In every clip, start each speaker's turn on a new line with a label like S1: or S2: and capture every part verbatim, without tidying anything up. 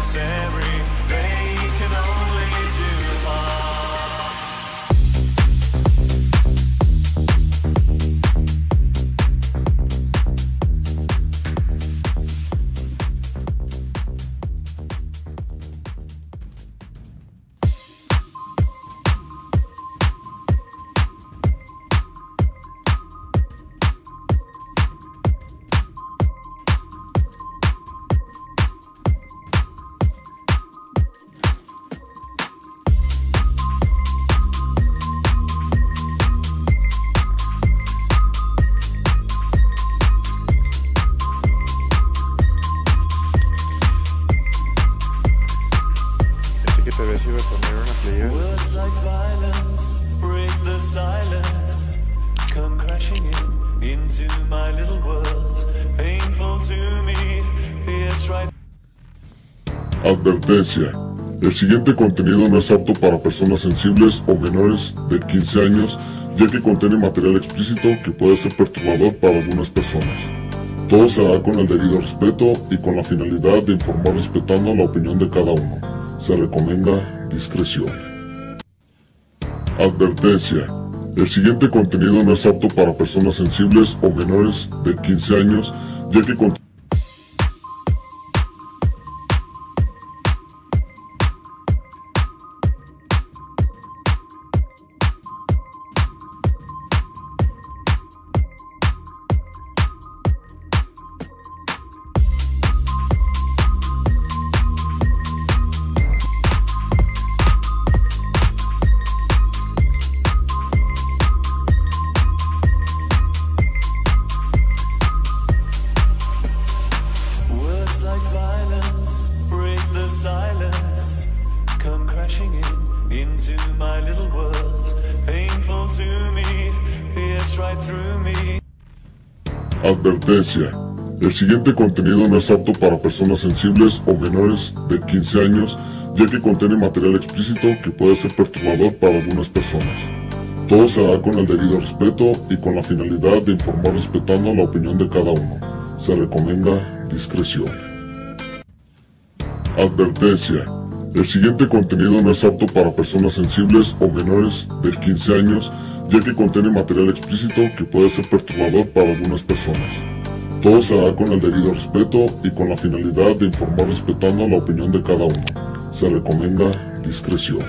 S1: necessary. They can only do harm. Words like violence break the silence, come crashing in into my little world, painful to me, pierce right.
S2: Advertencia: el siguiente contenido no es apto para personas sensibles o menores de quince años, ya que contiene material explícito que puede ser perturbador para algunas personas. Todo se hará con el debido respeto y con la finalidad de informar respetando la opinión de cada uno. Se recomienda discreción. Advertencia: el siguiente contenido no es apto para personas sensibles o menores de quince años, ya que contiene Advertencia: el siguiente contenido no es apto para personas sensibles o menores de quince años, ya que contiene material explícito que puede ser perturbador para algunas personas. Todo se hará con el debido respeto y con la finalidad de informar respetando la opinión de cada uno. Se recomienda discreción. Advertencia: el siguiente contenido no es apto para personas sensibles o menores de quince años, ya que contiene material explícito que puede ser perturbador para algunas personas. Todo se hará con el debido respeto y con la finalidad de informar respetando la opinión de cada uno. Se recomienda discreción.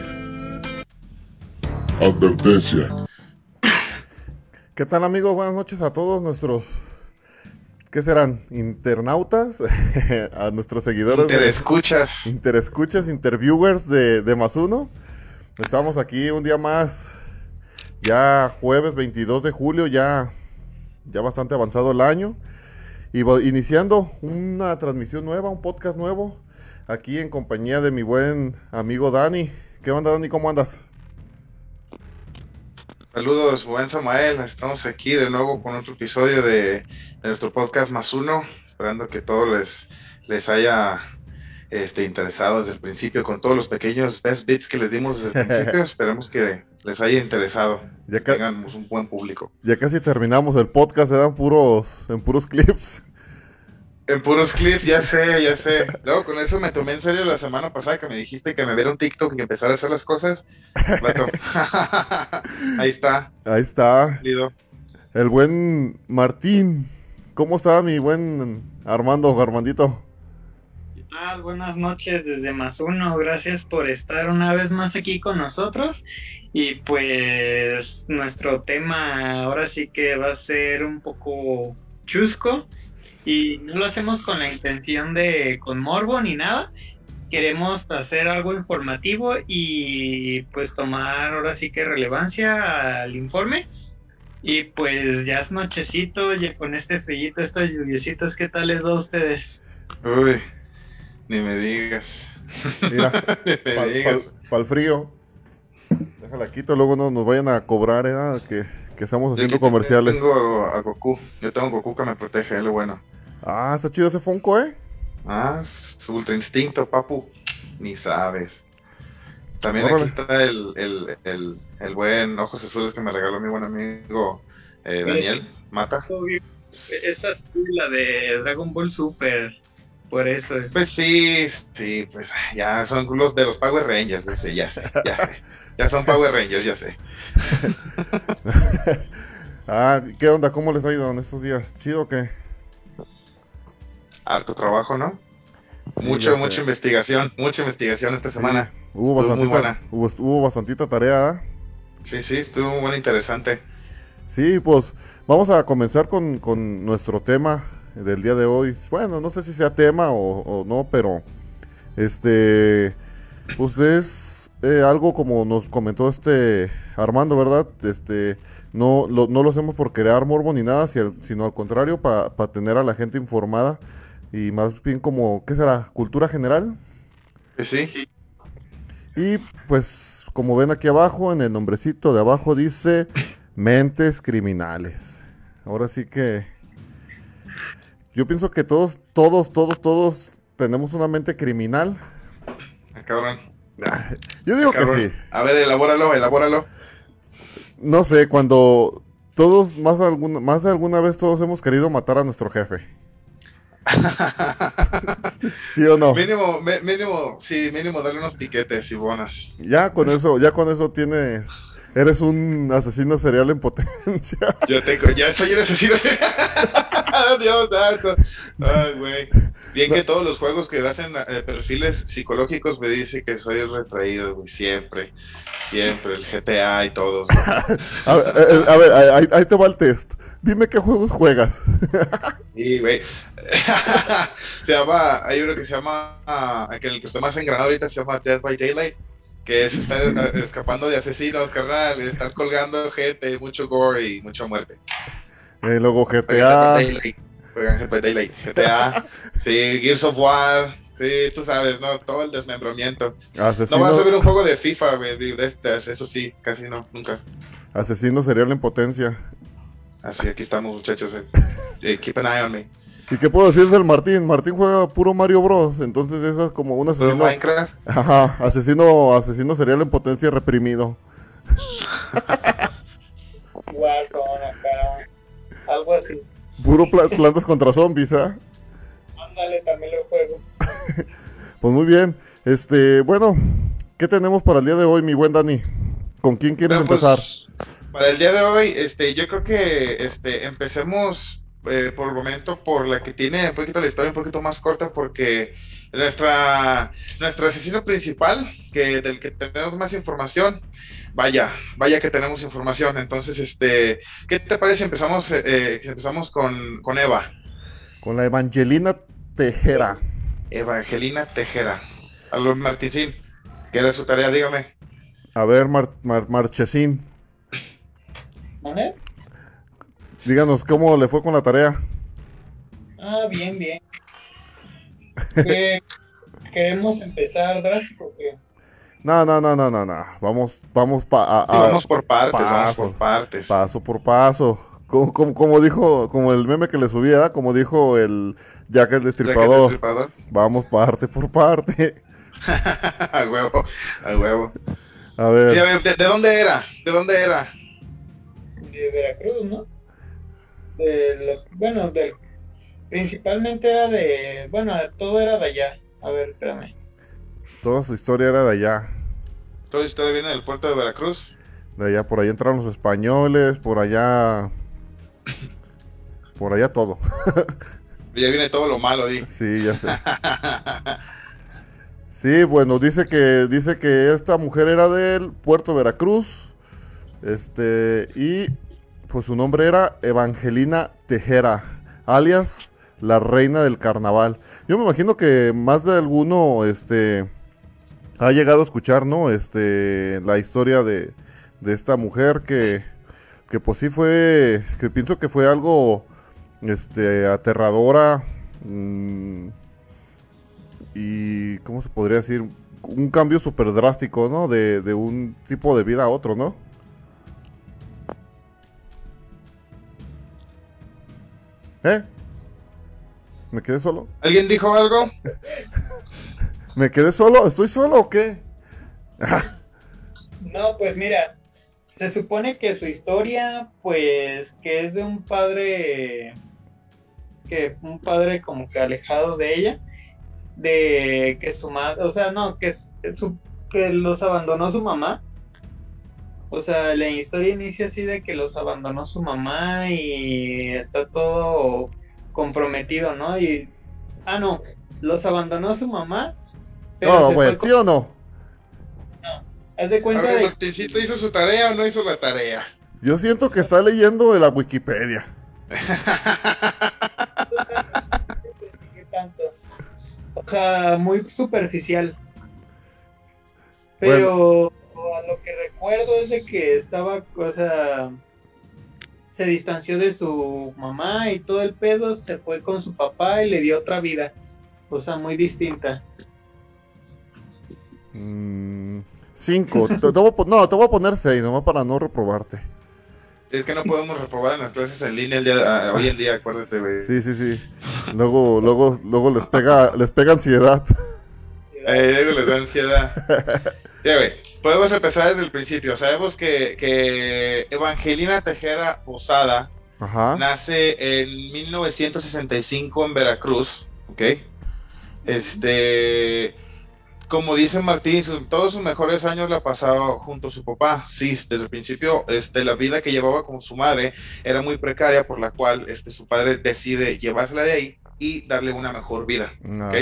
S2: Advertencia.
S3: ¿Qué tal, amigos? Buenas noches a todos nuestros, ¿qué serán? Internautas, a nuestros seguidores.
S4: Interescuchas.
S3: De, interescuchas, interviewers de, de Más Uno. Estamos aquí un día más, ya jueves veintidós de julio, ya, ya bastante avanzado el año. Y iniciando una transmisión nueva, un podcast nuevo, aquí en compañía de mi buen amigo Dani. ¿Qué onda, Dani? ¿Cómo andas?
S4: Saludos, buen Samael. Estamos aquí de nuevo con otro episodio de, de nuestro podcast Más Uno. Esperando que todo les, les haya este, interesado desde el principio, con todos los pequeños best bits que les dimos desde el principio. Esperemos que les haya interesado,
S3: ya
S4: que tengamos un buen público.
S3: Ya casi terminamos el podcast, eran puros, en puros clips.
S4: En puros clips, ya sé, ya sé. Luego con eso me tomé en serio la semana pasada que me dijiste que me viera un TikTok y empezara a hacer las cosas. Bueno, ahí está.
S3: Ahí está.
S4: Lido.
S3: El buen Martín. ¿Cómo está mi buen Armando, Armandito?
S5: ¿Qué tal? Buenas noches desde Más Uno. Gracias por estar una vez más aquí con nosotros. Y pues nuestro tema ahora sí que va a ser un poco chusco. Y no lo hacemos con la intención de con morbo ni nada. Queremos hacer algo informativo y pues tomar ahora sí que relevancia al informe. Y pues ya es nochecito, ya con este frillito, estas lluviecitas, ¿qué tal les va a ustedes?
S4: Uy, ni me digas.
S3: Mira,
S4: ni me
S3: para
S4: digas.
S3: pa, pa el frío. Déjala quito, luego no nos vayan a cobrar, ¿eh? que, que estamos haciendo
S4: Yo
S3: comerciales.
S4: Yo tengo a Goku, yo tengo a Goku que me protege, es lo bueno.
S3: Ah, está chido ese Funko, ¿eh?
S4: Ah, su ultra instinto, papu. Ni sabes. También
S3: Órale.
S4: aquí está el, el, el, el buen Ojos Azules que me regaló mi buen amigo eh, Daniel Mata.
S5: Esa es la de Dragon Ball Super. por eso.
S4: Pues sí, sí, pues ya son los de los Power Rangers, ese, ya sé, ya sé. Ya son Power Rangers, ya sé.
S3: Ah, ¿qué onda? ¿Cómo les ha ido en estos días? ¿Chido o qué?
S4: Harto trabajo, ¿no?
S3: Sí,
S4: mucho,
S3: ya sé.
S4: mucha investigación, mucha investigación esta semana.
S3: Sí, hubo,
S4: Estuvo muy
S3: bastantita,
S4: buena.
S3: hubo, hubo bastantita tarea, ¿eh?
S4: Sí, sí, estuvo muy bueno, interesante.
S3: Sí, pues vamos a comenzar con, con nuestro tema del día de hoy. Bueno, no sé si sea tema o, o no, pero este, pues es eh, algo como nos comentó este Armando, ¿verdad? Este, no lo, no lo hacemos por crear morbo ni nada, si- sino al contrario, para pa tener a la gente informada y más bien como, ¿qué será? ¿Cultura general?
S4: Pues sí,
S3: Y pues como ven aquí abajo, en el nombrecito de abajo dice mentes criminales. Ahora sí que yo pienso que todos, todos, todos, todos tenemos una mente criminal.
S4: ah, cabrón.
S3: Yo digo que
S4: cabrón.
S3: sí.
S4: A ver, elabóralo, elabóralo.
S3: No sé, cuando todos, más de alguna, más de alguna vez todos hemos querido matar a nuestro jefe. ¿Sí o no?
S4: Mínimo, me- mínimo, sí, mínimo darle unos piquetes y bonas.
S3: Ya con eso, ya con eso tienes, eres un asesino serial en potencia.
S4: Yo tengo, ya soy el asesino. Dios santo. Ay, güey. Bien que todos los juegos que hacen eh, perfiles psicológicos me dicen que soy el retraído, güey. Siempre, siempre. El G T A y todos.
S3: A ver, eh, a ver, ahí, ahí te va el test. Dime qué juegos juegas.
S4: Y, güey. Se llama, hay uno que se llama, ah, que el que estoy más engranado ahorita se llama Dead by Daylight. Que es estar eh, escapando de asesinos, carnal. Estar colgando gente, mucho gore y mucha muerte.
S3: Eh, luego G T
S4: Juegan
S3: A.
S4: Dead by Daylight. Juegan Dead by Daylight. G T A. Sí, Gears of War. Sí, tú sabes, ¿no? Todo el desmembramiento.
S3: Asesino,
S4: No vas a ver un juego de FIFA, güey, de estas, eso sí, casi no, nunca.
S3: asesino serial en potencia.
S4: Así, aquí estamos, muchachos. eh. Eh, keep an eye on me.
S3: ¿Y qué puedo decir del Martín? Martín juega puro Mario Bros. Entonces eso es como un
S4: ¿Todo
S3: asesino.
S4: Minecraft?
S3: Ajá, asesino, asesino serial en potencia reprimido.
S5: Igual con acá, algo así.
S3: Puro pla- plantas contra zombies, ¿ah?
S5: Ándale, también lo juego.
S3: Pues muy bien. Este, bueno, ¿qué tenemos para el día de hoy, mi buen Dani? ¿Con quién quieres
S4: Bueno, pues,
S3: empezar?
S4: para el día de hoy, este, yo creo que este, empecemos eh, por el momento por la que tiene un poquito la historia un poquito más corta, porque nuestra, nuestro asesino principal, que del que tenemos más información, vaya, vaya que tenemos información. Entonces, este, ¿qué te parece? Empezamos, eh, eh, empezamos con, con Eva,
S3: Con la Evangelina Tejera.
S4: Evangelina Tejera. A los Martincín, ¿qué era su tarea? Dígame.
S3: A ver, Mar- Mar- Marchesín,
S5: ¿Vale?
S3: díganos cómo le fue con la tarea.
S5: Ah, bien, bien. ¿Qué- ¿Queremos empezar drástico o qué?
S3: No, no, no, no, no, no. Vamos, vamos pa- a-
S4: Sí,
S3: a-
S4: vamos por partes, vamos
S3: pasos.
S4: por partes.
S3: paso por paso. Como, como, como dijo, como el meme que le subía, ¿eh? Como dijo el Jack el
S4: Ya que el
S3: Destripador.
S4: destripador.
S3: Vamos parte por parte.
S4: A huevo, a huevo.
S3: A ver.
S4: Sí, a ver, ¿de, de dónde era? ¿De dónde era?
S5: De Veracruz, ¿no? Del, bueno, del, principalmente era de, bueno, todo era de allá. A ver, espérame.
S3: Toda su historia era de allá.
S4: Toda la historia viene del puerto de Veracruz.
S3: De allá, por allá entraron los españoles, por allá. Por allá todo.
S4: Y ya viene todo lo malo, di.
S3: Sí, ya sé. Sí, bueno, dice que dice que esta mujer era del puerto de Veracruz. Este, y pues su nombre era Evangelina Tejera, alias la reina del carnaval. Yo me imagino que más de alguno este ha llegado a escuchar, ¿no? Este, la historia de, de esta mujer que que pues sí fue, que pienso que fue algo este aterradora. mmm, Y, ¿cómo se podría decir? Un cambio súper drástico, ¿no? De, de un tipo de vida a otro, ¿no? ¿Eh? ¿Me quedé solo?
S4: ¿Alguien dijo algo?
S3: ¿Me quedé solo? ¿Estoy solo o qué?
S5: No, pues mira, se supone que su historia, pues, que es de un padre, que un padre como que alejado de ella, de que su madre, o sea, no, que, su, que los abandonó su mamá. O sea, la historia inicia así de que los abandonó su mamá y está todo comprometido, ¿no? Y, ah, no, los abandonó su mamá.
S3: Pero oh, güey, ¿sí o no?
S5: No, haz de cuenta
S4: a ver,
S5: de...
S4: Martincito, ¿hizo su tarea o no hizo la tarea?
S3: Yo siento que está leyendo de la Wikipedia.
S5: O sea, muy superficial. Pero bueno, a lo que recuerdo es de que estaba, o sea, se distanció de su mamá y todo el pedo, se fue con su papá y le dio otra vida. O sea, muy distinta.
S3: Mm, cinco. te, te voy a, no, te voy a poner seis, nomás para no reprobarte.
S4: Es que no podemos reprobar en las clases en línea el día, hoy en día, acuérdate, güey.
S3: Sí, sí, sí. Luego, luego, luego les pega, les pega ansiedad.
S4: Eh, luego les da ansiedad. Ya, güey. Podemos empezar desde el principio. Sabemos que, que Evangelina Tejera Posada
S3: Ajá.
S4: nace en mil novecientos sesenta y cinco en Veracruz, ¿ok? Este... Como dice Martín, todos sus mejores años la ha pasado junto a su papá. Sí, desde el principio, este, la vida que llevaba con su madre era muy precaria, por la cual este, su padre decide llevársela de ahí y darle una mejor vida. ¿Okay?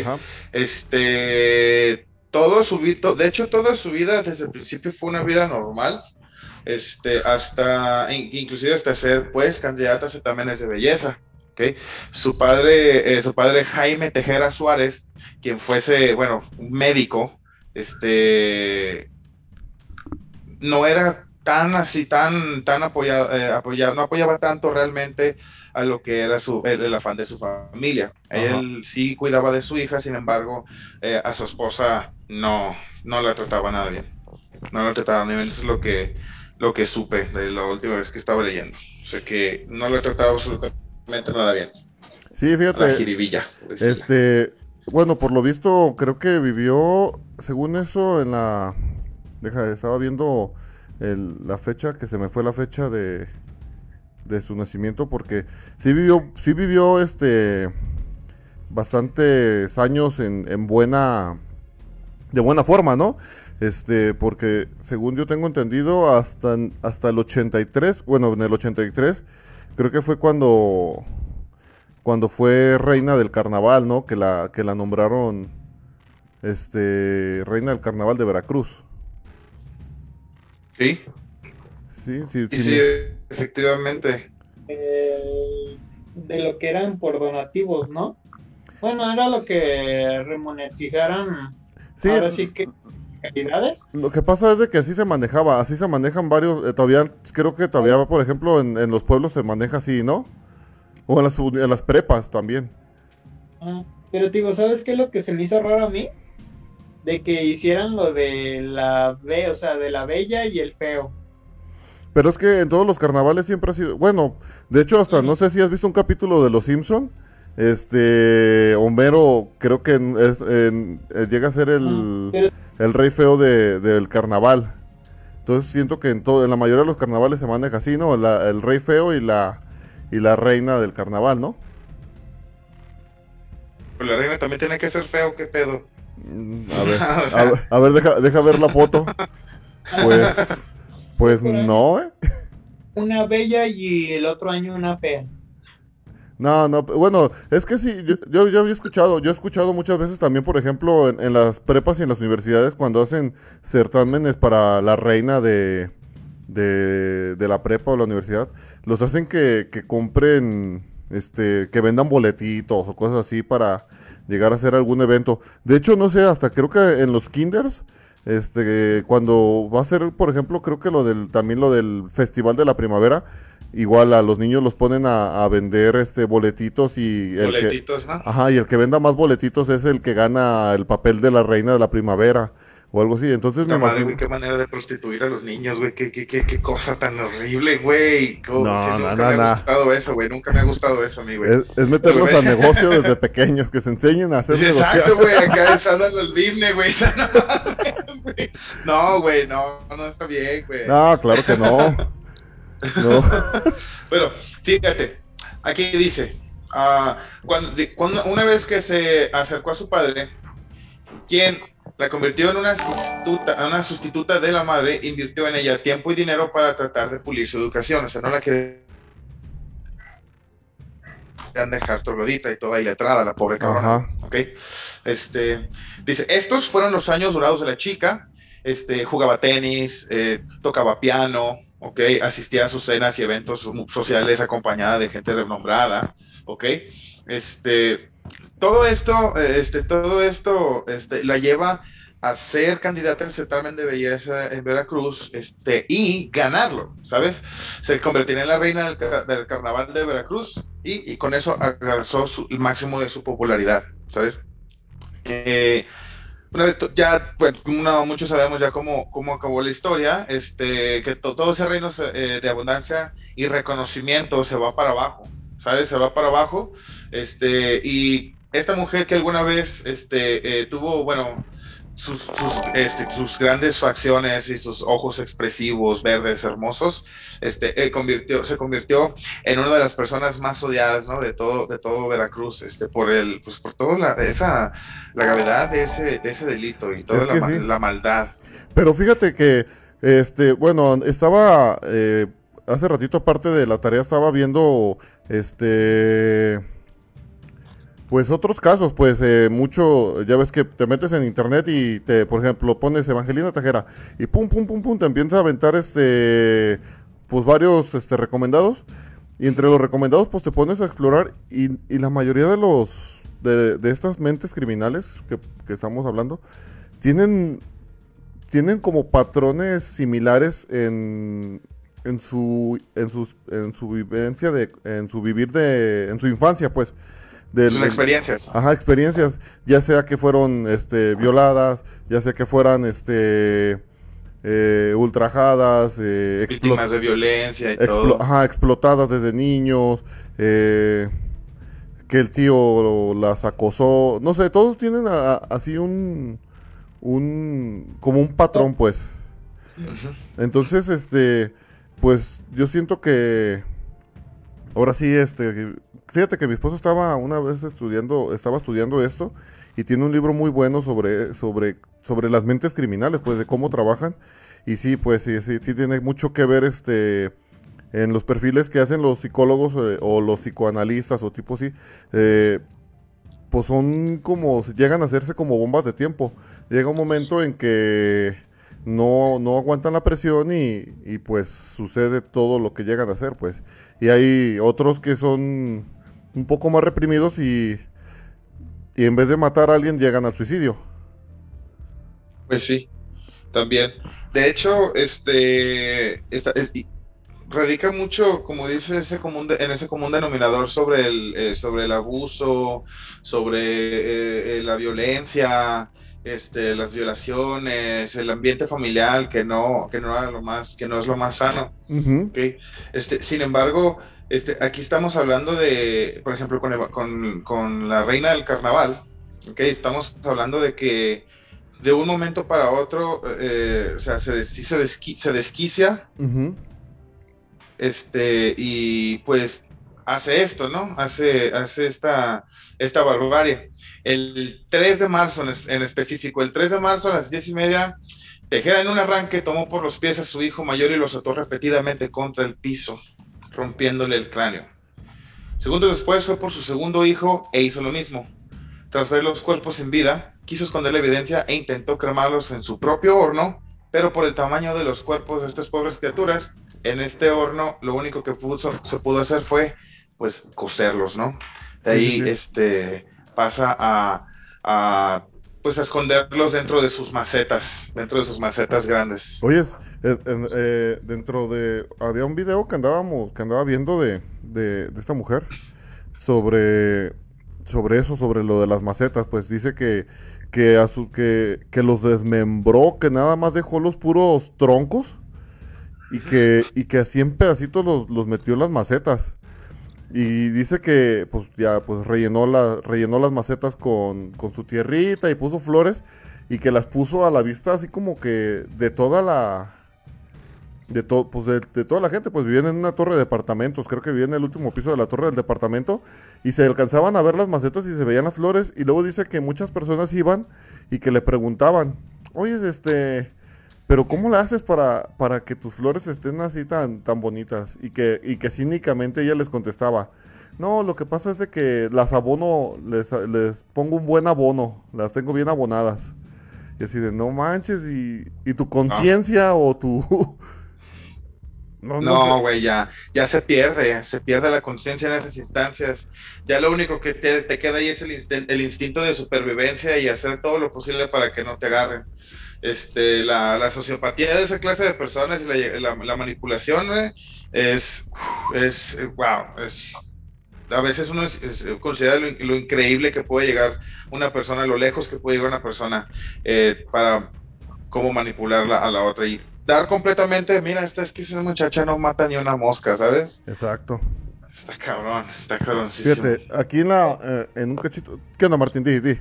S4: Este, todo su vida, de hecho, toda su vida desde el principio fue una vida normal, este, hasta, inclusive hasta ser, pues, candidata a certámenes de belleza. Okay. Su padre, eh, su padre Jaime Tejera Suárez, quien fuese, bueno, un médico, este, no era tan así, tan, tan apoyado, eh, apoyado, no apoyaba tanto realmente a lo que era su, el, el afán de su familia. Ajá. Él sí cuidaba de su hija, sin embargo, eh, a su esposa no, no la trataba nada bien. No la trataba nada bien, eso es lo que, lo que supe de la última vez que estaba leyendo. O sea que no la trataba absolutamente nada bien.
S3: Sí, fíjate.
S4: La jiribilla.
S3: Este, bueno, por lo visto, creo que vivió, según eso, en la... Deja, estaba viendo el, la fecha, que se me fue la fecha de, de su nacimiento, porque sí vivió, sí vivió, este, bastantes años en, en buena, de buena forma, ¿no? Este, porque según yo tengo entendido, hasta, hasta el ochenta y tres, bueno, en el ochenta y tres, creo que fue cuando cuando fue reina del carnaval, ¿no? Que la que la nombraron este reina del carnaval de Veracruz.
S4: Sí.
S3: Sí, sí,
S4: sí,
S3: sí,
S4: sí
S3: me...
S5: efectivamente. Eh, de lo que eran por donativos, ¿no? Bueno, era lo que remonetizaran. Sí. Ahora sí que calidades.
S3: Lo que pasa es de que así se manejaba, así se manejan varios, eh, todavía, creo que todavía, por ejemplo, en, en los pueblos se maneja así, ¿no? O en las, en las prepas también.
S5: Ah, pero digo, ¿sabes qué es lo que se me hizo raro a mí? De que hicieran lo de la be, o sea, de la bella y el feo.
S3: Pero es que en todos los carnavales siempre ha sido, bueno, de hecho hasta, no sé si has visto un capítulo de Los Simpson. Este, Homero creo que es, en, en, llega a ser el, pero... el rey feo de, del carnaval. Entonces siento que en, todo, en la mayoría de los carnavales se maneja así, ¿no? La, el rey feo y la, y la reina del carnaval, ¿no?
S4: Pues la reina también tiene que ser feo, ¿qué pedo?
S3: A ver, o sea... a ver, a ver deja, deja ver la foto. Pues, pues no, ¿eh?
S5: Una bella y el otro año una fea.
S3: No, no, bueno, es que sí, yo, yo, yo había escuchado, yo he escuchado muchas veces también, por ejemplo, en, en las prepas y en las universidades, cuando hacen certámenes para la reina de, de, de la prepa o la universidad, los hacen que, que compren, este, que vendan boletitos o cosas así para llegar a hacer algún evento. De hecho, no sé, hasta creo que en los kinders, este, cuando va a ser, por ejemplo, creo que lo del, también lo del Festival de la Primavera, igual a los niños los ponen a, a vender este boletitos y el
S4: boletitos,
S3: que,
S4: ¿no?
S3: Ajá, y el que venda más boletitos es el que gana el papel de la reina de la primavera o algo así. Entonces
S4: la
S3: me
S4: madre,
S3: imagino...
S4: güey, qué manera de prostituir a los niños, güey, qué, qué, qué, qué cosa tan horrible, güey.
S3: No,
S4: sí,
S3: no,
S4: nunca
S3: no,
S4: me
S3: no.
S4: ha gustado eso, güey, nunca me ha gustado eso a mí, güey.
S3: Es, es meterlos a negocio desde pequeños, que se enseñen a hacer
S4: sí, exacto, güey, acá están los Disney, güey. No, güey, no, no está bien, güey.
S3: No, claro que no. No.
S4: Bueno, fíjate, aquí dice, uh, cuando, cuando una vez que se acercó a su padre, quien la convirtió en una sustituta, una sustituta de la madre, invirtió en ella tiempo y dinero para tratar de pulir su educación. O sea, no la querían dejar troglodita y toda iletrada, la pobre cabrona. ¿Okay? Este, dice, estos fueron los años dorados de la chica. Este, jugaba tenis, eh, tocaba piano, ¿okay? Asistía a sus cenas y eventos sociales acompañada de gente renombrada, ¿okay? Este, todo esto, este, todo esto este, la lleva a ser candidata al certamen de belleza en Veracruz, este, y ganarlo, ¿sabes? Se convertiría en la reina del, del carnaval de Veracruz y, y con eso alcanzó su, el máximo de su popularidad, ¿sabes? Eh, una vez ya, bueno, no, muchos sabemos ya cómo, cómo acabó la historia, este, que to, todo ese reino eh, de abundancia y reconocimiento se va para abajo, ¿sabes? Se va para abajo, este, y esta mujer que alguna vez este, eh, tuvo, bueno, sus, sus, este, sus grandes facciones y sus ojos expresivos, verdes, hermosos, este, eh, convirtió, se convirtió en una de las personas más odiadas, ¿no? de todo, de todo Veracruz, este, por el, pues por toda la, esa, la gravedad de ese, de ese delito y toda la, sí. la maldad.
S3: Pero fíjate que, este, bueno, estaba, eh, hace ratito aparte de la tarea estaba viendo, este... Pues otros casos, pues eh, mucho, ya ves que te metes en internet y te, por ejemplo, pones Evangelina Tajera y pum, pum, pum, pum, te empiezas a aventar este, pues varios este, recomendados y entre los recomendados pues te pones a explorar y, y la mayoría de los, de, de estas mentes criminales que, que estamos hablando, tienen, tienen como patrones similares en, en su, en sus, en su vivencia de, en su vivir de, en su infancia, pues.
S4: De sus experiencias.
S3: Ajá, experiencias, ya sea que fueron este, violadas, ya sea que fueran este, eh, ultrajadas, eh,
S4: víctimas de violencia y todo.
S3: Ajá, explotadas desde niños, eh, que el tío las acosó, no sé, todos tienen a, a, así un, un, como un patrón, pues. Uh-huh. Entonces, este, pues yo siento que, ahora sí, este... Fíjate que mi esposo estaba una vez estudiando, estaba estudiando esto y tiene un libro muy bueno sobre, sobre, sobre las mentes criminales, pues de cómo trabajan. Y sí, pues sí, sí, sí tiene mucho que ver este en los perfiles que hacen los psicólogos eh, o los psicoanalistas o tipo así. Eh, pues son como, llegan a hacerse como bombas de tiempo. Llega un momento en que no, no aguantan la presión y, y pues sucede todo lo que llegan a hacer, pues. Y hay otros que son un poco más reprimidos y, y en vez de matar a alguien llegan al suicidio.
S4: Pues sí, también. De hecho, este esta, es, radica mucho, como dice, ese común de, en ese común denominador sobre el, eh, sobre el abuso, sobre eh, la violencia, este, las violaciones, el ambiente familiar que no, que no era lo más, que no es lo más sano. Uh-huh. ¿Okay? Este, sin embargo, este, aquí estamos hablando de, por ejemplo, con, con, con la reina del carnaval, ¿okay? Estamos hablando de que de un momento para otro, eh, o sea, se, des, se, desqui, se desquicia, uh-huh. este, y pues hace esto, ¿no? Hace, hace esta, esta barbarie. El tres de marzo en, en específico, el tres de marzo a las diez y media, Tejera en un arranque tomó por los pies a su hijo mayor y lo azotó repetidamente contra el piso, rompiéndole el cráneo. Segundos después fue por su segundo hijo e hizo lo mismo. Tras ver los cuerpos sin vida, quiso esconder la evidencia e intentó cremarlos en su propio horno, pero por el tamaño de los cuerpos de estas pobres criaturas, en este horno lo único que puso, se pudo hacer fue, pues, cocerlos, ¿no? De ahí, sí, sí. este, pasa a, a, pues, a esconderlos dentro de sus macetas, dentro de sus macetas grandes.
S3: Oye, eh, eh, dentro de, había un video que andábamos, que andaba viendo de, de, de esta mujer, sobre... sobre eso, sobre lo de las macetas, pues dice que que, a su, que que los desmembró, que nada más dejó los puros troncos y que y que así en pedacitos los, los metió en las macetas. Y dice que pues ya pues rellenó la rellenó las macetas con, con su tierrita y puso flores y que las puso a la vista así como que de toda la de, to, pues de, de toda la gente, pues vivían en una torre de departamentos, creo que vivían en el último piso de la torre del departamento, y se alcanzaban a ver las macetas y se veían las flores, y luego dice que muchas personas iban y que le preguntaban, oye, este, pero ¿cómo le haces para, para que tus flores estén así tan, tan bonitas? Y que, y que cínicamente ella les contestaba, no, lo que pasa es de que las abono, les, les pongo un buen abono, las tengo bien abonadas. Y así de, no manches, y, y tu conciencia o tu...
S4: No, güey, no, ya, ya se pierde, se pierde la conciencia en esas instancias. Ya lo único que te, te queda ahí es el, inst el instinto de supervivencia y hacer todo lo posible para que no te agarren. Este, la, la sociopatía de esa clase de personas y la, la, la manipulación, güey, es, es, wow, es... A veces uno es, es, considera lo, lo increíble que puede llegar una persona, lo lejos que puede llegar una persona eh, para cómo manipularla a la otra y dar completamente, mira, esta es que esa muchacha no mata ni una mosca, ¿sabes?
S3: Exacto.
S4: Está cabrón, está cabrón.
S3: Fíjate, aquí en la, eh, en un cachito, ¿qué onda, Martín? Di, di.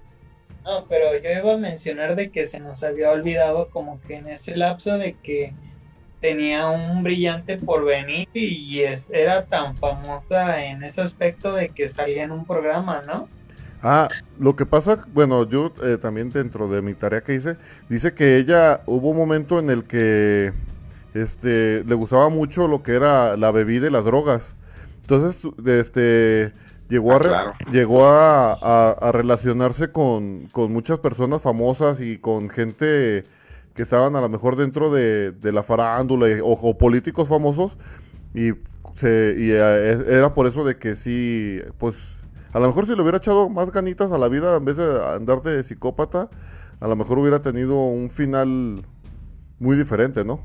S5: No, pero yo iba a mencionar de que se nos había olvidado como que en ese lapso de que tenía un brillante porvenir y es, era tan famosa en ese aspecto de que salía en un programa, ¿no?
S3: Ah, lo que pasa, bueno, yo eh, también dentro de mi tarea que hice, dice que ella, hubo un momento en el que este, le gustaba mucho lo que era la bebida y las drogas. Entonces, este, llegó, a, re, claro. llegó a, a, a relacionarse con, con muchas personas famosas y con gente que estaban a lo mejor dentro de, de la farándula o, o políticos famosos y, se, y eh, era por eso de que sí, pues a lo mejor si le hubiera echado más ganitas a la vida en vez de andar de psicópata, a lo mejor hubiera tenido un final muy diferente, ¿no?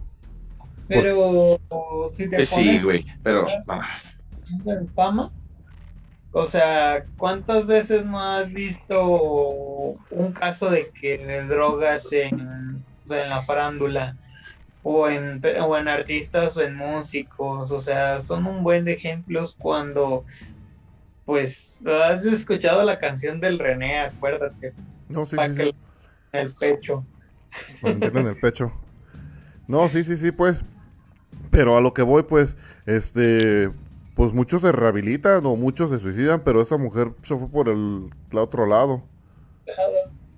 S5: Pero por... si te
S4: pones sí, güey, pero
S5: en fama, o sea, ¿cuántas veces no has visto un caso de que de drogas en en la farándula o en, o en artistas o en músicos? O sea, son un buen de ejemplos cuando pues has escuchado la canción del René, acuérdate.
S3: No, sí, sí, sí.
S5: En el pecho.
S3: En el pecho. No, sí, sí, sí, pues. Pero a lo que voy, pues, este, pues muchos se rehabilitan o muchos se suicidan, pero esa mujer se fue por el, el otro lado.
S5: Claro.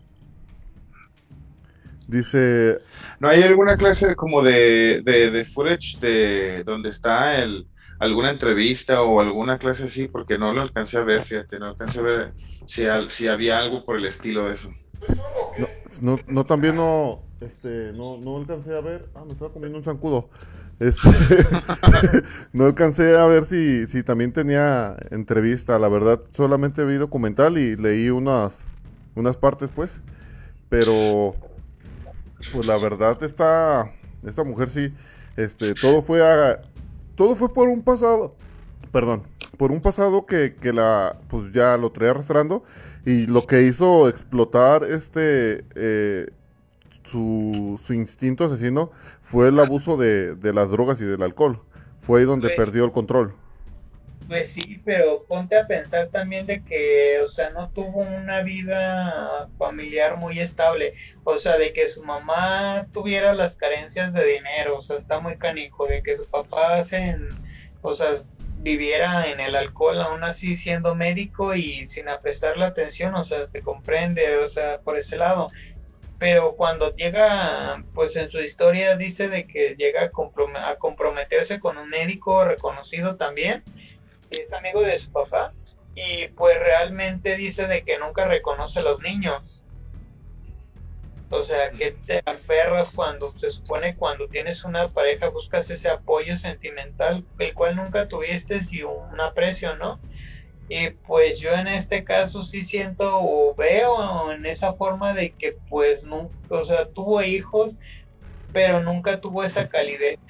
S3: Dice...
S4: ¿No hay alguna clase como de, de, de footage de donde está el, alguna entrevista o alguna clase así? Porque no lo alcancé a ver, fíjate, no alcancé a ver si, al, si había algo por el estilo de eso.
S3: No, no, no también no, este, no, no alcancé a ver... Ah, me estaba comiendo un zancudo. Este, no alcancé a ver si, si también tenía entrevista, la verdad, solamente vi documental y leí unas, unas partes, pues, pero... Pues la verdad, esta, esta mujer sí, este, todo fue a, todo fue por un pasado, perdón, por un pasado que, que la, pues ya lo traía arrastrando y lo que hizo explotar este, eh, su, su instinto asesino fue el abuso de, de las drogas y del alcohol, fue ahí donde pues, perdió el control.
S5: Pues sí, pero ponte a pensar también de que, o sea, no tuvo una vida familiar muy estable, o sea, de que su mamá tuviera las carencias de dinero, o sea, está muy canijo, de que su papá hacen, o sea, viviera en el alcohol, aún así siendo médico y sin prestarle atención, o sea, se comprende, o sea, por ese lado. Pero cuando llega, pues en su historia dice de que llega a, comprom a comprometerse con un médico reconocido también, es amigo de su papá, y pues realmente dice de que nunca reconoce a los niños. O sea, que te aferras cuando se supone cuando tienes una pareja, buscas ese apoyo sentimental, el cual nunca tuviste y un aprecio, ¿no? Y pues yo en este caso sí siento o veo en esa forma de que pues nunca, o sea, tuvo hijos, pero nunca tuvo esa calidez.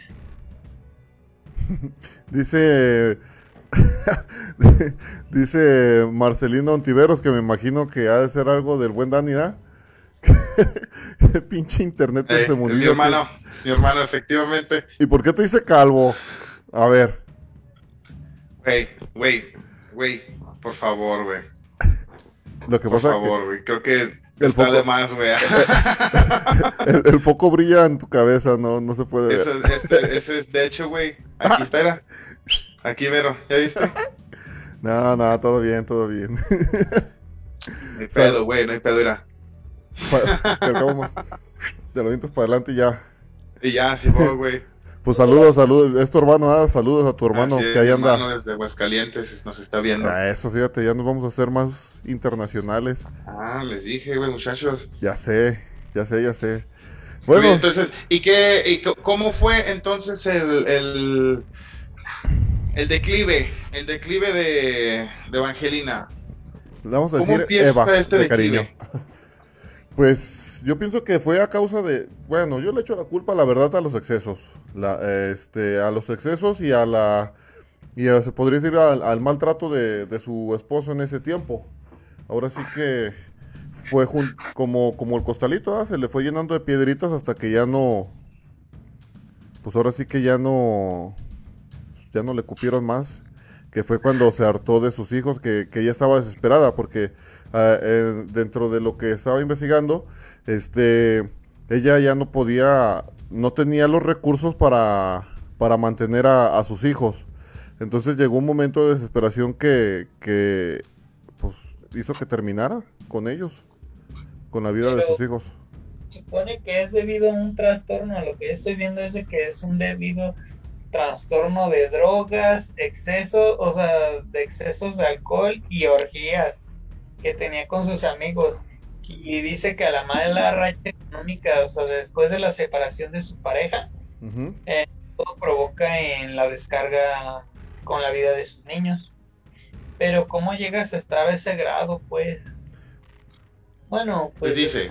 S3: Dice... Dice Marcelino Ontiveros que me imagino que ha de ser algo del buen Dani, ¿da? Pinche internet
S4: eh,
S3: se murió.
S4: Mi hermano, mi hermano, efectivamente.
S3: ¿Y por qué te dice calvo? A ver.
S4: Güey, güey, güey, por favor, güey.
S3: Lo que
S4: por
S3: pasa
S4: favor, güey.
S3: que...
S4: Creo que
S3: El
S4: Está
S3: foco,
S4: de más, güey.
S3: el, el foco brilla en tu cabeza, no, no se puede ver.
S4: Eso, este, ese es, de hecho, güey. Aquí está, era. Aquí, Vero, ¿ya viste?
S3: No, no, todo bien, todo bien.
S4: No hay pedo, güey, no hay pedo, era.
S3: Pa- Te acabamos- te lo avientas para adelante y ya.
S4: Y ya, sí, fue, güey.
S3: Pues saludos, saludos. Es tu hermano, ah, saludos a tu hermano
S4: Así es,
S3: que ahí
S4: mi
S3: anda.
S4: hermano desde Aguascalientes nos está viendo.
S3: Ah, eso, fíjate, ya nos vamos a hacer más internacionales.
S4: Ah, les dije, güey, muchachos.
S3: Ya sé, ya sé, ya sé.
S4: Muy
S3: Bueno,
S4: bien, entonces, ¿y qué, y c- cómo fue entonces el, el, el declive, el declive de, de Evangelina?
S3: le vamos a
S4: ¿Cómo
S3: decir
S4: empieza
S3: Eva,
S4: este
S3: de
S4: declive?
S3: cariño. Pues yo pienso que fue a causa de, bueno, yo le echo la culpa, la verdad, a los excesos, la, este, a los excesos y a la, y a- se podría decir al, al maltrato de, de su esposo en ese tiempo. Ahora sí que fue jun- como, como el costalito, ¿ah? Se le fue llenando de piedritas hasta que ya no, pues ahora sí que ya no, ya no le cupieron más, que fue cuando se hartó de sus hijos, que, que ella estaba desesperada, porque ah, eh, dentro de lo que estaba investigando, este, ella ya no podía, no tenía los recursos para, para mantener a, a sus hijos. Entonces llegó un momento de desesperación que, que pues, hizo que terminara con ellos, con la vida de
S5: Pero-
S3: sus hijos.
S5: Supone que es debido a un trastorno, lo que yo estoy viendo es de que es un debido trastorno de drogas, exceso, o sea, de excesos de alcohol y orgías que tenía con sus amigos. Y dice que a la mala racha económica, o sea, después de la separación de su pareja,
S3: Ujú.
S5: todo provoca en la descarga con la vida de sus niños. Pero ¿cómo llegas a estar a ese grado, pues? Bueno,
S4: Pues
S5: pues
S4: dice,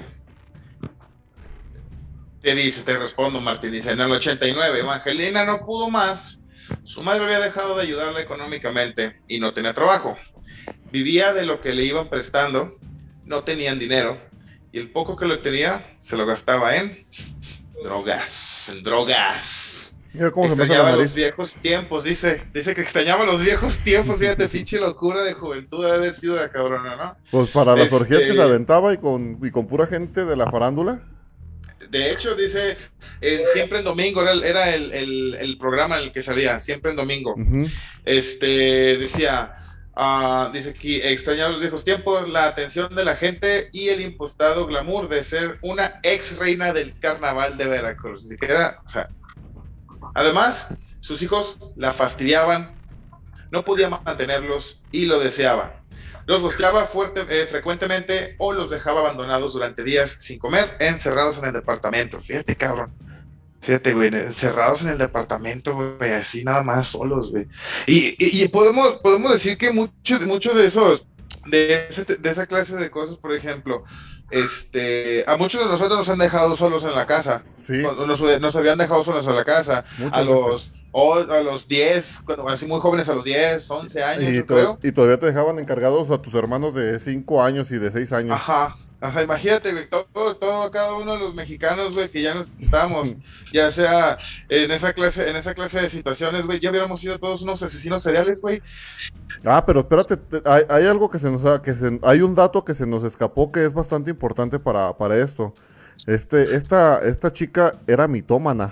S4: te dice, te respondo, Martín, dice, en el ochenta y nueve, Evangelina no pudo más, su madre había dejado de ayudarla económicamente y no tenía trabajo. Vivía de lo que le iban prestando, no tenían dinero, y el poco que lo tenía se lo gastaba en drogas, en drogas.
S3: Mira cómo se me hace la
S4: Extrañaba los
S3: nariz.
S4: viejos tiempos, dice, dice que extrañaba los viejos tiempos, fíjate, pinche locura de juventud debe haber sido la cabrona, ¿no?
S3: Pues para las orgías que
S4: Este-
S3: se aventaba y con, y con pura gente de la farándula.
S4: De hecho, dice, eh, siempre en domingo, era, el, era el, el- el programa en el que salía, siempre en domingo.
S3: Ujú.
S4: Este, decía, ah, dice aquí, extrañar los viejos tiempos, la atención de la gente y el impostado glamour de ser una ex reina del carnaval de Veracruz. Así que era, o sea, además, sus hijos la fastidiaban, no podía mantenerlos y lo deseaba. Los gosteaba fuerte, eh, frecuentemente o los dejaba abandonados durante días sin comer, encerrados en el departamento. Fíjate, cabrón. Fíjate, güey, encerrados en el departamento, güey, así nada más solos, güey. Y, y, y podemos, podemos decir que muchos mucho de esos, de, ese, de esa clase de cosas, por ejemplo, este, a muchos de nosotros nos han dejado solos en la casa.
S3: Sí,
S4: Nos, nos habían dejado solos en la casa.
S3: muchas
S4: A los,
S3: veces.
S4: o, a los diez, cuando, así muy jóvenes, a los diez, once años,
S3: Y,
S4: yo
S3: to-
S4: creo.
S3: y todavía te dejaban encargados a tus hermanos de cinco años y de seis años.
S4: Ajá, ajá, imagínate, güey, todo, todo, cada uno de los mexicanos, güey, que ya nos estábamos, ya sea en esa clase, en esa clase de situaciones, güey, ya hubiéramos sido todos unos asesinos seriales, güey.
S3: Ah, pero espérate, te- hay, hay algo que se nos ha, que se, hay un dato que se nos escapó que es bastante importante para, para esto. Este, esta, esta chica era mitómana.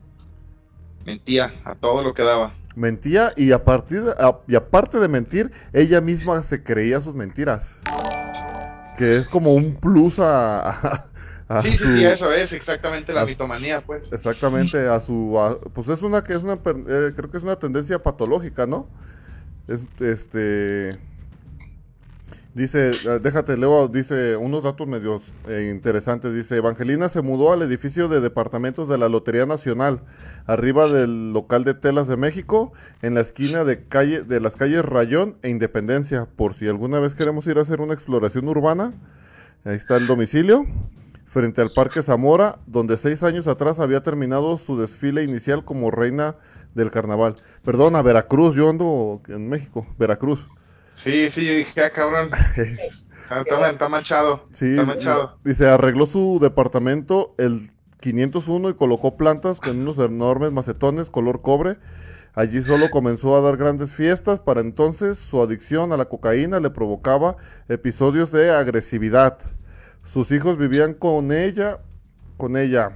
S4: Mentía a todo lo que daba.
S3: Mentía y a partir de- a- y aparte de mentir, ella misma se creía sus mentiras. Que es como un plus a, a- a
S4: Sí, sí,
S3: su-
S4: sí, eso es exactamente la
S3: a-
S4: mitomanía, pues.
S3: Exactamente, a su, a- pues es una que es una, per- eh, creo que es una tendencia patológica, ¿no? Es, este, dice, eh, déjate, leo, dice unos datos medios eh, interesantes. Dice, Evangelina se mudó al edificio de departamentos de la Lotería Nacional, arriba del local de telas de México, en la esquina de calle, de las calles Rayón e Independencia, por si alguna vez queremos ir a hacer una exploración urbana. Ahí está el domicilio, frente al Parque Zamora, donde seis años atrás había terminado su desfile inicial como reina del carnaval. Perdona, Veracruz, yo ando en México, Veracruz.
S4: Sí, sí, yo dije, ah, cabrón, está, está, está manchado,
S3: Sí,
S4: está manchado.
S3: dice, arregló su departamento el quinientos uno y colocó plantas con unos enormes macetones color cobre. Allí solo comenzó a dar grandes fiestas. Para entonces, su adicción a la cocaína le provocaba episodios de agresividad. Sus hijos vivían con ella, con ella.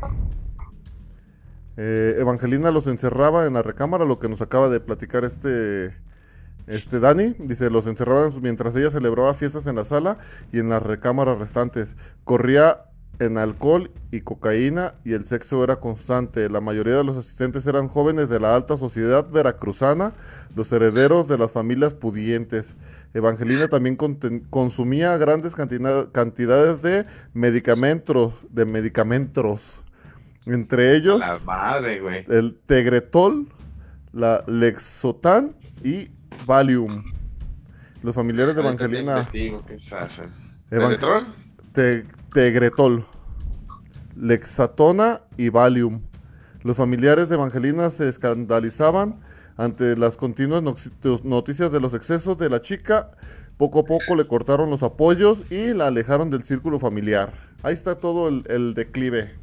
S3: Eh, Evangelina los encerraba en la recámara, lo que nos acaba de platicar este, este Dani. Dice, los encerraban mientras ella celebraba fiestas en la sala y en las recámaras restantes. Corría en alcohol y cocaína y el sexo era constante. La mayoría de los asistentes eran jóvenes de la alta sociedad veracruzana, los herederos de las familias pudientes. Evangelina también consumía grandes cantina- cantidades de medicamentos, de medicamentos, entre ellos
S4: La madre, güey.
S3: el Tegretol, la Lexotan y Valium. Los familiares de
S4: Ahorita te
S3: Evangelina,
S4: investigo qué se hace.
S3: Evang-
S4: ¿Teletrol?
S3: Te- Tegretol, Lexatona y Valium. Los familiares de Evangelina se escandalizaban ante las continuas noxi- noticias de los excesos de la chica. Poco a poco le cortaron los apoyos y la alejaron del círculo familiar. Ahí está todo el, el declive.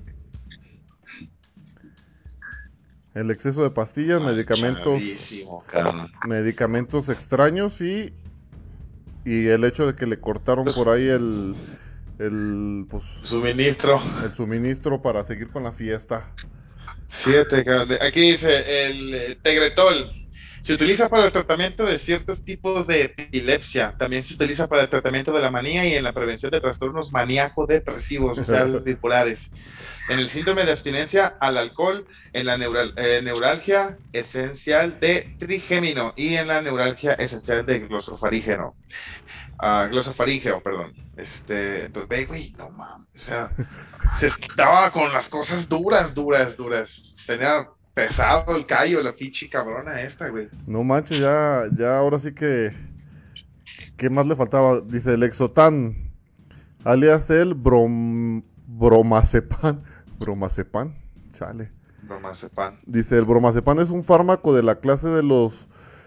S3: El exceso de pastillas, medicamentos,
S4: Manchadísimo, cabrón.
S3: medicamentos extraños y, y el hecho de que le cortaron por ahí el, el, pues,
S4: Suministro.
S3: el suministro para seguir con la fiesta.
S4: Fíjate, cabrón, de- aquí dice el eh, Tegretol. Se utiliza para el tratamiento de ciertos tipos de epilepsia. También se utiliza para el tratamiento de la manía y en la prevención de trastornos maníaco-depresivos, o sea, los bipolares. En el síndrome de abstinencia al alcohol, en la neural- eh, neuralgia esencial de trigémino y en la neuralgia esencial de glosofarígeno. Ah, glosofarígeo, perdón. Este, entonces, ve, güey, no mames. O sea, se estaba con las cosas duras, duras, duras. Tenía pesado el callo, la pinche cabrona esta, güey.
S3: No manches, ya, ya ahora sí que... ¿Qué más le faltaba? Dice el Exotan, alias el brom, bromazepam. Bromazepam, chale.
S4: Bromazepam.
S3: Dice, el bromazepam es un fármaco de la clase de los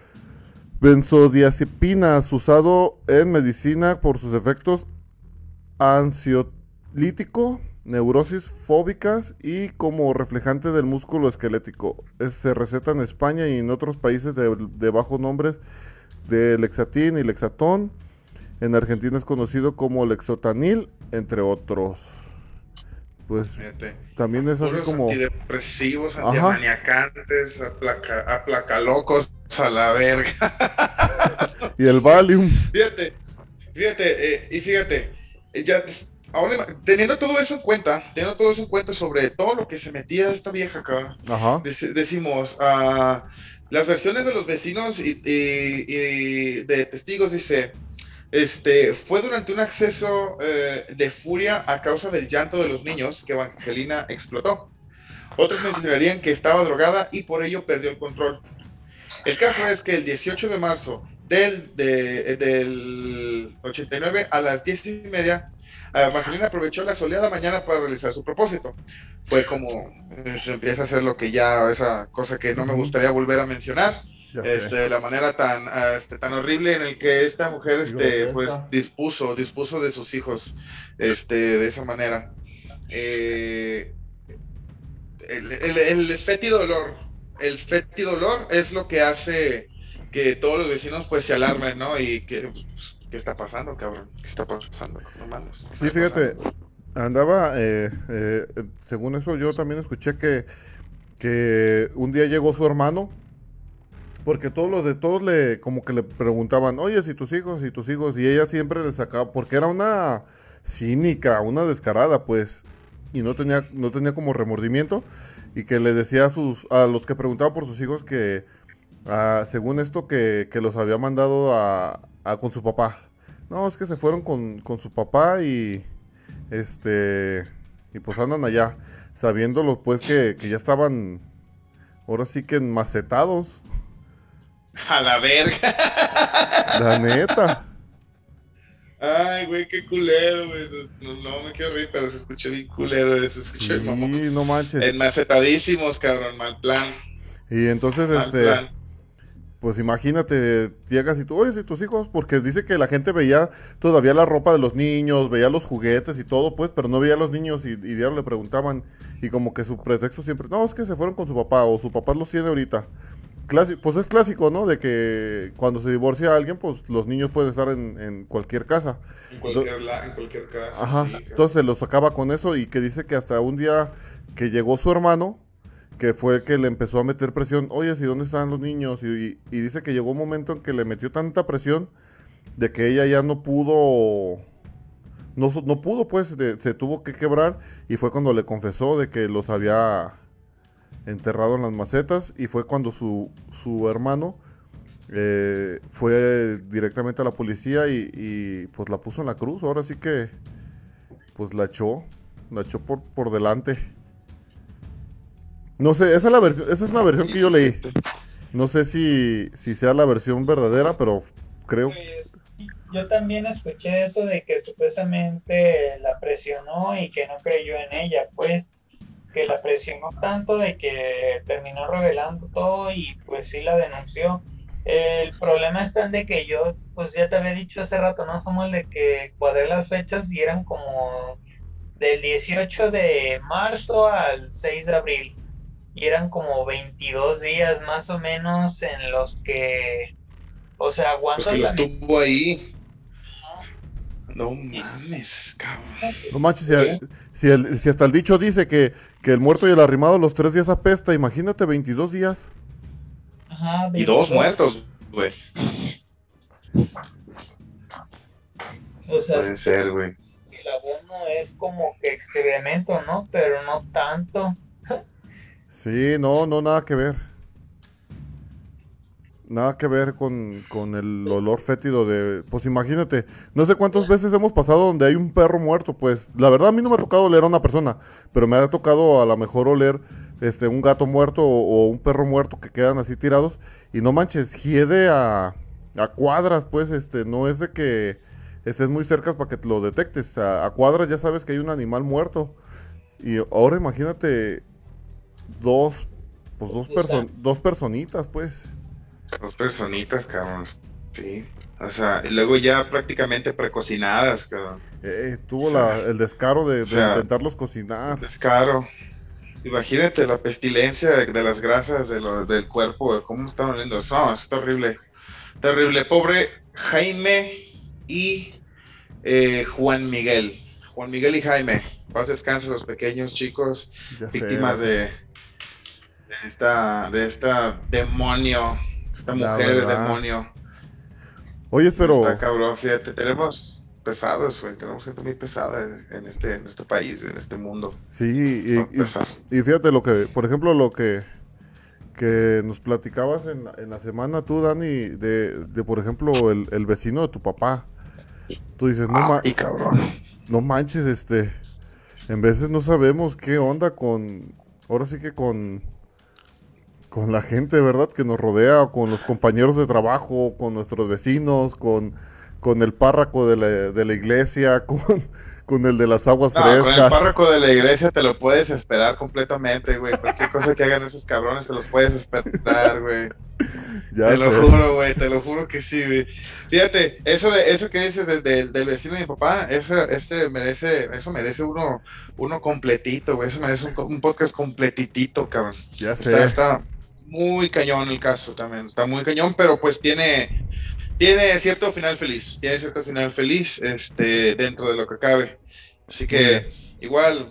S3: benzodiazepinas, usado en medicina por sus efectos ansiolítico, neurosis fóbicas y como reflejante del músculo esquelético. Es- se receta en España y en otros países de, de bajos nombres de Lexatin y Lexatón. En Argentina es conocido como Lexotanil, entre otros. Pues
S4: Fíjate.
S3: también es así
S4: Puros
S3: como...
S4: antidepresivos,
S3: Ajá.
S4: antiamaniacantes, aplaca, aplacalocos a la verga.
S3: Y el Valium.
S4: Fíjate, fíjate, eh, y fíjate, eh, ya, es- ahora, ima- teniendo todo eso en cuenta, teniendo todo eso en cuenta sobre todo lo que se metía esta vieja, cabrón,
S3: Ajá.
S4: dec- decimos, ah, las versiones de los vecinos y, y- y de testigos dice, este, fue durante un acceso eh, de furia a causa del llanto de los niños que Evangelina explotó. Otros mencionarían que estaba drogada y por ello perdió el control. El caso es que el dieciocho de marzo del, de- del ochenta y nueve a las diez y media, Evangelina aprovechó la soleada mañana para realizar su propósito. Fue como eh, se empieza a hacer lo que ya, esa cosa que no me gustaría volver a mencionar,
S3: Ya sé.
S4: este, la manera tan, ah, este, tan horrible en el que esta mujer este, pues, dispuso, dispuso de sus hijos este, de esa manera. Eh, el, el, el fétido dolor, el fétido dolor es lo que hace que todos los vecinos pues se alarmen, ¿no? Y que, pues, ¿qué está pasando, cabrón? ¿Qué está pasando? No mames. ¿Qué
S3: Sí,
S4: está
S3: fíjate,
S4: pasando?
S3: andaba, eh, eh, eh, según eso yo también escuché que, que un día llegó su hermano, porque todos los de todos le, como que le preguntaban, oye, si tus hijos, si tus hijos, y ella siempre le sacaba, porque era una cínica, una descarada, pues, y no tenía, no tenía como remordimiento, y que le decía a sus, a los que preguntaban por sus hijos que, ah, según esto, que, que los había mandado a, a con su papá. No, es que se fueron con, con su papá y este y pues andan allá, sabiéndolo pues que, que ya estaban ahora sí que enmacetados,
S4: A la verga.
S3: la neta.
S4: Ay, güey, qué culero, güey. No, no me quiero reír, pero se escuchó bien culero. Se escuchó
S3: Sí,
S4: mamón.
S3: no manches.
S4: Enmacetadísimos, cabrón, mal plan.
S3: Y entonces
S4: Mal
S3: este
S4: plan.
S3: pues imagínate, llegas y tú, oye, si tus hijos, porque dice que la gente veía todavía la ropa de los niños, veía los juguetes y todo, pues, pero no veía a los niños y, y diario le preguntaban, y como que su pretexto siempre, no, es que se fueron con su papá, o su papá los tiene ahorita. Clasi- pues es clásico, ¿no? De que cuando se divorcia alguien, pues los niños pueden estar en, en cualquier casa.
S4: En cualquier, la, en cualquier caso.
S3: Ajá,
S4: Sí, cabrón.
S3: entonces los acaba con eso y que dice que hasta un día que llegó su hermano, que fue el que le empezó a meter presión, oye, ¿y dónde están los niños? Y, y- y dice que llegó un momento en que le metió tanta presión de que ella ya no pudo, no, su- no pudo pues, de- se tuvo que quebrar y fue cuando le confesó de que los había enterrado en las macetas y fue cuando su, su hermano eh, fue directamente a la policía y, y, pues la puso en la cruz. Ahora sí que pues la echó, la echó por, por delante. No sé, esa es la versión, esa es una versión que yo leí. No sé si, si sea la versión verdadera, pero creo.
S5: Pues, yo también escuché eso de que supuestamente la presionó y que no creyó en ella, pues que la presionó tanto de que terminó revelando todo y pues sí la denunció. El problema está en de que yo, pues ya te había dicho hace rato, ¿no? Somos de que cuadré las fechas y eran como del dieciocho de marzo al seis de abril. Y eran como veintidós días más o menos en los que, o sea, aguantas
S4: Pues que
S5: la
S4: los tuvo ahí. No mames, cabrón.
S3: No manches, si, el- si, el- si hasta el dicho dice que, que el muerto y el arrimado los tres días apesta, imagínate veintidós días.
S5: Ajá,
S4: Y dos muertos, güey.
S5: O sea,
S4: Puede ser, güey.
S5: el abono es como que excremento, ¿no? Pero no tanto.
S3: Sí, no, no, nada que ver. Nada que ver con, con el olor fétido de... Pues imagínate, no sé cuántas veces hemos pasado donde hay un perro muerto, pues la verdad a mí no me ha tocado oler a una persona, pero me ha tocado a lo mejor oler este, un gato muerto o, o un perro muerto que quedan así tirados y no manches, hiede a, a cuadras, pues este, no es de que estés muy cerca para que te lo detectes, a, a cuadras ya sabes que hay un animal muerto y ahora imagínate dos, pues dos, perso- dos personitas, pues.
S4: Dos personitas, cabrón. Sí. O sea, y luego ya prácticamente precocinadas, cabrón.
S3: Eh, tuvo
S4: O sea,
S3: la, el descaro de, de
S4: o sea,
S3: intentarlos cocinar.
S4: Descaro. Imagínate la pestilencia de, de las grasas de lo- del cuerpo, de cómo están oliendo. No, es terrible. Terrible. Pobre Jaime y eh, Juan Miguel. Juan Miguel y Jaime. Paz descanse los pequeños chicos
S3: Ya sé.
S4: víctimas de, de esta de esta demonio. Esta
S3: La
S4: mujer
S3: verdad.
S4: demonio.
S3: Oye, pero
S4: Está cabrón, fíjate, tenemos pesados, güey, tenemos gente muy pesada en este, en este país, en este mundo.
S3: sí, y,
S4: Va a
S3: y-
S4: pesar.
S3: y fíjate lo que, por ejemplo, lo que, que nos platicabas en, la- en la semana tú, Dani, de, de por ejemplo, el, el vecino de tu papá. Tú dices, no, ma-
S4: Y cabrón.
S3: no manches, este, en veces no sabemos qué onda con, ahora sí que con, con la gente, ¿verdad? Que nos rodea, con los compañeros de trabajo, con nuestros vecinos, con, con el párroco de la, de la iglesia, con, con el de las aguas
S4: No, con el
S3: frescas.
S4: párroco de la iglesia te lo puedes esperar completamente, güey. Cualquier cosa que hagan esos cabrones te los puedes esperar, güey.
S3: Ya
S4: Te
S3: sé.
S4: lo juro, güey, te lo juro que sí, güey. Fíjate, eso de eso que dices del, del, del vecino de mi papá, eso, este merece, eso merece uno, uno completito, güey. Eso merece un, un podcast completitito, cabrón.
S3: Ya sé.
S4: Está, está muy cañón el caso también, está muy cañón, pero pues tiene, tiene cierto final feliz, tiene cierto final feliz, este, dentro de lo que cabe. Así
S3: Muy
S4: que
S3: bien.
S4: igual.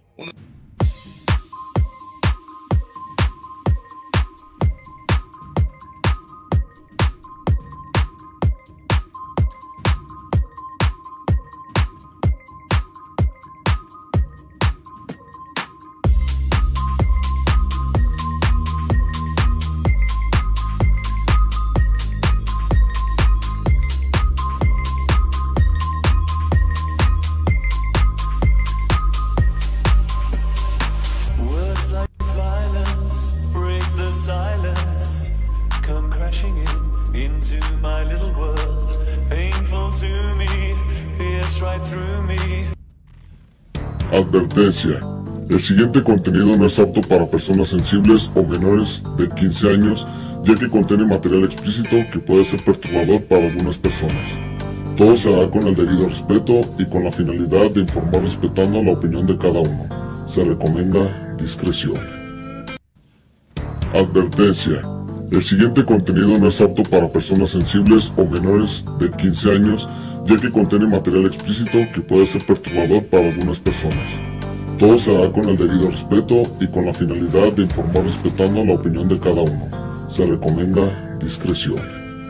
S1: Words like violence break the silence, come crashing in into my little world, painful to me, pierce right through me.
S2: Advertencia. El siguiente contenido no es apto para personas sensibles o menores de quince años, ya que contiene material explícito que puede ser perturbador para algunas personas. Todo se hará con el debido respeto y con la finalidad de informar respetando la opinión de cada uno. Se recomienda discreción. Advertencia. El siguiente contenido no es apto para personas sensibles o menores de quince años, ya que contiene material explícito que puede ser perturbador para algunas personas. Todo se hará con el debido respeto y con la finalidad de informar respetando la opinión de cada uno. Se recomienda discreción.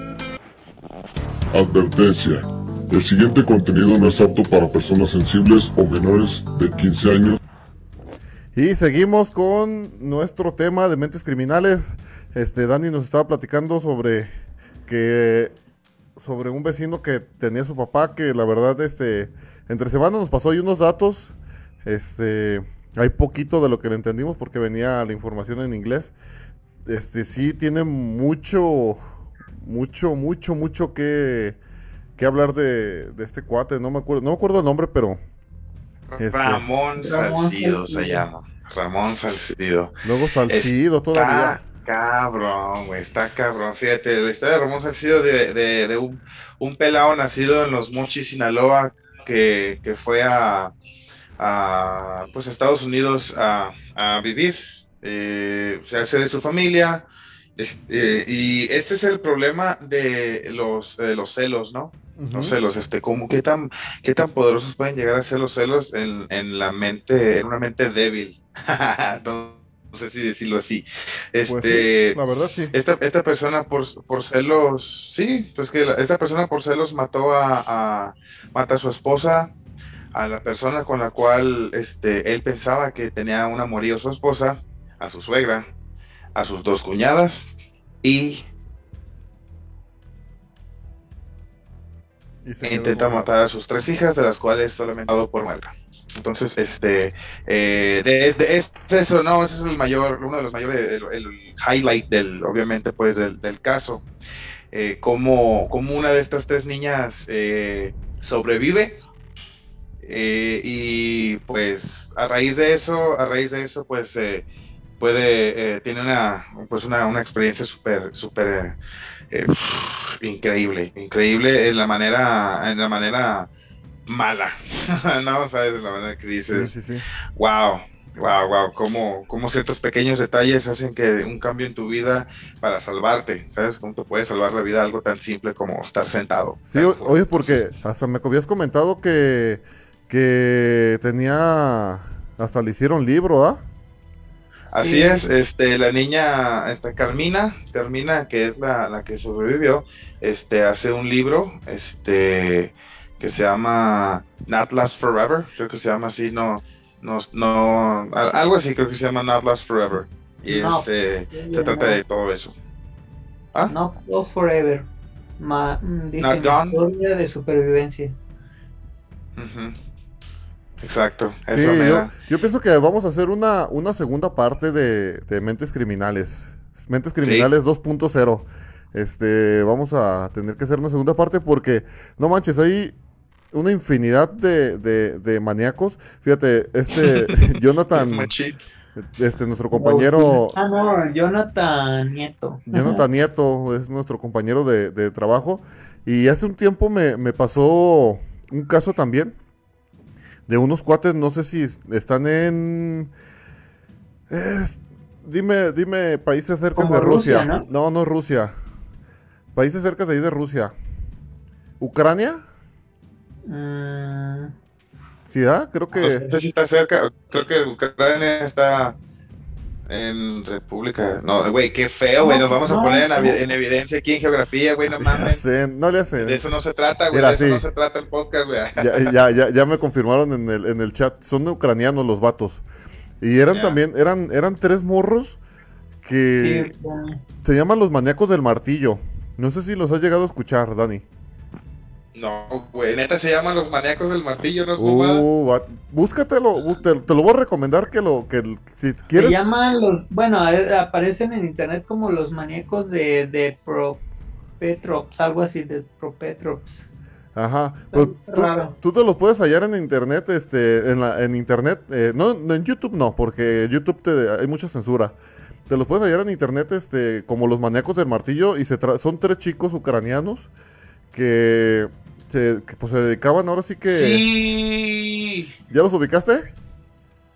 S2: Advertencia. El siguiente contenido no es apto para personas sensibles o menores de quince años.
S3: Y seguimos con nuestro tema de mentes criminales. Este, Dani nos estaba platicando sobre que sobre un vecino que tenía su papá, que la verdad, este, entre semana nos pasó ahí unos datos. Este, hay poquito de lo que le entendimos porque venía la información en inglés. Este, sí tiene mucho, mucho, mucho, mucho que, que hablar de, de este cuate. No me acuerdo, no me acuerdo el nombre, pero
S4: este, Ramón Salcido se llama. Ramón Salcido.
S3: Luego Salcido
S4: está
S3: todavía.
S4: Cabrón, güey, está cabrón. Fíjate, la historia de Ramón Salcido de, de, de un, un pelado nacido en Los Mochis, Sinaloa, que, que fue a, a pues a Estados Unidos a, a vivir. Eh, se hace de su familia. Este, y este es el problema de los, de los celos, ¿no? Uh-huh. Los celos, este, como qué tan, qué tan poderosos pueden llegar a ser los celos en, en la mente, en una mente débil. no, no sé si decirlo así. Este,
S3: pues sí, la verdad sí.
S4: Esta, esta persona por, por celos, sí, pues que la, esta persona por celos mató a, a, mata a su esposa, a la persona con la cual, este, él pensaba que tenía un amorío su esposa, a su suegra, a sus dos cuñadas y, y intenta matar a sus tres hijas, de las cuales solamente ha dado por muerta. Entonces, este, eh, de, de, es eso, no, ese es el mayor, uno de los mayores, el, el highlight del, obviamente, pues, del, del caso. Eh, como, como una de estas tres niñas eh, sobrevive. Eh, y pues a raíz de eso, a raíz de eso, pues eh, puede, eh, tiene una, pues una, una experiencia súper, súper eh, increíble, increíble en la manera, en la manera mala, no, sabes, en la manera que dices,
S3: sí, sí, sí.
S4: wow, wow, wow, cómo, cómo ciertos pequeños detalles hacen que un cambio en tu vida para salvarte, sabes, cómo te puede salvar la vida algo tan simple como estar sentado.
S3: Sí, o, oye, porque hasta me habías comentado que que tenía, hasta le hicieron libro, ¿ah?
S4: Así sí. es, este, la niña, esta Carmina, Carmina, que es la, la que sobrevivió, este, hace un libro, este, que se llama Not Last Forever, creo que se llama así, no, no, no, algo así, creo que se llama Not Last Forever, y no, es, eh, se no. trata de todo eso.
S6: ¿Ah? Not Lost Forever, Ma, dice Not Gone, historia de supervivencia.
S4: Uh-huh. Exacto.
S3: Sí,
S4: eso
S3: yo, yo pienso que vamos a hacer una, una segunda parte de, de Mentes Criminales. Mentes Criminales sí. dos punto cero. Este, vamos a tener que hacer una segunda parte porque, no manches, hay una infinidad de, de, de maníacos. Fíjate, este, Jonathan, este, nuestro compañero...
S6: Ah, no, Jonathan Nieto.
S3: Jonathan Nieto es nuestro compañero de, de trabajo. Y hace un tiempo me, me pasó un caso también de unos cuates, no sé si están en... Es, dime, dime, países cerca de Rusia. Rusia ¿no? no, no es Rusia. Países cerca de ahí de Rusia. ¿Ucrania?
S6: Mm.
S3: ¿Sí, ah? Creo que...
S4: No sé si está cerca, creo que Ucrania está en República... No, güey, qué feo, güey, nos vamos no, a poner en, en evidencia aquí en geografía, güey, no mames.
S3: No le hacen.
S4: De eso no se trata, güey, de eso sí. no se trata el podcast, güey.
S3: Ya, ya, ya, ya me confirmaron en el, en el chat, son ucranianos los vatos. Y eran yeah. también, eran, eran tres morros que sí, bueno. se llaman los maníacos del martillo. No sé si los has llegado a escuchar, Dani.
S4: No, güey, neta se llaman los maníacos del martillo, ¿no es
S3: uh, búscatelo, te, te lo voy a recomendar que lo, que si quieres.
S6: Se llaman los, bueno, aparecen en internet como los maníacos de, de Propetrops, algo así, de Propetrops.
S3: Ajá, pues, tú, tú te los puedes hallar en internet, este, en la, en internet, eh, no, en YouTube no, porque YouTube te, hay mucha censura. Te los puedes hallar en internet, este, como los maníacos del martillo, y se tra son tres chicos ucranianos que se, que, pues, se dedicaban ahora sí que...
S4: ¡Sí!
S3: ¿Ya los ubicaste?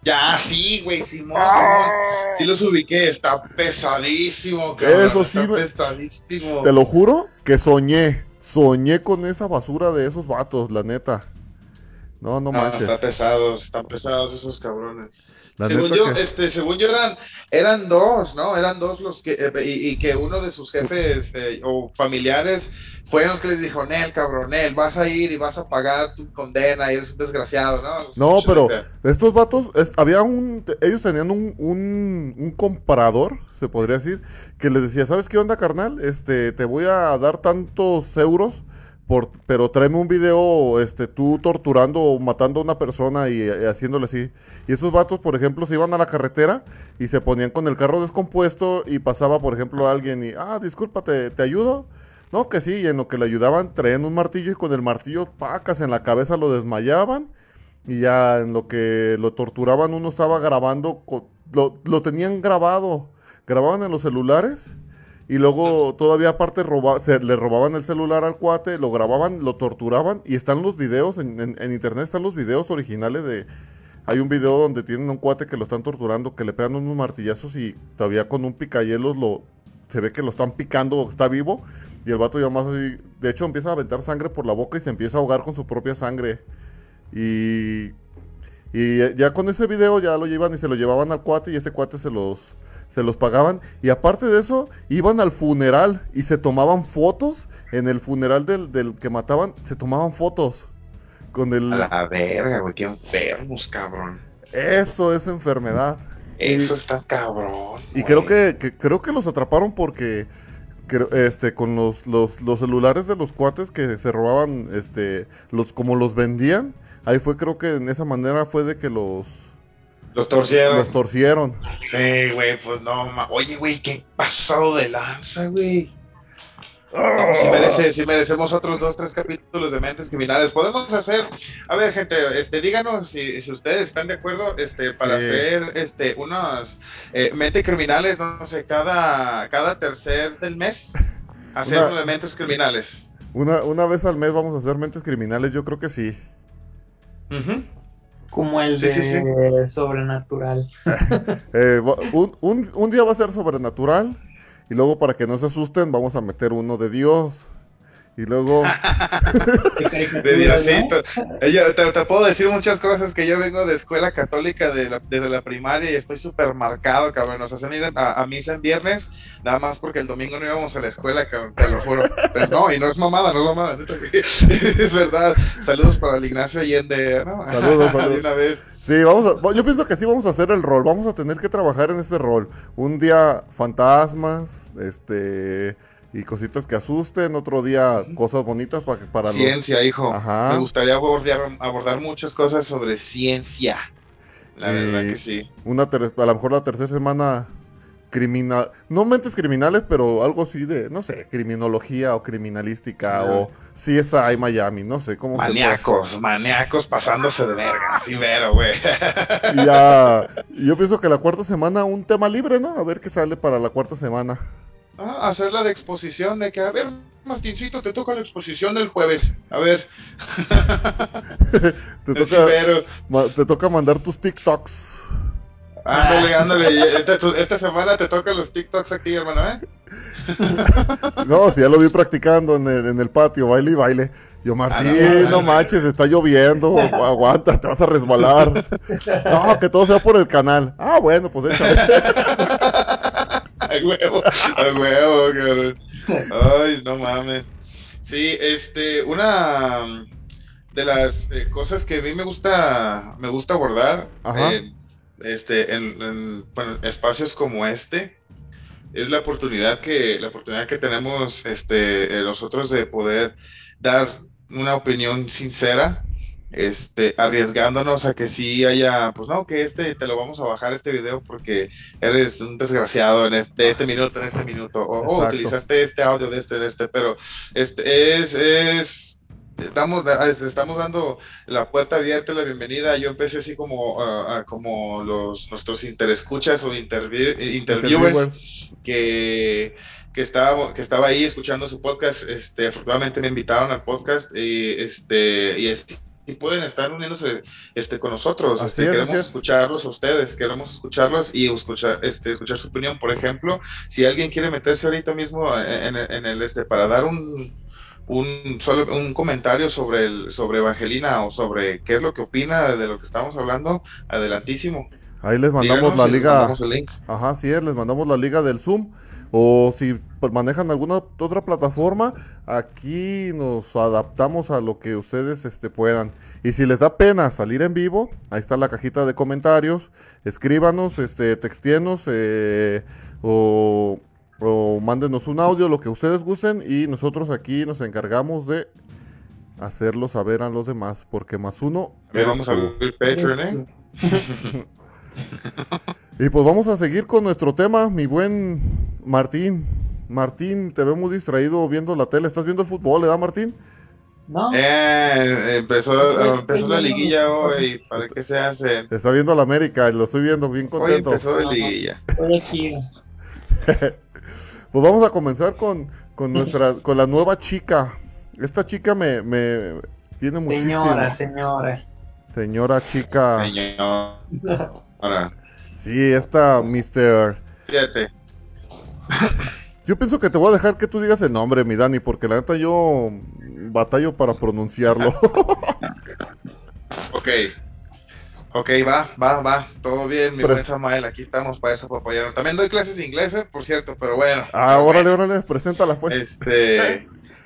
S4: Ya, sí, güey, Simón, Simón. Sí los ubiqué, está pesadísimo, cabrón.
S3: Eso sí,
S4: está
S3: me-
S4: pesadísimo.
S3: Te lo juro que soñé. Soñé con esa basura de esos vatos, la neta. No, no
S4: No,
S3: manches.
S4: están pesados, están pesados esos cabrones.
S3: La
S4: según
S3: neta
S4: yo,
S3: que-
S4: este, según yo eran, eran dos, ¿no? Eran dos los que, eh, y, y que uno de sus jefes eh, o familiares fueron los que les dijo, Nel, cabrón, Nel, vas a ir y vas a pagar tu condena, y eres un desgraciado, ¿no? Los
S3: No,
S4: hechos
S3: pero
S4: de-
S3: estos vatos, es- había un, te- ellos tenían un, un, un comprador, se podría decir, que les decía, ¿sabes qué onda, carnal? Este, te voy a dar tantos euros, por, pero tráeme un video, este, tú torturando o matando a una persona y, y haciéndole así. Y esos vatos, por ejemplo, se iban a la carretera y se ponían con el carro descompuesto y pasaba, por ejemplo, alguien y, ah, disculpa, ¿te, te ayudo? No, que sí, y en lo que le ayudaban traían un martillo y con el martillo, pacas, en la cabeza lo desmayaban. Y ya en lo que lo torturaban, uno estaba grabando, co- lo, lo tenían grabado, grababan en los celulares y luego todavía aparte roba, se, le robaban el celular al cuate, lo grababan, lo torturaban y están los videos, en, en- en internet están los videos originales de... Hay un video donde tienen a un cuate que lo están torturando, que le pegan unos martillazos y todavía con un picayelos lo... Se ve que lo están picando, está vivo y el vato ya más así... De hecho empieza a aventar sangre por la boca y se empieza a ahogar con su propia sangre. Y, y ya con ese video ya lo llevan y se lo llevaban al cuate y este cuate se los, se los pagaban. Y aparte de eso, iban al funeral y se tomaban fotos. En el funeral del, del que mataban, se tomaban fotos. Con el...
S4: A la verga, güey, qué enfermos, cabrón.
S3: Eso es enfermedad.
S4: Eso
S3: Y-
S4: está cabrón.
S3: Y
S4: güey.
S3: creo que, que- creo que los atraparon porque creo- este con los, los, los celulares de los cuates que se robaban, este, los como los vendían, ahí fue creo que en esa manera fue de que los,
S4: Los torcieron.
S3: los torcieron.
S4: Sí, güey, pues no, ma- oye, güey, qué pasado de lanza, güey. No, sí, merece, sí merecemos otros dos, tres capítulos de Mentes Criminales. Podemos hacer, a ver, gente, este, díganos si, si ustedes están de acuerdo, este, para
S3: Sí.
S4: hacer, este, unos eh, Mentes Criminales, no sé, cada, cada tercer del mes, hacer
S3: Una-
S4: uno de Mentes Criminales.
S3: Una, una vez al mes vamos a hacer mentes criminales, yo creo que sí.
S4: Ujú.
S6: Como el
S4: Sí,
S6: de
S4: sí, sí.
S6: Sobrenatural.
S3: Eh, va- un, un, un día va a ser sobrenatural y luego para que no se asusten vamos a meter uno de Dios. Y luego...
S4: De Diosito. Eh, yo te, te puedo decir muchas cosas que yo vengo de escuela católica de la- desde la primaria y estoy súper marcado, cabrón. Nos hacen ir a, a misa en viernes, nada más porque el domingo no íbamos a la escuela, cabrón, te lo juro. Pero no, y no es mamada, no es mamada. neta, es verdad. Saludos para el Ignacio Allende, ¿no?
S3: Saludos, saludos.
S4: De una vez.
S3: Sí, vamos a, yo pienso que sí vamos a hacer el rol, vamos a tener que trabajar en ese rol. Un día fantasmas, este, y cositas que asusten, otro día cosas bonitas para, para los...
S4: Ciencia, hijo.
S3: Ajá.
S4: Me gustaría abordar, abordar muchas cosas sobre ciencia. La
S3: Y
S4: verdad que sí.
S3: Una ter- a lo mejor la tercera semana criminal, no mentes criminales, pero algo así de, no sé, criminología o criminalística
S4: Ajá.
S3: o C S I Miami, no sé cómo se
S4: Maníacos, maníacos pasándose de verga, así mero, güey.
S3: puede. Y ya, yo pienso que la cuarta semana un tema libre, ¿no? A ver qué sale para la cuarta semana.
S4: Ah, hacer la de exposición de que, a ver, Martincito, te toca la exposición del jueves. A ver,
S3: Te
S4: sí,
S3: toca,
S4: pero,
S3: ma- te toca mandar tus TikToks.
S4: ándale, ándale. Esta, tu- esta semana te tocan los TikToks aquí, hermano, ¿eh?
S3: No, si ya lo vi practicando en el, en el patio, baile y baile. Yo, Martín,
S4: Ah, no,
S3: no manches, está lloviendo, aguanta, te vas a resbalar. No, que todo sea por el canal. Ah, bueno, pues échale.
S4: A huevo, a huevo, cabrón. Ay, no mames. Sí, este, una de las eh, cosas que a mí me gusta, me gusta abordar,
S3: Ajá.
S4: eh, este, en, en, bueno, espacios como este, es la oportunidad que, la oportunidad que tenemos, este, eh, nosotros de poder dar una opinión sincera, este, arriesgándonos a que sí haya, pues no, que este, te lo vamos a bajar este video porque eres un desgraciado en este, este minuto, en este minuto, o, o
S3: Exacto.
S4: utilizaste este audio de este, de este, pero este es, es, estamos, estamos dando la puerta abierta, la bienvenida. Yo empecé así como, uh, uh, como los, nuestros interescuchas o interview, interviewers,
S3: Interviewers.
S4: que que estaba, que estaba ahí escuchando su podcast. Este, afortunadamente me invitaron al podcast y, este, y es si pueden estar uniéndose este, con nosotros.
S3: Así
S4: este,
S3: es,
S4: queremos
S3: así es.
S4: escucharlos a ustedes, queremos escucharlos y escuchar, este, escuchar su opinión. Por ejemplo, si alguien quiere meterse ahorita mismo en, en, en el este para dar un, un, solo, un comentario sobre, el, sobre Evangelina o sobre qué es lo que opina de lo que estamos hablando, adelantísimo.
S3: Ahí les mandamos
S4: Díganos
S3: la
S4: y les
S3: liga.
S4: mandamos el link.
S3: Ajá, sí, es, les mandamos la liga del Zoom. O si pues, manejan alguna otra plataforma, aquí nos adaptamos a lo que ustedes este, puedan. Y si les da pena salir en vivo, ahí está la cajita de comentarios. Escríbanos, este, textienos eh, o, o mándenos un audio, lo que ustedes gusten. Y nosotros aquí nos encargamos de hacerlo saber a los demás. Porque más uno.
S4: Bien,
S3: eres
S4: vamos a
S3: tú.
S4: abrir Patreon, ¿eh?
S3: Y pues vamos a seguir con nuestro tema, mi buen Martín. Martín, te veo muy distraído viendo la tele. ¿Estás viendo el fútbol, ¿verdad, Martín?
S6: ¿No?
S4: Eh, empezó, empezó la liguilla hoy, ¿para qué se hace?
S3: Está viendo la América, lo estoy viendo bien
S4: Hoy
S3: contento.
S4: empezó la liguilla.
S6: Estoy aquí.
S3: Pues vamos a comenzar con, con nuestra, con la nueva chica. Esta chica me, me tiene muchísimo.
S6: Señora, señora.
S3: Señora chica.
S4: Señor. Ahora,
S3: Sí, esta mister
S4: fíjate.
S3: Yo pienso que te voy a dejar que tú digas el nombre, mi Dani, porque la neta yo batallo para pronunciarlo.
S4: Ok. Ok, va, va, va. Todo bien, mi
S3: Pero-
S4: buen Samael. Aquí estamos para eso, para apoyarnos. También doy clases de inglés, eh, por cierto, pero bueno.
S3: Ah, órale, órale, preséntala pues.
S4: Este.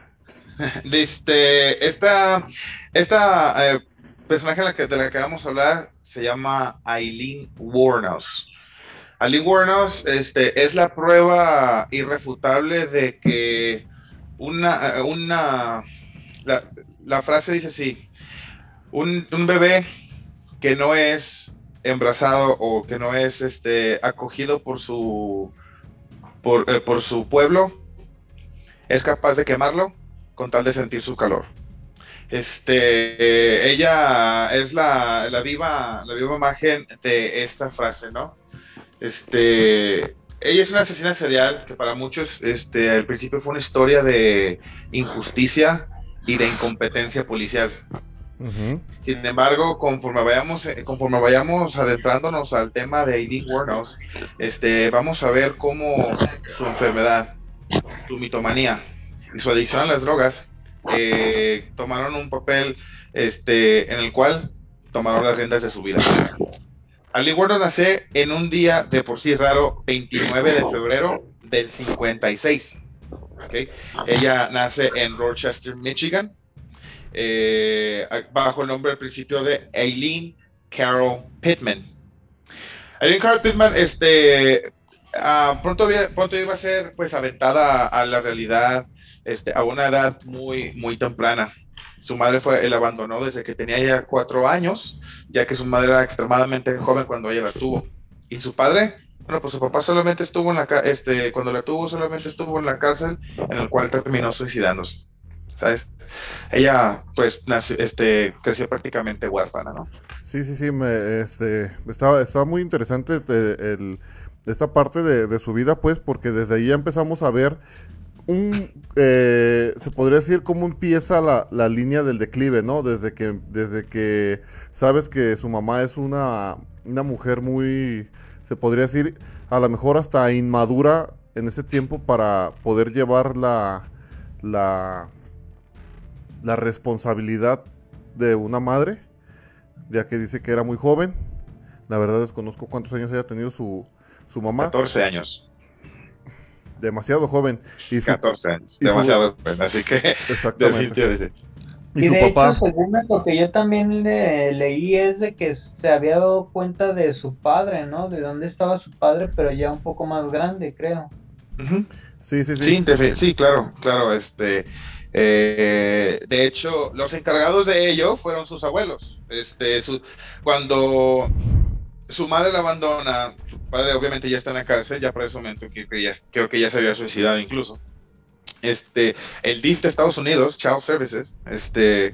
S4: este. Esta. Esta. Eh, personaje de la, que, de la que vamos a hablar se llama Aileen Wuornos. Aileen Wuornos este, es la prueba irrefutable de que una, una la, la frase dice así, un, un bebé que no es embrazado o que no es este, acogido por su, por, eh, por su pueblo es capaz de quemarlo con tal de sentir su calor. Este, eh, ella es la, la viva, la viva imagen de esta frase, ¿no? Este, ella es una asesina serial que para muchos, este, al principio fue una historia de injusticia y de incompetencia policial.
S3: Ujú.
S4: Sin embargo, conforme vayamos, eh, conforme vayamos adentrándonos al tema de Aileen Wuornos, este, vamos a ver cómo su enfermedad, su mitomanía y su adicción a las drogas eh, tomaron un papel este, en el cual tomaron las riendas de su vida. Aileen Wuornos nace en un día de por sí raro, veintinueve de febrero del cincuenta y seis. ¿Okay? Ella nace en Rochester, Michigan, eh, bajo el nombre al principio de Aileen Carol Pittman. Aileen Carol Pittman este, uh, pronto, pronto iba a ser pues aventada a la realidad este, a una edad muy, muy temprana. Su madre fue, la abandonó desde que tenía ya cuatro años, ya que su madre era extremadamente joven cuando ella la tuvo. Y su padre, bueno, pues su papá solamente estuvo en la cárcel, este, cuando la tuvo solamente estuvo en la cárcel, en el cual terminó suicidándose, ¿sabes? Ella, pues, nació, este, creció prácticamente huérfana, ¿no?
S3: Sí, sí, sí, me, este, estaba, estaba muy interesante eh, el, esta parte de, de su vida, pues, porque desde ahí ya empezamos a ver un, eh, se podría decir cómo empieza la, la línea del declive, ¿no? Desde que, desde que sabes que su mamá es una, una mujer muy, se podría decir, a lo mejor hasta inmadura en ese tiempo para poder llevar la, la, la responsabilidad de una madre, ya que dice que era muy joven. La verdad desconozco cuántos años haya tenido su, su mamá.
S4: catorce años.
S3: Demasiado joven. Y su,
S4: catorce años,
S3: y su-
S4: demasiado joven, así que
S3: exactamente.
S4: definitivamente.
S3: Y,
S6: Y
S3: su
S6: de
S3: papá.
S6: hecho, según lo que yo también le, leí, es de que se había dado cuenta de su padre, ¿no? De dónde estaba su padre, pero ya un poco más grande, creo.
S4: Ujú.
S3: Sí, sí, sí.
S4: Sí, defi- sí, claro, claro, este, eh, de hecho, los encargados de ello fueron sus abuelos, este, su, cuando su madre la abandona, su padre obviamente ya está en la cárcel, ya para ese momento que, que ya, creo que ya se había suicidado incluso, este, el D I F de Estados Unidos, Child Services, este,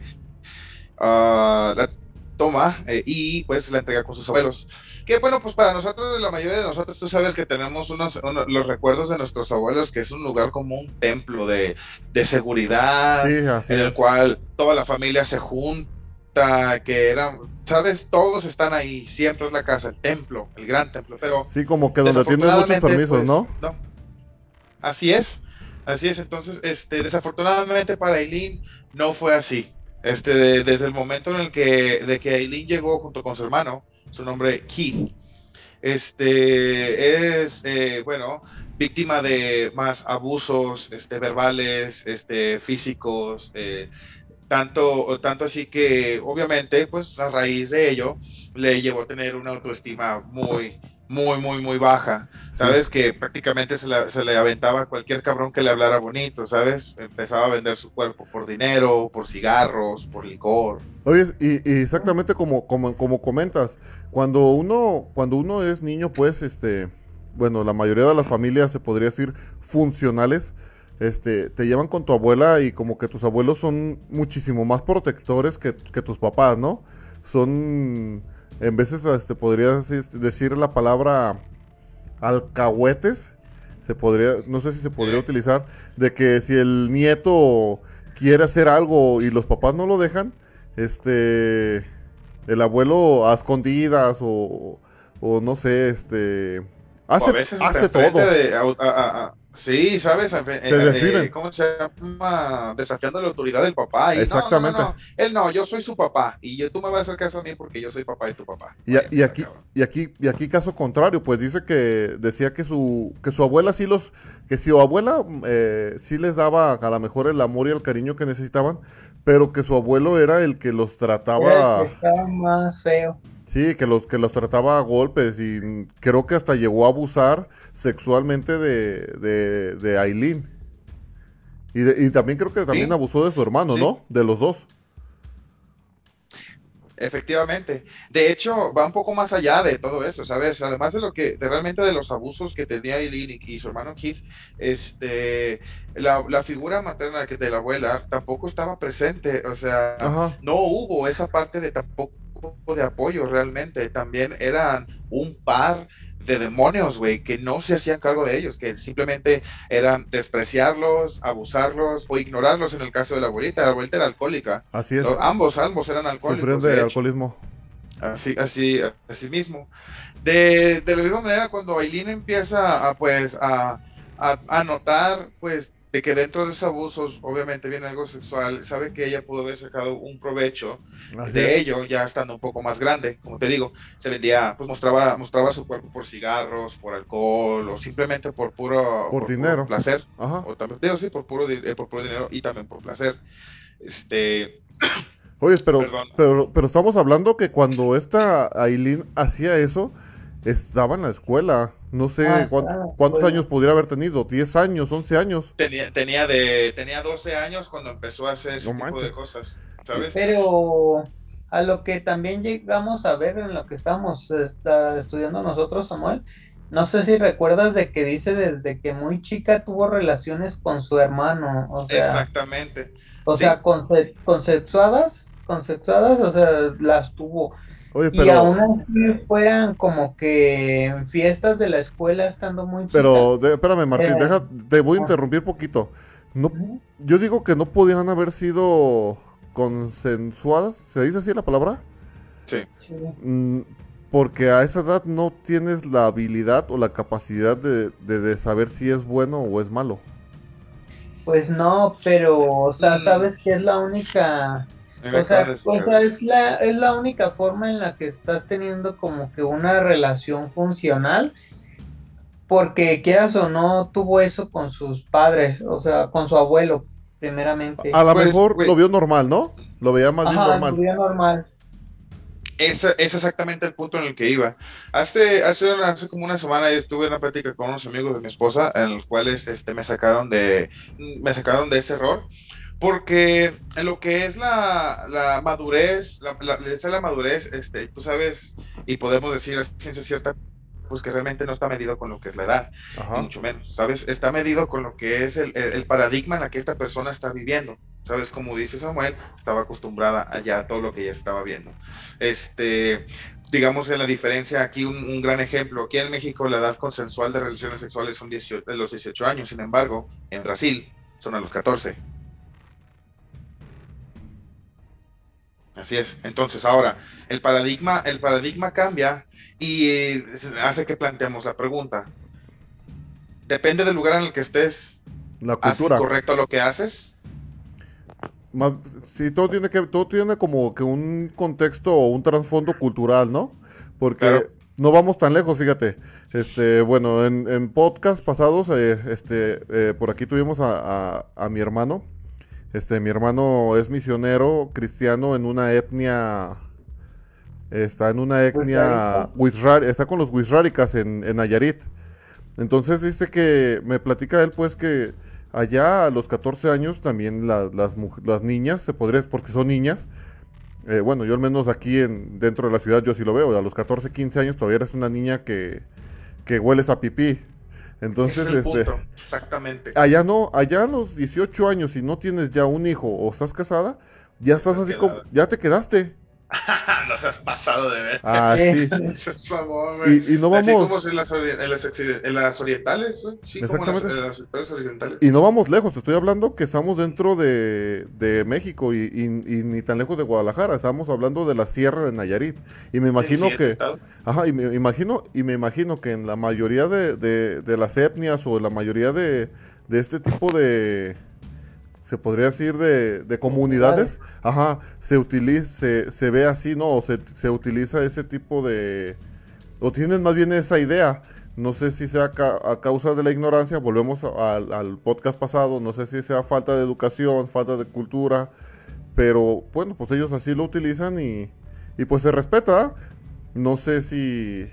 S4: ah, la toma eh, y pues la entrega con sus abuelos. Que bueno, pues para nosotros, la mayoría de nosotros, tú sabes que tenemos unos, unos los recuerdos de nuestros abuelos, que es un lugar como un templo de, de seguridad,
S3: Sí, así
S4: en el
S3: es.
S4: cual toda la familia se junta ta- que eran, sabes, todos están ahí, siempre es la casa, el templo, el gran templo, pero
S3: Sí, como que donde tienen muchos
S4: desafortunadamente,
S3: permisos,
S4: pues,
S3: ¿no?
S4: no. Así es, así es. Entonces, este, desafortunadamente para Aileen no fue así. Este, de- desde el momento en el que, de que Aileen llegó junto con su hermano, su nombre Keith, este, es, eh, bueno, víctima de más abusos, este, verbales, este, físicos, eh, tanto, tanto así que, obviamente, pues a raíz de ello, le llevó a tener una autoestima muy, muy, muy, muy baja.
S3: Sí.
S4: ¿Sabes? Que prácticamente se, la- se le aventaba a cualquier cabrón que le hablara bonito, ¿sabes? Empezaba a vender su cuerpo por dinero, por cigarros, por licor.
S3: Oye, y, y exactamente como, como, como comentas, cuando uno, cuando uno es niño, pues, este, bueno, la mayoría de las familias se podría decir funcionales, este, te llevan con tu abuela y como que tus abuelos son muchísimo más protectores que, que tus papás, ¿no? Son, en veces, este, podrías este, decir la palabra alcahuetes, se podría, no sé si se podría
S4: Sí.
S3: utilizar, de que si el nieto quiere hacer algo y los papás no lo dejan, este, el abuelo a escondidas o, o no sé, este,
S4: O a
S3: hace,
S4: veces
S3: hace
S4: hasta enfrente
S3: todo.
S4: de- a- a- a- sí, ¿sabes? Enfre-
S3: Se
S4: eh,
S3: desviven.
S4: eh, ¿cómo se llama? Desafiando la autoridad del papá. Y no, no, no,
S3: Exactamente.
S4: no, él no, yo soy su papá. Y yo, tú me vas a hacer caso a mí porque yo soy papá y tu papá.
S3: Y, a-
S4: Vaya,
S3: y
S4: pues,
S3: aquí,
S4: cabrón.
S3: y aquí, y aquí caso contrario, pues dice que decía que su, que su abuela sí los, que su abuela eh, sí les daba a lo mejor el amor y el cariño que necesitaban, pero que su abuelo era el que los
S6: Era el
S3: trataba,
S6: que estaba más feo.
S3: sí, que los, que los trataba a golpes y creo que hasta llegó a abusar sexualmente de, de, de Aileen. Y, de- y también creo que también
S4: Sí.
S3: abusó de su hermano,
S4: Sí.
S3: ¿no? De los dos.
S4: Efectivamente. De hecho, va un poco más allá de todo eso, ¿sabes? Además de lo que, de realmente de los abusos que tenía Eileen y, y su hermano Keith, este, la, la figura materna que de la abuela tampoco estaba presente, o sea,
S3: Ajá.
S4: no hubo esa parte de tampoco de apoyo realmente. También eran un par de demonios, güey, que no se hacían cargo de ellos, que simplemente eran despreciarlos, abusarlos o ignorarlos en el caso de la abuelita. La abuelita era alcohólica.
S3: Así es.
S4: Los- ambos, ambos eran alcohólicos.
S3: Sufrieron de
S4: de hecho.
S3: alcoholismo.
S4: Así, así, así mismo. De, de la misma manera, cuando Aileen empieza a, pues, a, a, a notar, pues, de que dentro de esos abusos, obviamente viene algo sexual, sabe que ella pudo haber sacado un provecho
S3: Así
S4: de
S3: es.
S4: ello, ya estando un poco más grande. Como te digo, se vendía, pues mostraba, mostraba su cuerpo por cigarros, por alcohol, o simplemente por puro,
S3: Por dinero.
S4: placer.
S3: Ajá.
S4: O también, digo, sí, por puro, di- eh, por puro dinero y también por placer. Este,
S3: Oye, pero,
S4: Perdón.
S3: pero, pero estamos hablando que cuando esta Aileen hacía eso, estaba en la escuela. No sé
S6: Ah,
S3: cuán-
S6: estaba en la
S3: cuántos
S6: escuela.
S3: años pudiera haber tenido, diez años, once años.
S4: Tenía, tenía, de, tenía doce años cuando empezó a hacer ese
S3: No
S4: tipo
S3: manches.
S4: de cosas, ¿sabes?
S6: Pero a lo que también llegamos a ver en lo que estábamos está, estudiando nosotros, Samuel, no sé si recuerdas de que dice desde que muy chica tuvo relaciones con su hermano, o sea,
S4: Exactamente.
S6: o
S4: sí.
S6: sea, conce- conceptuadas, conceptuadas, o sea, las tuvo.
S3: Oye,
S6: Y
S3: pero,
S6: aún así fueran como que en fiestas de la escuela estando muy chicas.
S3: pero, de- espérame, Martín,
S6: Eh,
S3: deja, te voy a
S6: ah.
S3: interrumpir poquito. No,
S6: Ujú.
S3: yo digo que no podían haber sido consensuadas, ¿se dice así la palabra?
S4: Sí.
S6: Sí.
S3: Mm, porque a esa edad no tienes la habilidad o la capacidad de, de, de saber si es bueno o es malo.
S6: Pues no, pero, o sea,
S4: Mm.
S6: sabes que es la única,
S4: Me
S6: o sea,
S4: acabas de
S6: o
S4: decir
S6: sea,
S4: algo.
S6: es la, es la única forma en la que estás teniendo como que una relación funcional, porque quieras o no, tuvo eso con sus padres, o sea, con su abuelo, primeramente.
S3: A lo
S4: Pues,
S3: mejor
S4: güey.
S3: lo vio normal, ¿no? Lo veía más bien
S6: Ajá,
S3: normal.
S6: su vida normal.
S4: Ese es exactamente el punto en el que iba. Hace, hace, una- hace como una semana yo estuve en una plática con unos amigos de mi esposa, en los cuales este, me sacaron de, me sacaron de ese error, porque en lo que es la, la madurez, la, la, esa es la madurez, este, tú sabes, y podemos decir a ciencia cierta, pues que realmente no está medido con lo que es la edad, ni
S3: Ajá.
S4: mucho menos, ¿sabes? Está medido con lo que es el, el, el paradigma en la que esta persona está viviendo. ¿Sabes? Como dice Samuel, estaba acostumbrada allá a todo lo que ella estaba viendo. Este, digamos en la diferencia, aquí un, un gran ejemplo, aquí en México la edad consensual de relaciones sexuales son dieciocho, de los dieciocho años, sin embargo, en Brasil son a los catorce. Así es. Entonces, ahora, el paradigma, el paradigma cambia y eh, hace que planteemos la pregunta. Depende del lugar en el que estés,
S3: La
S4: ¿haces
S3: cultura.
S4: correcto lo que haces?
S3: Más, sí, todo tiene que, todo tiene como que un contexto o un trasfondo cultural, ¿no? Porque
S4: Claro.
S3: no vamos tan lejos, fíjate. Este, bueno, en, en podcast pasados, eh, este, eh, por aquí tuvimos a, a, a mi hermano. Este, mi hermano es misionero cristiano en una etnia, está en una etnia, Wixárika, está con los Wixárikas en, en Nayarit. Entonces dice que, me platica él pues que allá a los catorce años también la- las, muj- las niñas, se podría, porque son niñas, eh, bueno, yo al menos aquí en, dentro de la ciudad yo sí lo veo, a los catorce, quince años todavía eres una niña que, que hueles a pipí. Entonces,
S4: Ese es el
S3: este,
S4: punto, exactamente.
S3: allá no, allá a los dieciocho años, si no tienes ya un hijo o estás casada, ya estás
S4: Estás
S3: así como,
S4: quedada.
S3: ya te quedaste.
S4: No seas pasado de ver.
S3: Ah, sí.
S4: Por favor, güey.
S3: Y, y no
S4: Así
S3: vamos,
S4: como en las, ori- en las, occident- en las orientales, güey. Sí, como en las,
S3: Exactamente.
S4: en las superiores orientales.
S3: y no vamos lejos, te estoy hablando que estamos dentro de, de México y, y- y ni tan lejos de Guadalajara, estamos hablando de la sierra de Nayarit. Y me imagino
S4: Sí, sí,
S3: que,
S4: estado.
S3: ajá, y me imagino, y me imagino que en la mayoría de, de, de las etnias o la mayoría de, de este tipo de, se podría decir de, de comunidades, ajá, se utiliza, se, se ve así, ¿no? O se, se utiliza ese tipo de, o tienen más bien esa idea. No sé si sea ca- a causa de la ignorancia, volvemos a- al, al podcast pasado, no sé si sea falta de educación, falta de cultura, pero bueno, pues ellos así lo utilizan y, y pues se respeta. ¿Ah? No sé si,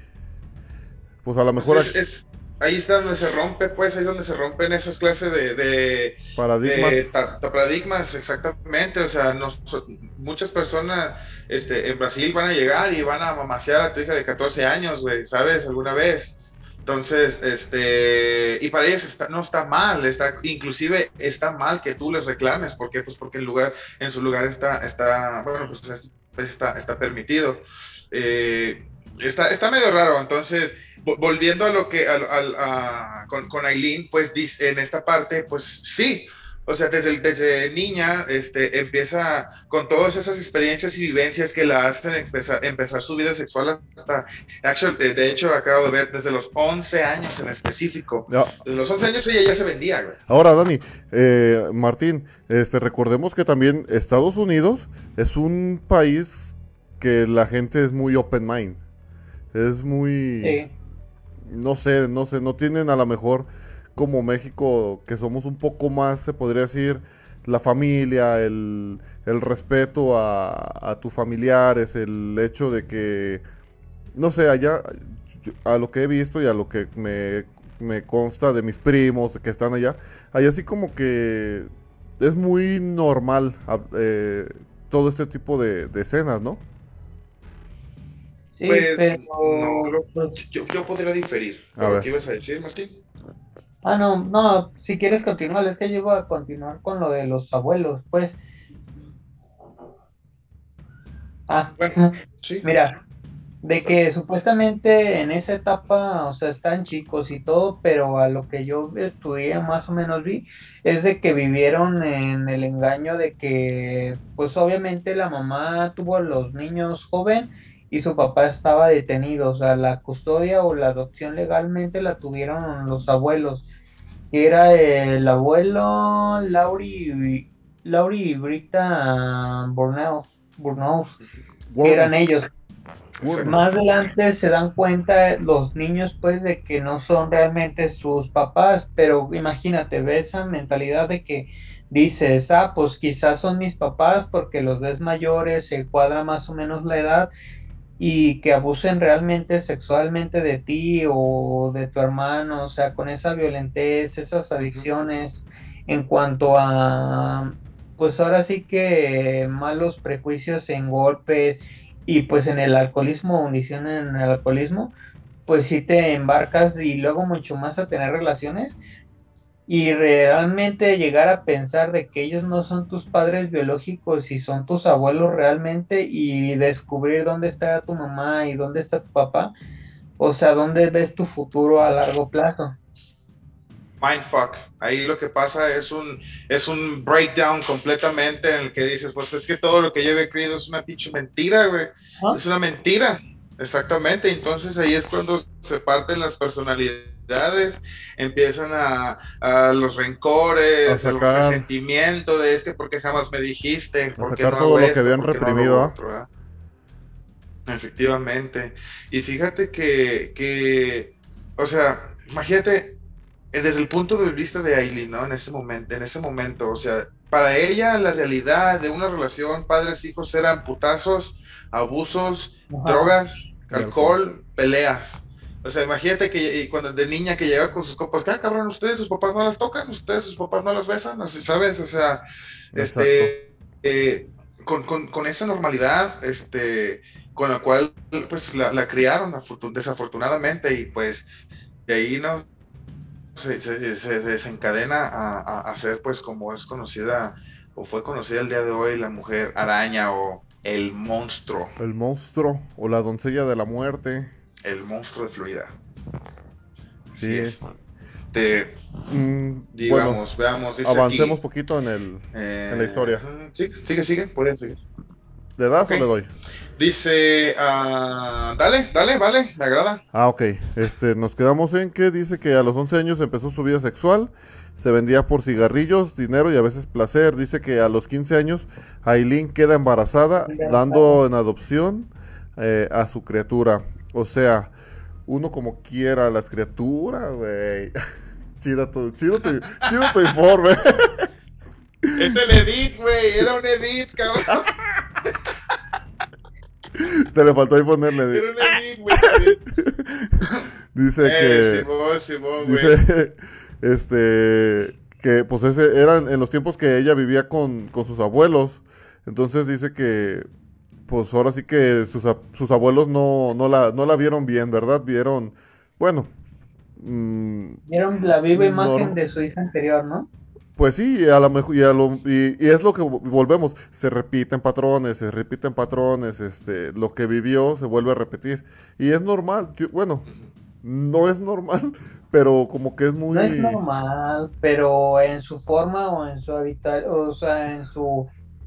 S3: pues a lo mejor
S4: Pues es,
S3: hay
S4: es- ahí está donde se rompe, pues, ahí es donde se rompen esas clases de, de,
S3: paradigmas.
S4: de ta- ta- paradigmas, exactamente. O sea, no, so- muchas personas este, en Brasil van a llegar y van a mamasear a tu hija de catorce años, güey, ¿sabes? Alguna vez. Entonces, este, y para ellos está, no está mal, está, inclusive está mal que tú les reclames, ¿por qué? Pues porque en lugar, en su lugar está, está, bueno, pues es- pues está, está permitido. Eh, está, está medio raro, entonces, vo- volviendo a lo que, al, al- a- con, con Aileen, pues dice, en esta parte, pues sí, o sea, desde, desde niña, este, empieza con todas esas experiencias y vivencias que la hacen empezar, empezar su vida sexual hasta, actual, de, de hecho, acabo de ver, desde los once años en específico,
S3: Ya,
S4: desde los once años ella ya se vendía, güey.
S3: ahora, Dani, eh, Martín, este, recordemos que también Estados Unidos es un país que la gente es muy open mind. Es muy,
S6: Sí.
S3: no sé, no sé, no tienen a lo mejor como México, que somos un poco más, se podría decir, la familia, el, el respeto a, a tus familiares, el hecho de que, no sé, allá, yo- a lo que he visto y a lo que me, me consta de mis primos que están allá, allá así como que es muy normal hab- eh, todo este tipo de, de escenas, ¿no?
S6: Sí,
S4: Pues,
S6: pero
S4: no, lo-
S6: pues,
S4: yo, yo podría diferir.
S3: A
S4: ¿Pero
S3: ver.
S4: qué ibas a decir, Martín?
S6: ah, no, no, si quieres continuar, es que yo iba a continuar con lo de los abuelos, pues. Ah,
S4: Bueno, sí.
S6: mira, de que supuestamente en esa etapa, o sea, están chicos y todo, pero a lo que yo estudié, más o menos vi, es de que vivieron en el engaño de que, pues obviamente la mamá tuvo a los niños joven y su papá estaba detenido, o sea, la custodia o la adopción legalmente la tuvieron los abuelos, que era el abuelo Lauri, Lauri y Brita Burnout, Burnout, que eran
S3: Worms,
S6: ellos.
S3: Worms.
S6: Más adelante se dan cuenta los niños pues de que no son realmente sus papás, pero imagínate, ves esa mentalidad de que dices, ah, pues quizás son mis papás porque los ves mayores, se cuadra más o menos la edad y que abusen realmente sexualmente de ti o de tu hermano, o sea, con esa violentez, esas adicciones en cuanto a, pues ahora sí que malos prejuicios en golpes y pues en el alcoholismo, hundición en el alcoholismo, pues sí te embarcas y luego mucho más a tener relaciones y realmente llegar a pensar de que ellos no son tus padres biológicos y son tus abuelos realmente y descubrir dónde está tu mamá y dónde está tu papá, o sea, dónde ves tu futuro a largo plazo.
S4: mindfuck. Ahí lo que pasa es un, es un breakdown completamente en el que dices, pues es que todo lo que yo he creído es una pinche mentira, güey. ¿Ah? Es una mentira, exactamente. Entonces ahí es cuando se parten las personalidades, empiezan a, a los rencores, a sacar, el resentimiento de es que porque jamás me dijiste,
S3: a sacar no todo lo esto, que habían reprimido. No otro,
S4: efectivamente. Y fíjate que, que, o sea, imagínate, desde el punto de vista de Aileen, ¿no? En ese momento, en ese momento, o sea, para ella la realidad de una relación padres-hijos eran putazos, abusos, ajá, drogas, alcohol, alcohol, peleas. O sea, imagínate que y cuando de niña que llega con sus compas, ¿qué cabrón? Ustedes, sus papás no las tocan, ustedes, sus papás no las besan, no sé, ¿sabes? O sea, exacto, este, eh, con, con, con esa normalidad, este, con la cual, pues, la, la criaron desafortunadamente, y pues, de ahí, ¿no? Se, se, se desencadena a, a, a ser, pues, como es conocida, o fue conocida el día de hoy, la mujer araña, o el monstruo.
S3: El monstruo, o la doncella de la muerte.
S4: El monstruo de Florida.
S3: Sí.
S4: Este,
S3: mm,
S4: digamos,
S3: bueno,
S4: veamos. Dice
S3: avancemos
S4: aquí,
S3: poquito en, el,
S4: eh,
S3: en la historia.
S4: Sí, sigue, sigue, pueden seguir.
S3: ¿Le das
S4: okay.
S3: o le doy?
S4: Dice, uh, dale, dale, vale, me agrada.
S3: Ah, ok. Este, nos quedamos en que dice que a los once años empezó su vida sexual, se vendía por cigarrillos, dinero y a veces placer. Dice que a los quince años Aileen queda embarazada, dando en adopción eh, a su criatura. O sea, uno como quiera a las criaturas, güey. Chido tu, chido tu, chido tu informe.
S4: Es el edit, güey, era un edit, cabrón.
S3: Te le faltó ahí ponerle edit.
S4: Era un edit, güey.
S3: Dice
S4: eh,
S3: que...
S4: Simón, Simón,
S3: dice, este, que pues ese eran en los tiempos que ella vivía con, con sus abuelos. Entonces dice que... pues ahora sí que sus, sus abuelos no, no, la, no la vieron bien, ¿verdad? Vieron, bueno...
S6: Mmm, vieron la viva imagen no, de su hija anterior, ¿no?
S3: Pues sí, a lo mejor, y, a lo, y, y es lo que volvemos, se repiten patrones, se repiten patrones, este, lo que vivió se vuelve a repetir. Y es normal, yo, bueno, no es normal, pero como que es muy...
S6: No es normal, pero en su forma o en su hábitat, o sea, en su...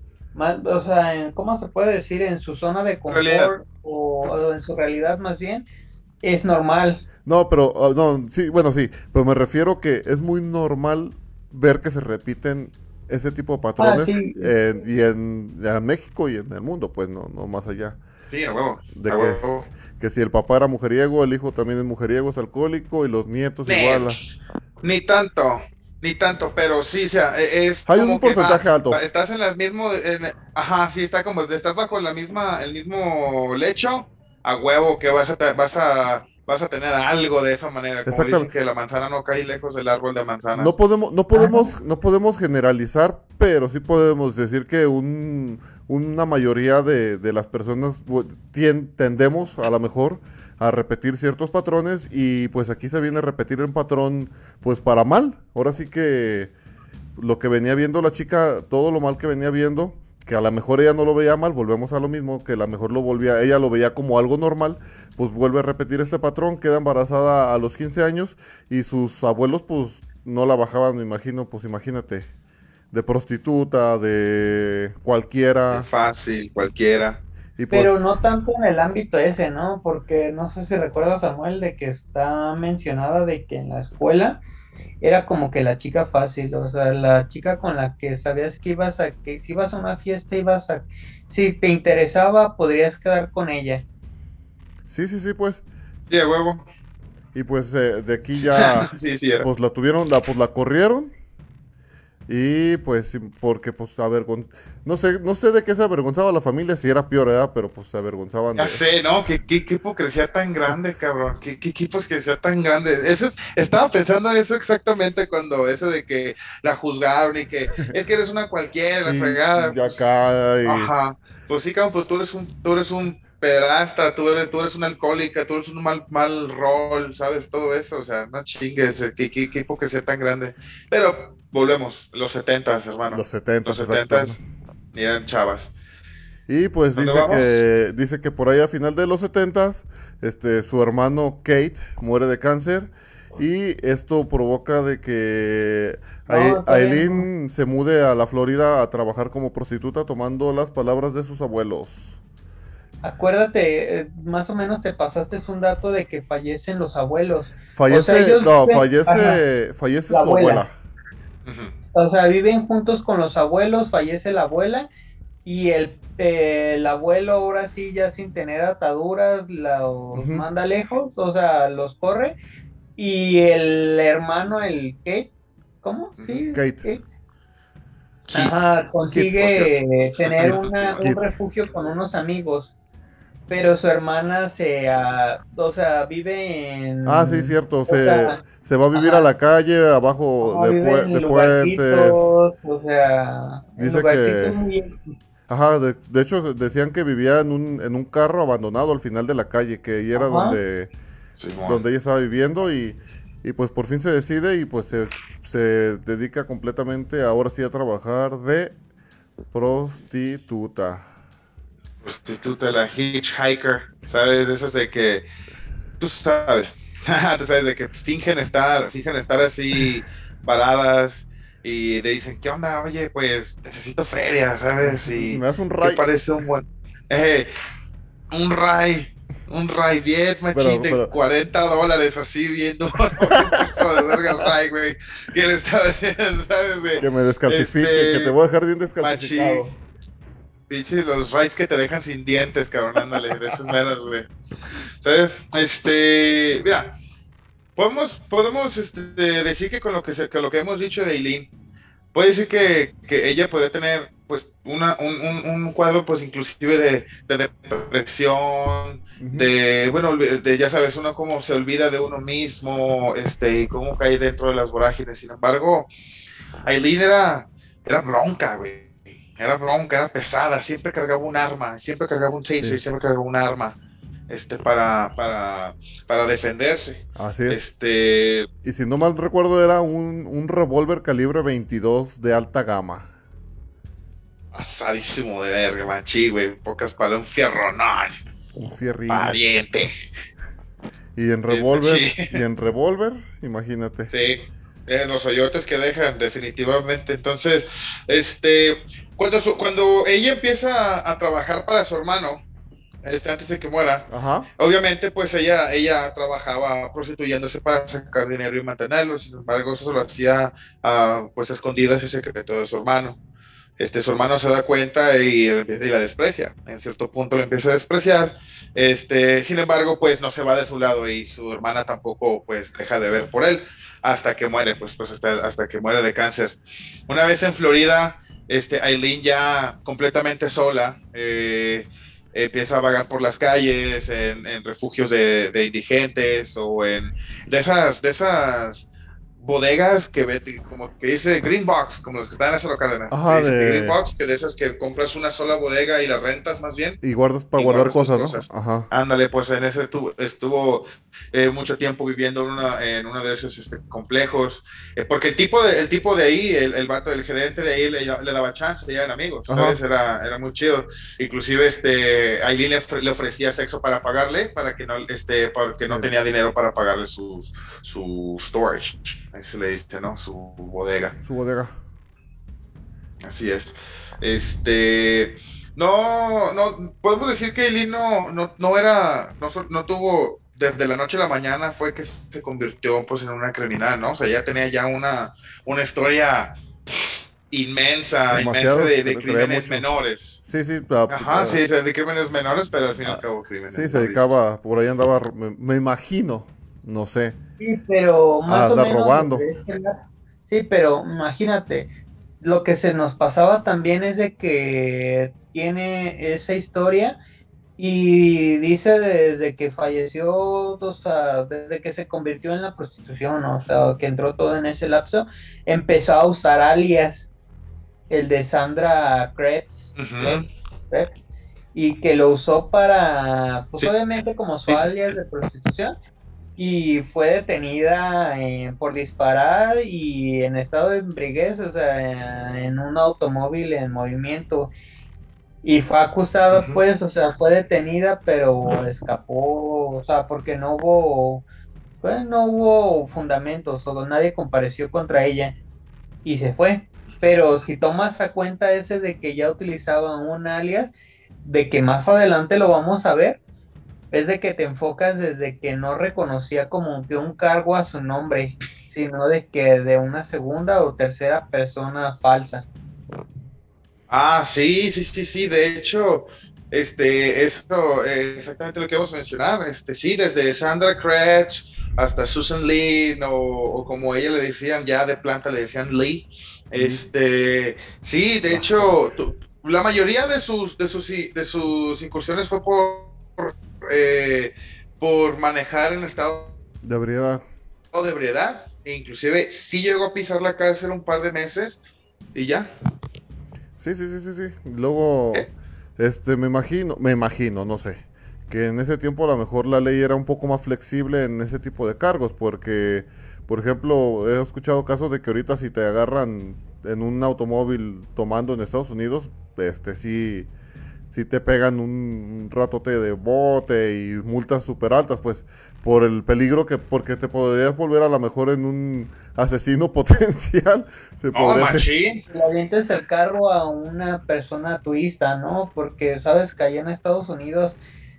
S6: o sea, en, ¿cómo se puede decir? En su zona de confort o, o en su realidad más bien, es normal.
S3: No, pero, uh, no, sí, bueno, sí, pero me refiero que es muy normal ver que se repiten ese tipo de patrones, ah, sí. en, y en, en México y en el mundo, pues, no, no más allá.
S4: Sí, a huevo.
S3: De
S4: a
S3: que,
S4: huevo.
S3: que si el papá era mujeriego, el hijo también es mujeriego, es alcohólico, y los nietos
S4: Ni,
S3: igual. A...
S4: Ni tanto. Ni tanto, pero sí, o sea, es
S3: hay
S4: como
S3: un porcentaje
S4: que, ah,
S3: alto.
S4: Estás en el mismo, en, ajá, sí, está como, estás bajo la misma, el mismo lecho, a huevo que vas a, vas a, vas a tener algo de esa manera, como dicen que la manzana no cae lejos del árbol de manzanas.
S3: No podemos, no podemos, no podemos generalizar, pero sí podemos decir que un, una mayoría de, de las personas tien, tendemos a lo mejor a repetir ciertos patrones, y pues aquí se viene a repetir el patrón pues para mal. Ahora sí que lo que venía viendo la chica, todo lo mal que venía viendo, que a lo mejor ella no lo veía mal, volvemos a lo mismo, que a lo mejor lo volvía, ella lo veía como algo normal, pues vuelve a repetir este patrón, queda embarazada a los quince años, y sus abuelos pues no la bajaban, me imagino, pues imagínate, de prostituta, de cualquiera.
S4: De fácil, cualquiera.
S3: Y pues,
S6: pero no tanto en el ámbito ese, ¿no? Porque no sé si recuerdas, Samuel, de que está mencionada de que en la escuela era como que la chica fácil, o sea, la chica con la que sabías que ibas a, que si ibas a una fiesta ibas a, si te interesaba podrías quedar con ella.
S3: Sí, sí, sí, pues.
S4: Sí, a huevo.
S3: Y pues eh, de aquí ya,
S4: sí, sí,
S3: pues la tuvieron, la, pues la corrieron. Y pues, porque pues avergon... no sé, no sé de qué se avergonzaba la familia, si era peor, ¿verdad? Pero pues se avergonzaban
S4: ya
S3: de...
S4: sé, ¿no? ¿Qué, qué, qué hipocresía tan grande, cabrón? ¿Qué, qué, qué hipocresía tan grande? Eso es, estaba pensando eso exactamente cuando eso de que la juzgaron y que es que eres una cualquiera, la fregada.
S3: Y acá y...
S4: Ajá. Pues sí, cabrón, pues tú eres un, tú eres un pederasta, tú eres, tú eres una alcohólica, tú eres un mal, mal rol, ¿sabes? Todo eso, o sea, no chingues, qué, qué, qué hipocresía tan grande. Pero volvemos, los setentas, hermano.
S3: Los setentas,
S4: los setentas, y eran chavas.
S3: Y pues dice que, dice que por ahí a final de los setentas, este, su hermano Kate muere de cáncer, Y esto provoca de que
S6: No,
S3: Ai-
S6: está bien,
S3: Aileen se mude a la Florida a trabajar como prostituta tomando las palabras de sus abuelos.
S6: Acuérdate, eh, más o menos te pasaste un dato de que fallecen los abuelos.
S3: Fallece,
S6: O sea, ellos
S3: no,
S6: viven-
S3: fallece, fallece
S6: La
S3: su abuela.
S6: abuela.
S4: Ujú.
S6: O sea, viven juntos con los abuelos, fallece la abuela y el, eh, el abuelo ahora sí ya sin tener ataduras los
S3: Ujú.
S6: manda lejos, o sea, los corre y el hermano, el Kate, ¿cómo? Sí,
S3: Kate.
S6: Ajá, consigue tener
S3: Kate.
S6: una, un
S3: Kate.
S6: refugio con unos amigos, pero su hermana se, ah, o sea, vive en...
S3: Ah, sí, cierto.
S6: o
S3: Se,
S6: sea,
S3: se va a vivir
S6: ajá.
S3: a la calle, abajo
S6: no,
S3: de,
S6: vive
S3: pue-
S6: en
S3: de
S6: lugarcitos,
S3: puentes.
S6: o sea, en
S3: Dice
S6: lugarcitos
S3: que-
S6: muy...
S3: Ajá, de, de hecho decían que vivía en un, en un carro abandonado al final de la calle, que ahí era
S6: Ajá.
S3: donde,
S4: Simón.
S3: donde ella estaba viviendo y, y pues por fin se decide y pues se, se dedica completamente ahora sí a trabajar de prostituta.
S4: Prostituta, la hitchhiker, ¿sabes? De esas de que, tú sabes, tú sabes de que fingen estar, fingen estar así paradas y le dicen, ¿qué onda? Oye, pues necesito feria, ¿sabes? Y
S3: Me das un
S4: ¿qué
S3: ray.
S4: parece un buen, eh, un ray, un ray bien machín de
S3: pero-
S4: cuarenta dólares así viendo, de verga el ray, güey, que le estaba haciendo, ¿sabes? De,
S3: Que me descalcifique,
S4: Este,
S3: que te voy a dejar bien descalcificado.
S4: machín. Pinches los rides que te dejan sin dientes, cabrón, ándale, de esas meras, güey. ¿Sabes? Este, mira, podemos, podemos este, decir que con lo que, se, con lo que hemos dicho de Aileen, puede decir que, que ella podría tener, pues, una, un, un, un cuadro, pues, inclusive de, de depresión,
S3: Ujú.
S4: de, bueno, de, ya sabes, uno cómo se olvida de uno mismo, este, y cómo cae dentro de las vorágines. Sin embargo, Aileen era, era bronca, güey. Era bronca, era pesada, siempre cargaba un arma, siempre cargaba un taser,
S3: Sí.
S4: siempre cargaba un arma, este, para, para, para defenderse.
S3: Así es.
S4: Este,
S3: Y si no mal recuerdo era un, un revólver calibre veintidós de alta gama.
S4: asadísimo de verga, machi, güey, pocas palabras, un fierronón,
S3: Un fierrín.
S4: pariente,
S3: Y en revólver,
S4: Sí.
S3: y en revólver, imagínate.
S4: sí, eh, los hoyotes que dejan, definitivamente. Entonces, este, cuando, su- cuando ella empieza a, a trabajar para su hermano, este, antes de que muera,
S3: Ajá.
S4: obviamente, pues ella, ella trabajaba prostituyéndose para sacar dinero y mantenerlo. Sin embargo, eso lo hacía, ah, pues, a escondidas y secreto de su hermano. Este, su hermano se da cuenta y, y la desprecia. En cierto punto lo empieza a despreciar. Este, sin embargo, pues, no se va de su lado y su hermana tampoco, pues, deja de ver por él hasta que muere, pues, pues hasta, hasta que muere de cáncer. Una vez en Florida, este, Aileen ya completamente sola, eh, empieza a vagar por las calles, en, en refugios de, de indigentes o en de esas, de esas bodegas que ve, como que dice Green Box, como los que están en Lázaro Cárdenas.
S3: Ajá,
S4: Que dice
S3: de-
S4: Green Box, que de esas que compras una sola bodega y la rentas más bien.
S3: Y guardas para
S4: Y
S3: guardar
S4: guardas tus
S3: cosas, ¿no?
S4: cosas.
S3: Ajá.
S4: Ándale, pues en ese estuvo, estuvo eh, mucho tiempo viviendo en, una, en uno de esos este, complejos, eh, porque el tipo de, el tipo de ahí, el, el vato, el gerente de ahí le, le daba chance, ya eran amigos, ¿sabes? Era, era muy chido. Inclusive este, Aileen le, ofre- le ofrecía sexo para pagarle, para que no, este, porque no
S3: Sí.
S4: tenía dinero para pagarle su, su storage, ahí se le dice, ¿no? Su bodega.
S3: Su bodega.
S4: Así es. Este, no, no, podemos decir que Aileen no, no, no era, no, so- no tuvo, desde la noche a la mañana fue que se convirtió pues en una criminal, ¿no? O sea, ya tenía ya una, una historia inmensa,
S3: Demasiado,
S4: inmensa de, de
S3: traía
S4: crímenes
S3: mucho.
S4: menores.
S3: Sí, sí. la-
S4: Ajá,
S3: la-
S4: sí, de crímenes menores, pero al fin y al
S3: Ah,
S4: cabo crímenes.
S3: Sí, se
S4: ¿no?
S3: dedicaba, por ahí andaba, me, me imagino, no sé.
S6: Sí, pero más
S3: Ah,
S6: o
S3: anda
S6: menos
S3: robando.
S6: desde ese lado- Sí, pero imagínate, lo que se nos pasaba también es de que tiene esa historia y dice desde que falleció, o sea, desde que se convirtió en la prostitución, o sea, que entró todo en ese lapso, empezó a usar alias, el de Sandra Krebs,
S4: Ujú.
S6: Krebs, y que lo usó para, pues
S4: Sí.
S6: obviamente como su
S4: Sí.
S6: alias de prostitución, y fue detenida eh, por disparar y en estado de embriaguez, o sea, en un automóvil en movimiento, y fue acusada,
S4: Ujú.
S6: pues, o sea, fue detenida, pero escapó, o sea, porque no hubo, pues, no hubo fundamentos, o nadie compareció contra ella y se fue. Pero si tomas a cuenta ese de que ya utilizaba un alias, de que más adelante lo vamos a ver, es de que te enfocas desde que no reconocía como que un cargo a su nombre, sino de que de una segunda o tercera persona falsa.
S4: Ah, sí, sí, sí, sí, de hecho, este, eso es exactamente lo que vamos a mencionar, este, sí, desde Sandra Cratch hasta Susan Lee, no, o como ella le decían, ya de planta le decían Lee, este, sí, de hecho, tu, la mayoría de sus, de sus, de sus incursiones fue por, eh, por manejar en estado
S3: de ebriedad,
S4: de ebriedad, e inclusive sí llegó a pisar la cárcel un par de meses, y ya.
S3: Sí, sí, sí, sí, sí. Luego, ¿Eh? este, me imagino, me imagino, no sé, que en ese tiempo a lo mejor la ley era un poco más flexible en ese tipo de cargos, porque, por ejemplo, he escuchado casos de que ahorita si te agarran en un automóvil tomando en Estados Unidos, este, sí, sí te pegan un ratote de bote y multas súper altas, pues, por el peligro que, porque te podrías volver a lo mejor en un asesino potencial. Se
S4: no,
S3: podría...
S4: machín.
S6: Le avientes el carro a una persona turista, ¿no? Porque sabes que allá en Estados Unidos,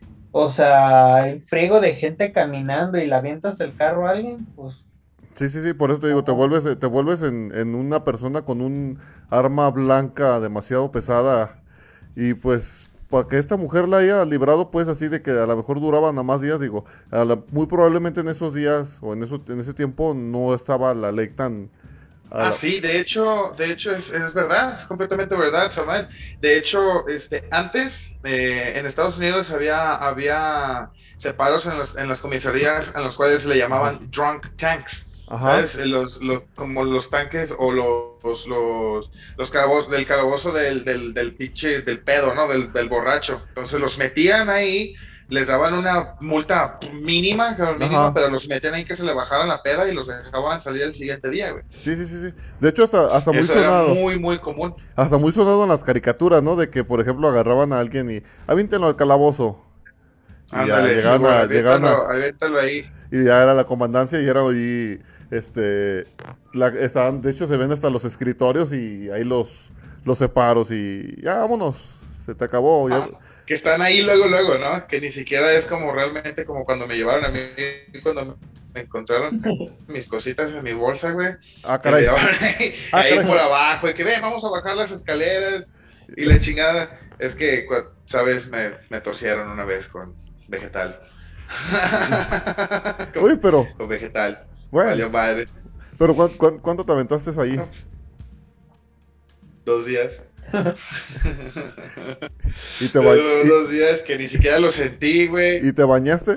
S6: o sea, hay friego de gente caminando y le avientas el carro a alguien, pues...
S3: Sí, sí, sí, por eso te digo, te vuelves, te vuelves en, en una persona con un arma blanca demasiado pesada y pues... para que esta mujer la haya librado, pues así de que a lo mejor duraban a más días, digo, a la, muy probablemente en esos días o en eso en ese tiempo no estaba la ley tan...
S4: Ah, la... sí, de hecho, de hecho es, es verdad, es completamente verdad, Samuel. De hecho, este, antes eh, en Estados Unidos había, había separos en, los, en las comisarías en los cuales le llamaban drunk tanks. ¿Sabes? Los, los, como los tanques o los los, los calabozos, del calabozo del, del, del pinche, del pedo, ¿no? Del, del borracho. Entonces los metían ahí, les daban una multa mínima, mínima pero los metían ahí que se le bajaran la peda y los dejaban salir el siguiente día, güey.
S3: Sí, sí, sí, sí. De hecho, hasta, hasta muy
S4: Eso
S3: sonado.
S4: Era muy, muy común.
S3: Hasta muy sonado en las caricaturas, ¿no? De que, por ejemplo, agarraban a alguien y avíntenlo al calabozo. Y
S4: Ándale,
S3: ya llegaban
S4: sí, bueno,
S3: a, llegaban a,
S4: aviéntalo ahí.
S3: Y ya era la comandancia y era ahí, este, la, estaban, de hecho se ven hasta los escritorios y ahí los, los separos y ya vámonos, se te acabó. Ya.
S4: Ah, que están ahí luego, luego, ¿no? Que ni siquiera es como realmente como cuando me llevaron a mí, cuando me encontraron mis cositas en mi bolsa, güey.
S3: Ah, caray.
S4: Me llevaron ahí,
S3: ah,
S4: ahí
S3: caray.
S4: por abajo, y que ven, vamos a bajar las escaleras y la chingada. Es que, ¿sabes? Me, me torcieron una vez con vegetal. con,
S3: Uy, pero...
S4: Con vegetal.
S3: Bueno.
S4: Valió madre.
S3: Pero ¿cu cu ¿cuánto te aventaste ahí?
S4: Dos días.
S3: y te ba
S4: y, dos días que ni siquiera lo sentí, güey.
S3: ¿Y te bañaste?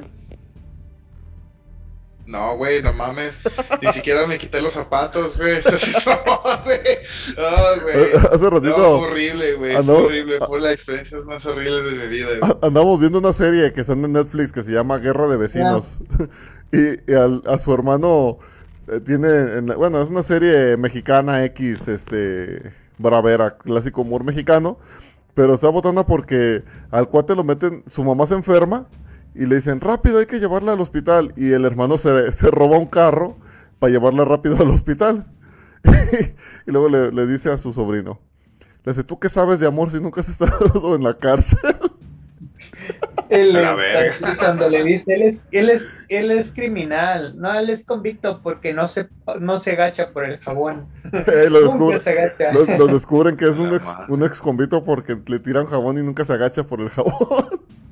S4: No, güey, no mames. Ni siquiera me quité los zapatos, güey. Eso sí son, güey. No, güey.
S3: Hace ratito.
S4: No, fue horrible, güey.
S3: Andamos,
S4: fue horrible. Fue las experiencias más horribles de mi vida, güey.
S3: Andamos viendo una serie que está en Netflix que se llama Guerra de Vecinos. Yeah. y y al, a su hermano eh, tiene. En la, bueno, es una serie mexicana X, este. Bravera, clásico humor mexicano. Pero está votando porque al cuate lo meten. Su mamá se enferma. Y le dicen, rápido, hay que llevarla al hospital. Y el hermano se, se roba un carro para llevarla rápido al hospital. y luego le, le dice a su sobrino, le dice, ¿tú qué sabes de amor si nunca has estado en la cárcel?
S6: Él, cuando le dice, él es, él, es, él es criminal. No, él es convicto porque no se, no se agacha por el jabón.
S3: eh, lo, descubre, lo, lo descubren que es un ex, un ex convicto porque le tiran jabón y nunca se agacha por el jabón.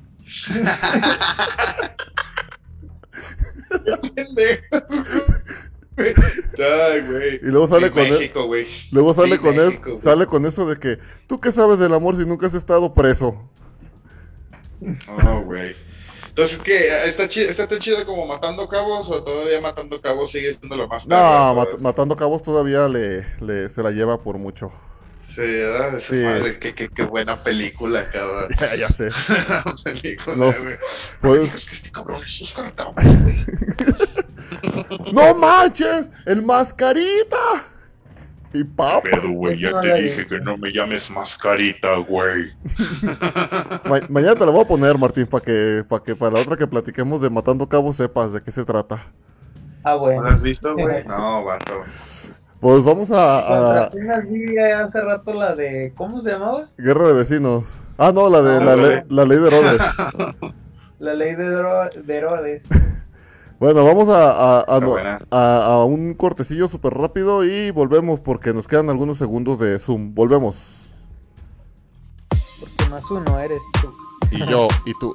S4: Ay, güey.
S3: Y luego sale
S4: y
S3: con
S4: México,
S3: él, luego sale
S4: y
S3: con
S4: México,
S3: él, sale con eso de que ¿tú qué sabes del amor si nunca has estado preso?
S4: Oh, güey. Entonces, ¿qué? ¿Está, chido, ¿Está tan chido como Matando Cabos o todavía Matando Cabos sigue siendo lo más?
S3: No, mat Matando Cabos todavía le, le se la lleva por mucho.
S4: Sí, ¿verdad? Sí. Madre, qué, qué, qué buena película, cabrón.
S3: Ya, ya sé.
S4: película,
S3: Los,
S4: pues... Es que este cabrón es Oscar Cabrón, güey.
S3: ¡No manches! ¡El Mascarita! Y papá.
S7: Pero, güey, ya te dije que no me llames Mascarita, güey.
S3: Ma mañana te la voy a poner, Martín, para que, para que para la otra que platiquemos de Matando Cabos sepas de qué se trata.
S6: Ah,
S4: ¿No
S6: bueno.
S4: lo has visto, güey? No, vato.
S3: Pues vamos a, a
S6: Apenas vi hace rato la de, ¿cómo se llamaba?
S3: Guerra de Vecinos. Ah, no, la de
S6: Ah,
S3: la,
S4: güey.
S3: le- la ley de Herodes.
S6: La ley de, Dro- de Herodes.
S3: Bueno, vamos a, a, a,
S4: Está
S3: no-
S4: buena.
S3: a- a un cortecillo súper rápido y volvemos porque nos quedan algunos segundos de Zoom. Volvemos.
S6: Porque más uno eres tú.
S3: Y yo, y tú.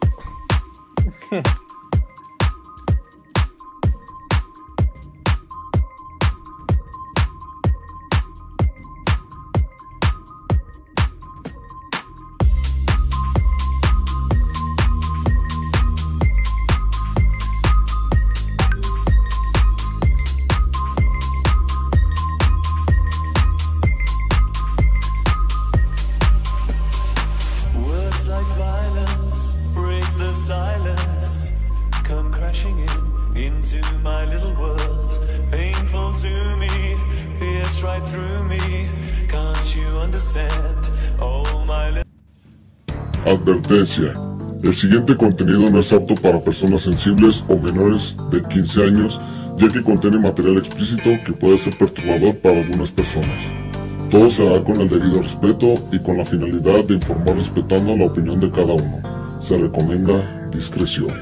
S1: Words like violence break the silence, come crashing in into my little world. Painful to me, pierce right through me. Can't you understand? Oh, my little.
S2: Advertencia. El siguiente contenido no es apto para personas sensibles o menores de quince años, ya que contiene material explícito que puede ser perturbador para algunas personas. Todo se hará con el debido respeto y con la finalidad de informar respetando la opinión de cada uno. Se recomienda discreción.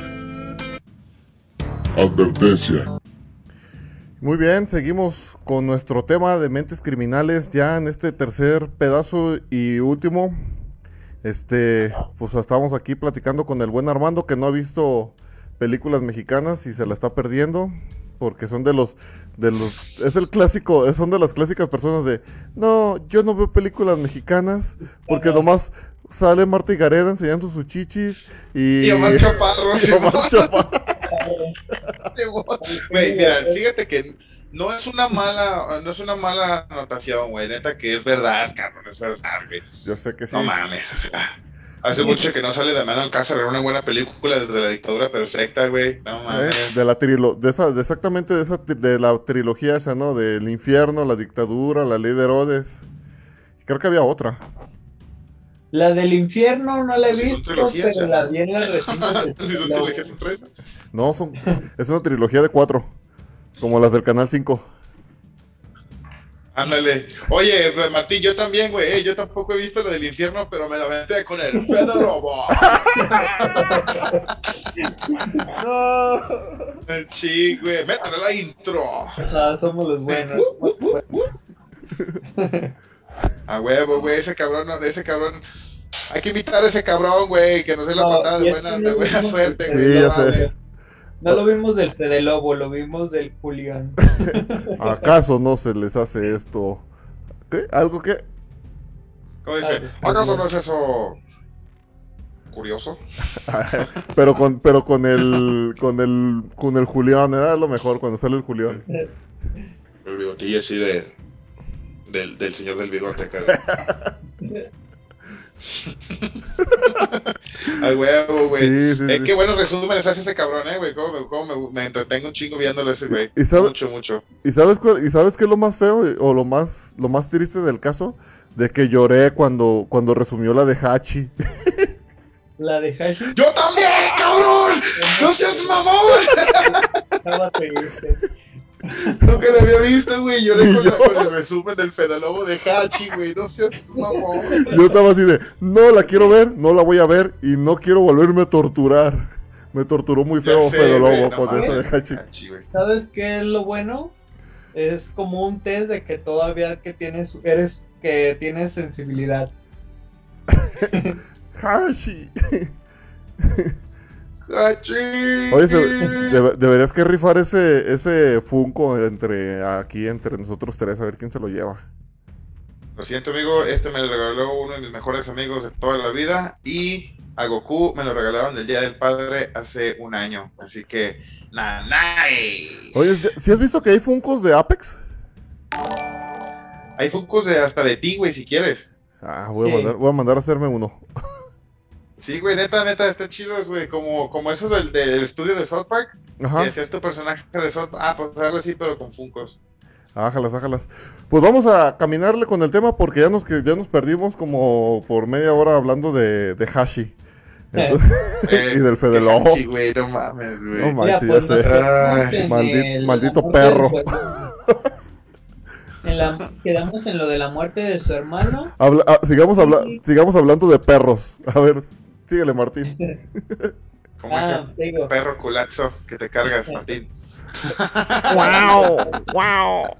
S2: Advertencia.
S3: Muy bien, seguimos con nuestro tema de mentes criminales ya en este tercer pedazo y último. Este, pues estamos aquí platicando con el buen Armando que no ha visto películas mexicanas y se la está perdiendo porque son de los de los es el clásico, son de las clásicas personas de no, yo no veo películas mexicanas porque nomás sale Marta y Gareda enseñando sus chichis y
S4: Y Omar Chaparro,
S3: y
S4: sí,
S3: Omar
S4: mo-
S3: Chaparro.
S4: Güey, mira, fíjate que no es una mala, no es una mala anotación, güey. Neta que es verdad, cabrón, es verdad, güey.
S3: Yo sé que sí.
S4: No mames, o sea, hace mucho que no sale de Damián Alcázar, era una buena película desde la dictadura perfecta, güey. No
S3: Eh,
S4: mames.
S3: de la trilo de esa, de exactamente de esa tri- de la trilogía esa, ¿no? Del infierno, la dictadura, la ley de Herodes. Creo que había otra.
S6: La del infierno no la he
S4: Pues sí, son
S6: visto,
S4: trilogías,
S6: pero
S4: ya.
S6: la vi en el recinto del
S4: Si son
S6: Lobo.
S4: trilogías, son tres.
S3: No, son, es una trilogía de cuatro. Como las del Canal cinco.
S4: Ándale. Oye, pues, Martín, yo también, güey. eh, Yo tampoco he visto la del infierno, pero me la aventé con el Fede Lobo. Sí, güey. Métale la intro.
S6: Ah, somos los buenos.
S4: A huevo, güey. Ese cabrón, no, ese cabrón. Hay que invitar a ese cabrón, güey. Que nos dé la
S6: No,
S4: patada
S6: y
S4: de
S6: es
S4: buena,
S6: que
S4: de
S6: no
S4: buena
S6: vimos-
S4: suerte,
S3: Sí,
S4: güey.
S3: ya
S4: no
S3: sé.
S4: mames.
S6: No lo vimos del Fede Lobo, lo vimos del Julián.
S3: ¿Acaso no se les hace esto? ¿Qué? ¿Algo que?
S4: ¿Cómo dice?
S6: Ay,
S4: ¿Acaso no es eso curioso?
S3: Pero con, pero con el, con el, con el Julián, era lo mejor cuando sale el Julián.
S4: El bigotillo así de. Del, del señor del bigote, cara. Al huevo, güey.
S3: Sí, sí,
S4: Eh,
S3: sí.
S4: qué buenos resúmenes hace ese cabrón, eh, güey. Cómo, me, cómo me, me entretengo un chingo viéndolo ese, güey.
S3: ¿Y sabe-
S4: Mucho, mucho.
S3: ¿Y sabes cuál- y sabes qué es lo más feo o lo más, lo más triste del caso? De que lloré cuando, cuando resumió la de Hachi.
S6: La de Hashi
S4: ¡Yo también, cabrón! ¡No seas mamón!
S6: estaba triste.
S4: Nunca lo había visto, güey. Lloré
S3: Ni
S4: con,
S3: yo.
S4: la- con el resumen del Fedalobo de Hachi, güey. No seas mamón.
S3: Yo estaba así de, no la quiero ver, no la voy a ver y no quiero volverme a torturar. Me torturó muy
S4: Ya
S3: feo
S4: sé,
S3: Fede
S4: güey,
S3: Lobo
S4: no
S3: con eso
S4: mames.
S3: de Hachi.
S4: Hachi, güey.
S6: ¿Sabes qué es lo bueno? Es como un test de que todavía que tienes, eres, que tienes sensibilidad.
S3: Hachi.
S4: Hachi.
S3: Oye, se- debe- deberías que rifar ese, ese Funko entre aquí, entre nosotros tres, a ver quién se lo lleva.
S4: Lo siento, amigo, este me lo regaló uno de mis mejores amigos de toda la vida y a Goku me lo regalaron del Día del Padre hace un año, así que nanay.
S3: Oye, ¿si has visto que hay Funkos de Apex?
S4: Hay Funkos de hasta de ti, güey, si quieres.
S3: Ah, voy a
S6: Sí.
S3: mandar, voy a mandar a hacerme uno.
S4: Sí, güey, neta, neta, están chidos, güey, como, como esos del, del estudio de South Park.
S3: Ajá.
S4: Que es este personaje de South Park, ah, pues algo así, pero con Funkos.
S3: Ájalas, ájalas. Pues vamos a caminarle con el tema porque ya nos, que- ya nos perdimos como por media hora hablando de, de Hashi. Entonces,
S4: Eh,
S3: y del Fede
S4: qué
S3: Lobo.
S4: manchi, güey, no mames, güey.
S3: No
S6: Mira,
S3: manches,
S6: pues,
S3: ya sé.
S6: nos quedamos en
S3: Maldi-
S6: el-
S3: maldito
S6: la muerte
S3: perro.
S6: de su hermano. En la, quedamos en lo de la muerte de su hermano.
S3: Habla- ah, sigamos, habla-
S6: Sí.
S3: sigamos hablando de perros. A ver, síguele, Martín.
S4: Como
S6: Ah,
S4: ese
S6: te digo.
S4: perro culazo que te cargas, Martín.
S3: ¡Wow! ¡Wow!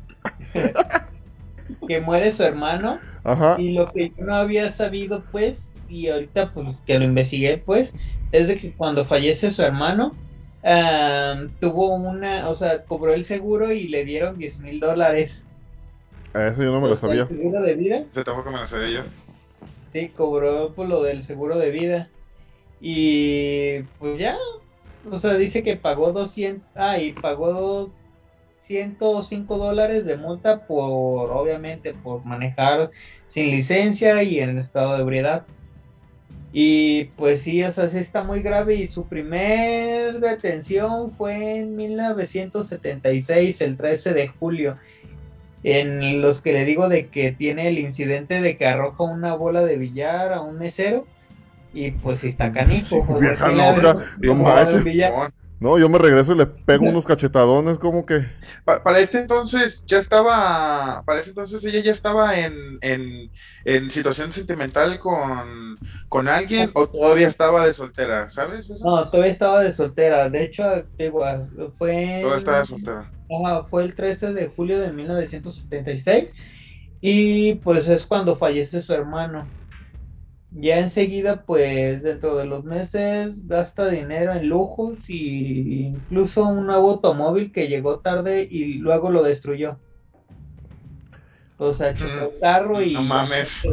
S6: Que muere su hermano.
S3: Ajá.
S6: Y lo que yo no había sabido, pues, y ahorita pues que lo investigué, pues, es de que cuando fallece su hermano, ah, tuvo una, o sea, cobró el seguro y le dieron diez mil dólares.
S3: Eso yo no me lo
S6: O sea,
S3: sabía.
S6: el seguro de vida.
S4: Ese tampoco me lo sabía yo.
S6: Sí, cobró por lo del seguro de vida. Y pues ya, o sea, dice que pagó doscientos, ah, y pagó ciento cinco dólares de multa por, obviamente, por manejar sin licencia y en estado de ebriedad. Y pues sí, o sea, sí está muy grave y su primer detención fue en mil novecientos setenta y seis, el trece de julio. En los que le digo de que tiene el incidente de que arroja una bola de billar a un mesero y pues sí está canijo. o sea,
S3: Vieja
S6: sí la
S3: loca,
S6: vemos
S3: no
S6: jugando al
S3: manches.
S6: billar.
S4: Simón.
S3: No, yo me regreso y le pego unos cachetadones, como que.
S4: Pa- para este entonces ya estaba, para este entonces ella ya estaba en, en, en situación sentimental con, con alguien o todavía estaba de soltera, ¿sabes eso?
S6: No, todavía estaba de soltera. De hecho, te digo, fue,
S4: Todavía estaba de soltera.
S6: ajá, fue el trece de julio de mil novecientos setenta y seis y pues es cuando fallece su hermano. Ya enseguida, pues dentro de los meses gasta dinero en lujos y incluso un nuevo automóvil que llegó tarde y luego lo destruyó. O sea, chocó el carro y...
S4: No mames.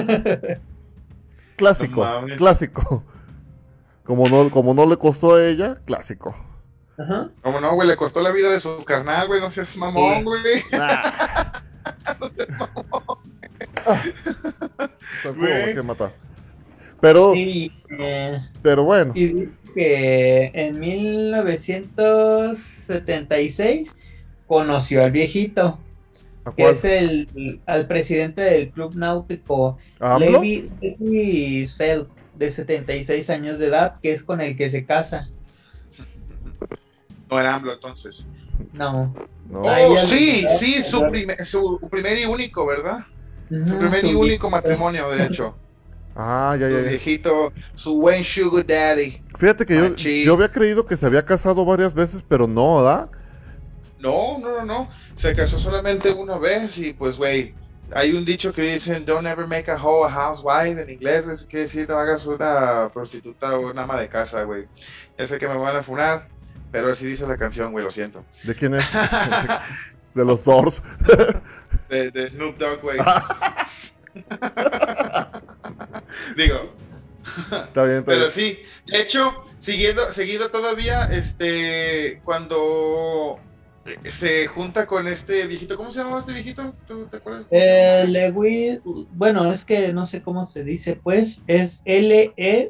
S3: Clásico,
S4: No mames.
S3: clásico. Como no, como no le costó a ella, clásico.
S6: Ajá.
S4: Como no, güey, le costó la vida de su carnal, güey, no seas mamón,
S6: Sí.
S4: güey.
S3: Ah.
S4: No seas mamón.
S3: O sea, como
S4: Güey.
S3: que matar. Pero,
S6: Sí, eh,
S3: pero bueno.
S6: y dice que en mil novecientos setenta y seis conoció al viejito,
S3: ¿A
S6: que
S3: cuál?
S6: es el al presidente del club náutico
S3: ¿A AMLO?
S6: Levi, Levi Sfeld, de setenta y seis años de edad, que es con el que se casa.
S4: No era AMLO entonces.
S6: No.
S3: No.
S6: Ahí
S4: Oh,
S6: al-
S4: sí, sí, su,
S6: al-
S4: primer, su primer y único, ¿verdad? Su
S6: Ujú,
S4: primer y
S6: su
S4: único
S6: viejito.
S4: matrimonio, de hecho.
S3: Ah, ya,
S4: Su
S3: ya, ya.
S4: viejito, su buen sugar daddy.
S3: Fíjate que yo,
S4: Machín.
S3: yo había creído que se había casado varias veces, pero no, ¿verdad?
S4: No, no, no, no. Se casó solamente una vez y pues, güey, hay un dicho que dicen, don't ever make a hoe a housewife en inglés, eso quiere decir, no hagas una prostituta o una ama de casa, güey. Ya sé que me van a funar, pero así dice la canción, güey, lo siento.
S3: ¿De quién es? De los Doors.
S4: De, de Snoop Dogg, güey. Digo,
S3: Está bien, está
S4: pero
S3: bien.
S4: sí, de hecho, siguiendo, seguido todavía, este, cuando se junta con este viejito, ¿cómo se llamaba este viejito? ¿Tú te acuerdas? cómo se
S6: Eh,
S4: llamaba?
S6: Lewis, bueno, es que no sé cómo se dice, pues, es L E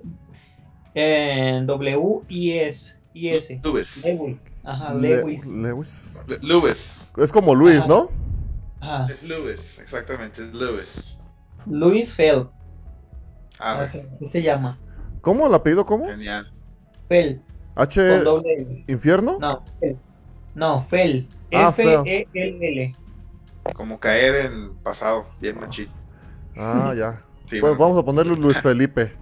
S6: W I S. I S.
S4: Lewis.
S6: Lewis. Ajá,
S3: Le-
S6: Lewis.
S3: Lewis.
S4: Le- Lewis.
S3: Es como Luis,
S6: Ajá.
S3: ¿no?
S6: Ajá.
S4: Es Lewis, exactamente, es Lewis.
S6: Luis Feld.
S4: Ah,
S6: Así, así se llama.
S3: ¿Cómo? ¿El apellido cómo?
S4: genial.
S6: Feld.
S3: H.
S6: Con doble L.
S3: ¿Infierno?
S6: No, Feld. No, Feld.
S3: Ah,
S6: F E L L.
S4: Como caer en pasado, bien machín.
S3: Ah, ya.
S4: Sí,
S3: Pues
S4: bueno.
S3: vamos a ponerle Luis Felipe.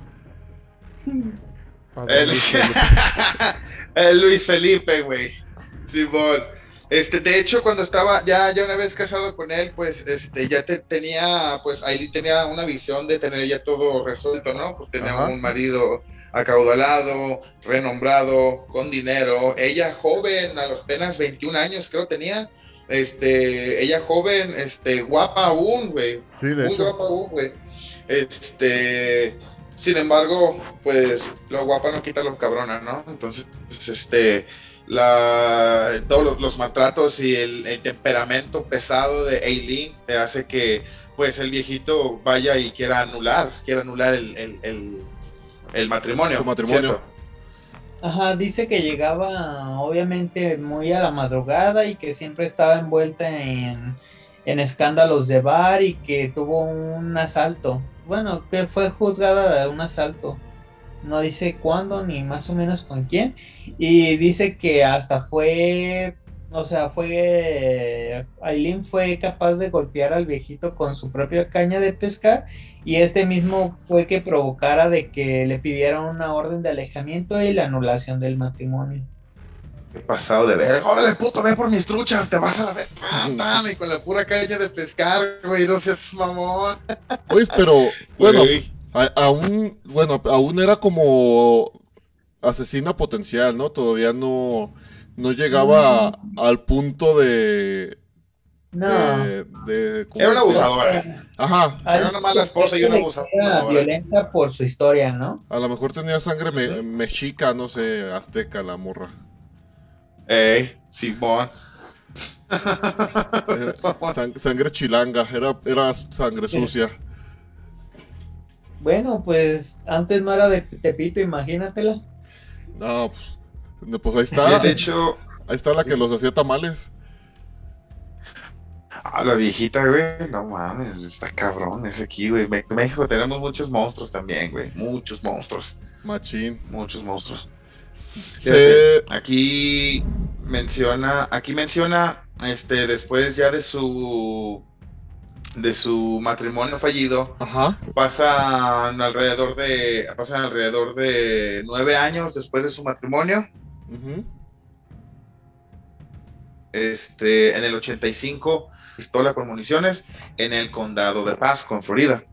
S3: Ah,
S4: El,
S3: Luis Felipe.
S4: el Luis Felipe, güey. Simón. Este, de hecho, cuando estaba ya, ya una vez casado con él, pues, este, ya te, tenía, pues, ahí tenía una visión de tener ya todo resuelto, ¿no? Pues tenía
S3: Ajá.
S4: un marido acaudalado, renombrado, con dinero. Ella joven, a los apenas veintiún años, creo tenía. Este, ella joven, este, guapa aún, güey.
S3: Sí, de
S4: Muy
S3: hecho.
S4: guapa aún, güey. Este, sin embargo, pues lo guapa no quita lo cabrona, ¿no? Entonces, pues, este, la, todos los, los maltratos y el, el temperamento pesado de Aileen te hace que, pues, el viejito vaya y quiera anular, quiera anular el, el, el, el matrimonio.
S3: Su matrimonio.
S4: ¿cierto?
S6: Ajá, dice que llegaba obviamente muy a la madrugada y que siempre estaba envuelta en, en escándalos de bar y que tuvo un asalto. Bueno, que fue juzgada de un asalto. no dice cuándo ni más o menos con quién, y dice que hasta fue, o sea, fue, Aileen fue capaz de golpear al viejito con su propia caña de pescar, y este mismo fue que provocara de que le pidieran una orden de alejamiento y la anulación del matrimonio.
S4: Qué pasado de ver. Órale, puto, ven por mis truchas, te vas a la ver. Y con la pura caña de pescar, güey, no seas mamón.
S3: Oye, pero, bueno,
S4: Güey.
S3: a- aún, bueno, aún era como asesina potencial, ¿no? Todavía no, no llegaba a- al punto de,
S6: No,
S3: de, de- ¿cómo
S4: Era una
S3: se-
S4: abusadora.
S3: Ajá,
S4: Era una mala esposa y una
S6: Era
S4: abusadora.
S6: violenta por su historia, ¿no?
S3: a lo mejor tenía sangre me- mexica, no sé, azteca la morra.
S4: Ey, Simón.
S3: Era sang- sangre chilanga, era, era sangre sucia.
S6: Bueno, pues antes no era de Tepito, imagínatela.
S3: No, pues, pues ahí está,
S4: De hecho,
S3: ahí está la que los hacía tamales.
S4: a la viejita, güey, no mames, está cabrón ese aquí, güey. Me- En México tenemos muchos monstruos también, güey. Muchos monstruos.
S3: Machín.
S4: Muchos monstruos.
S3: Se-
S4: Fíjate, aquí menciona, aquí menciona, este, después ya de su, de su matrimonio fallido,
S3: Ajá.
S4: pasan alrededor de, pasan alrededor de nueve años después de su matrimonio.
S3: Ujú.
S4: Este, en el ochenta y cinco, pistola con municiones en el condado de Pasco, en Florida.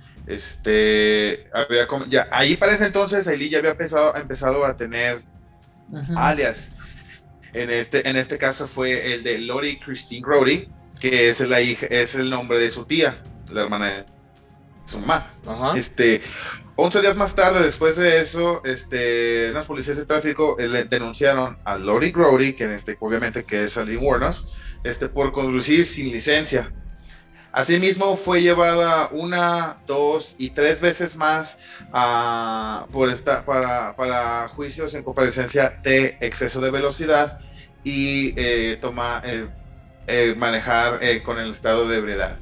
S4: Este, había, com- ya, ahí para ese entonces, Aileen ya había empezado, empezado a tener
S6: Ujú.
S4: alias. En este, en este caso fue el de Lori Christine Grody, que es la hija, es el nombre de su tía, la hermana de su mamá.
S3: Ajá.
S4: Este, once días más tarde, después de eso, este, las policías de tráfico eh, le denunciaron a Lori Grody, que en este, obviamente que es Aileen Wuornos, este, por conducir sin licencia. Asimismo, fue llevada una, dos y tres veces más ah, por esta, para, para juicios en comparecencia de exceso de velocidad y eh, toma, eh, eh, manejar eh, con el estado de ebriedad.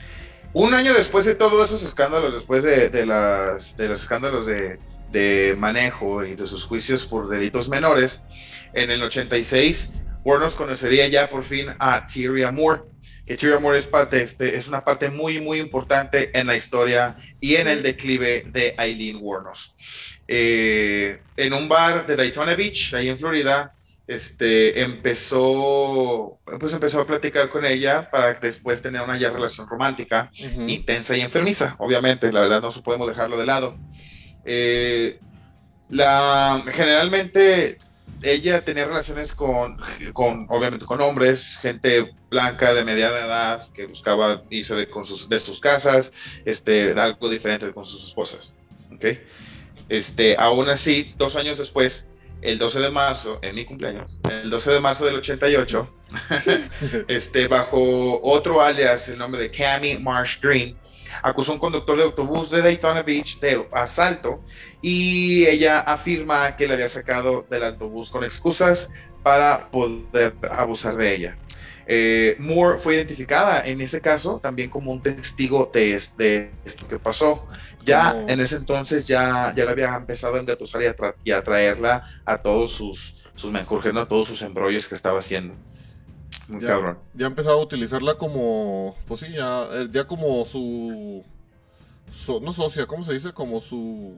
S4: Un año después de todos esos escándalos, después de, de, las, de los escándalos de, de manejo y de sus juicios por delitos menores, en el ochenta y seis, Wuornos conocería ya por fin a Thierry Moore, que Thierry Moore es, parte, este, es una parte muy, muy importante en la historia y en el declive de Aileen Wuornos. Eh, en un bar de Daytona Beach, ahí en Florida, este, empezó, pues empezó a platicar con ella para después tener una ya relación romántica,
S3: Ujú.
S4: intensa y enfermiza, obviamente, la verdad no podemos dejarlo de lado. Eh, la, generalmente ella tenía relaciones con, con, obviamente, con hombres, gente blanca de mediana edad que buscaba irse de, con sus, de sus casas, este, algo diferente con sus esposas, ¿ok? Este, aún así, dos años después, el doce de marzo, en mi cumpleaños, el doce de marzo del ochenta y ocho, este, bajo otro alias, el nombre de Cami Marsh Green, acusó a un conductor de autobús de Daytona Beach de asalto y ella afirma que le había sacado del autobús con excusas para poder abusar de ella. Eh, Moore fue identificada en ese caso también como un testigo de, de esto que pasó. Ya
S3: Como-
S4: en ese entonces ya, ya le había empezado a engatusar y a, tra y a traerla a todos sus, sus menjurjes, ¿no? A todos sus embrollos que estaba haciendo. Muy
S3: Ya,
S4: cabrón.
S3: ya empezaba a utilizarla como, pues sí, ya, eh, ya como su, so- no socia, ¿cómo se dice? Como su...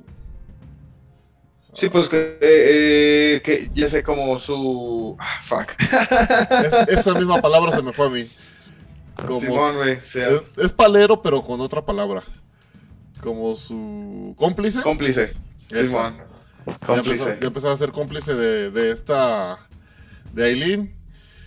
S4: Sí, pues que, eh, eh, que ya sé como su... Ah, fuck.
S3: Es- esa misma palabra se me fue a mí. Como
S4: Simón, güey. O sea,
S3: es, es palero, pero con otra palabra. Como su cómplice.
S4: cómplice.
S3: Eso.
S4: Simón.
S3: Ya empezó,
S4: Cómplice.
S3: ya empezó a ser cómplice de, de esta, de Aileen.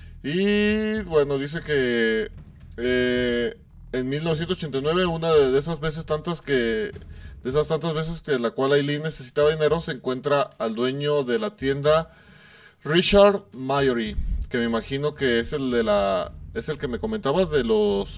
S3: Y bueno, dice que eh, en mil novecientos ochenta y nueve, una de, de esas veces tantas que, de esas tantas veces que la cual Aileen necesitaba dinero, se encuentra al dueño de la tienda, Richard Mallory, que me imagino que es el de la, es el que me comentabas de los,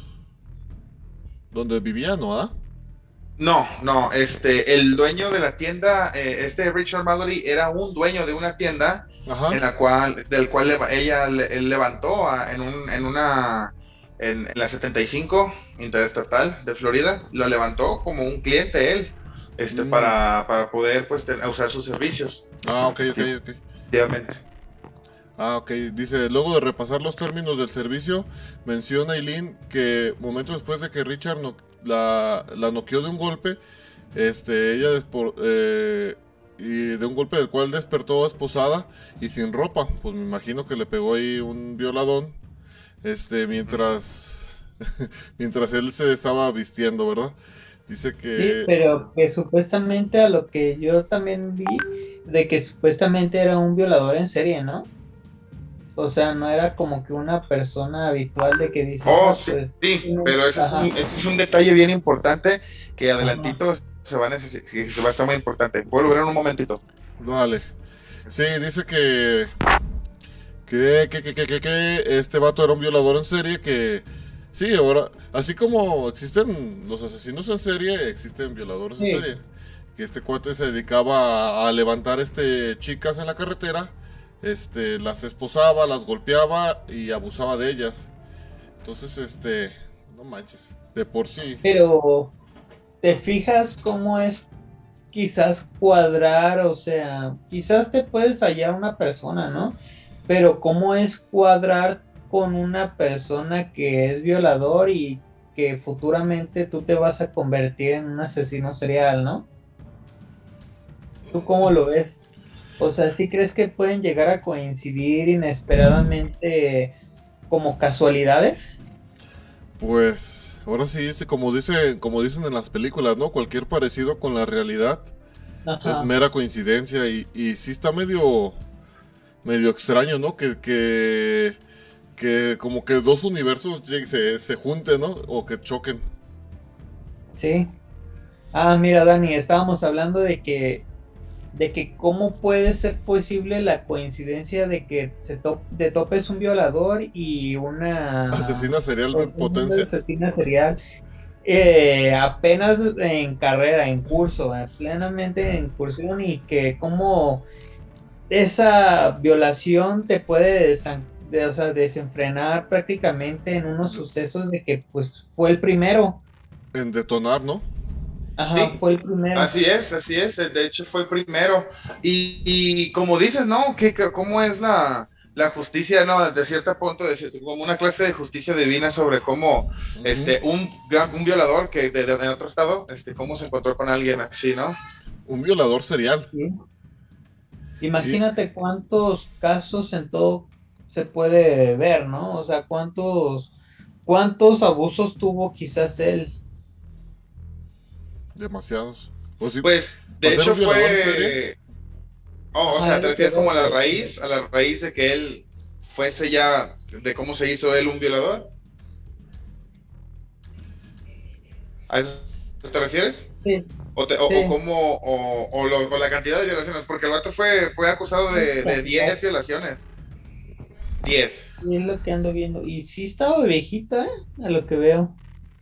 S3: donde vivía, ¿no? ¿Ah?
S4: No, no, este, el dueño de la tienda, eh, este Richard Mallory, era un dueño de una tienda
S3: Ajá.
S4: en la cual, del cual leva- ella le- él levantó a- en, un, en una, en, en la setenta y cinco interestatal de Florida, lo levantó como un cliente él, este,
S3: Mm.
S4: para, para poder pues ten- usar sus servicios.
S3: Ah, ok, ok, ok.
S4: Efectivamente.
S3: Ah, ok. Dice, luego de repasar los términos del servicio, menciona Eileen que momentos después de que Richard no- la, la noqueó de un golpe, este, ella despo- eh, y de un golpe del cual despertó esposada y sin ropa. Pues me imagino que le pegó ahí un violadón, este, mientras, mientras él se estaba vistiendo, ¿verdad? Dice
S6: Sí,
S3: que...
S6: pero que supuestamente a lo que yo también vi, de que supuestamente era un violador en serie, ¿no? O sea, no era como que una persona habitual de que dice,
S4: Oh,
S6: "Ah,
S4: sí,
S6: pues,
S4: sí, pero ese es,
S6: ajá.
S4: un, ese es un detalle bien importante que adelantito se va a necesitar, se va a estar muy importante. Puedo ver en un momentito.
S3: Dale. Sí, dice que... Que, que, que, que, que, que este vato era un violador en serie que... Sí, ahora, así como existen los asesinos en serie, existen violadores
S6: Sí.
S3: en serie. Que este cuate se dedicaba a, a levantar este chicas en la carretera, este, las esposaba, las golpeaba y abusaba de ellas. Entonces, este, no manches, de por sí.
S6: Pero, ¿te fijas cómo es quizás cuadrar? O sea, quizás te puedes hallar una persona, ¿no? Pero ¿cómo es cuadrar con una persona que es violador y que futuramente tú te vas a convertir en un asesino serial, ¿no? ¿Tú cómo lo ves? O sea, ¿sí crees que pueden llegar a coincidir inesperadamente como casualidades?
S3: Pues, ahora sí, dice, como dice, como dicen en las películas, ¿no? Cualquier parecido con la realidad
S6: Ajá.
S3: es mera coincidencia y, y sí está medio medio extraño, ¿no? Que, que, que como que dos universos lleg- se, se junten, ¿no? O que choquen.
S6: Sí. Ah, mira, Dani, estábamos hablando de que de que cómo puede ser posible la coincidencia de que se to- te topes un violador y una
S3: Asesina serial en
S6: una
S3: potencia.
S6: asesina serial eh, apenas en carrera, en curso, eh, plenamente en cursión, y que cómo esa violación te puede desan- de- o sea, desenfrenar prácticamente en unos sucesos de que pues fue el primero.
S3: En detonar, ¿no?
S6: Ajá,
S4: Sí.
S6: fue el primero.
S4: Así es, así es. De hecho, fue el primero. Y, y como dices, ¿no? ¿Qué, qué- ¿Cómo es la, la justicia, ¿no? De cierto punto, de cierto- como una clase de justicia divina sobre cómo
S3: Ujú.
S4: este, un, gran- un violador que de, de- en otro estado, este, cómo se encontró con alguien así, ¿no?
S3: Un violador serial.
S6: Sí. Imagínate cuántos casos en todo se puede ver, ¿no? O sea, cuántos, cuántos abusos tuvo quizás él.
S3: Demasiados. O sí,
S4: Pues, de
S3: ¿para ser
S4: hecho,
S3: un violador en
S4: fue.
S3: serie?
S4: Oh, o
S6: Ajá,
S4: sea,
S6: es
S4: ¿te
S6: lo
S4: refieres
S6: que
S4: como a la
S6: veo.
S4: raíz? A la raíz de que él fuese ya, de cómo se hizo él un violador. ¿A eso te refieres?
S6: Sí,
S4: O, te- o,
S6: Sí.
S4: o cómo, o, o lo- o la cantidad de violaciones, porque el vato fue, fue acusado de, de diez violaciones. diez.
S6: sí, es lo que ando viendo. Y sí estaba viejita, ¿eh? A lo que veo.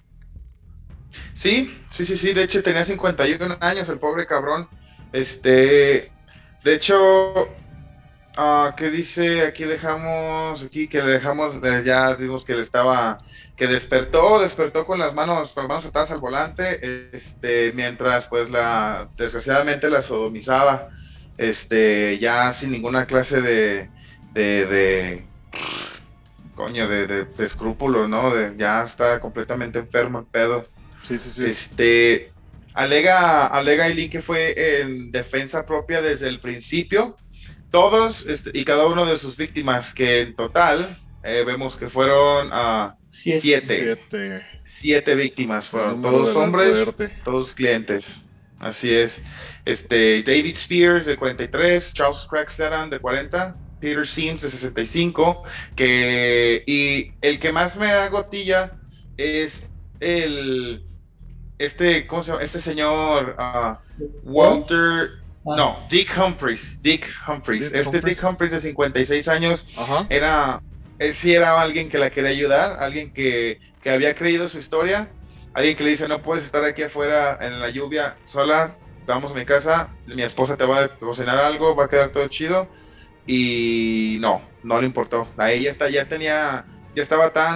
S4: Sí, sí, sí, sí, de hecho tenía cincuenta y uno años el pobre cabrón. Este, de hecho, ah, ¿qué dice? Aquí dejamos, aquí que le dejamos, eh, ya dimos que le estaba, que despertó, despertó con las manos, con las manos atadas al volante, este, mientras pues la, desgraciadamente la sodomizaba, este, ya sin ninguna clase de, de, de, coño, de, de, de escrúpulos, ¿no? De, ya está completamente enfermo el pedo.
S3: Sí, sí, sí.
S4: Este, alega, alega Eileen que fue en defensa propia desde el principio. Todos este, y cada uno de sus víctimas, que en total eh, vemos que fueron uh,
S6: Siete.
S4: siete.
S3: Siete.
S4: Siete víctimas fueron,
S3: Número
S4: todos
S3: de la
S4: hombres,
S3: suerte.
S4: todos clientes. Así es. Este, David Spears de cuarenta y tres, Charles Craigstead de cuarenta, Peter Sims de sesenta y cinco, que, y el que más me da gotilla es el, este, ¿cómo se llama? Este señor uh, Walter,
S6: Ah,
S4: no, Dick Humphreys, Dick Humphreys.
S3: Dick
S4: este
S3: Humphreys.
S4: Dick Humphreys de cincuenta y seis años
S3: Ajá.
S4: era, eh, sí era alguien que la quería ayudar, alguien que, que había creído su historia, alguien que le dice, no puedes estar aquí afuera en la lluvia sola, vamos a mi casa, mi esposa te va a cocinar algo, va a quedar todo chido, y no, no le importó. A ella está, ya tenía, ya estaba tan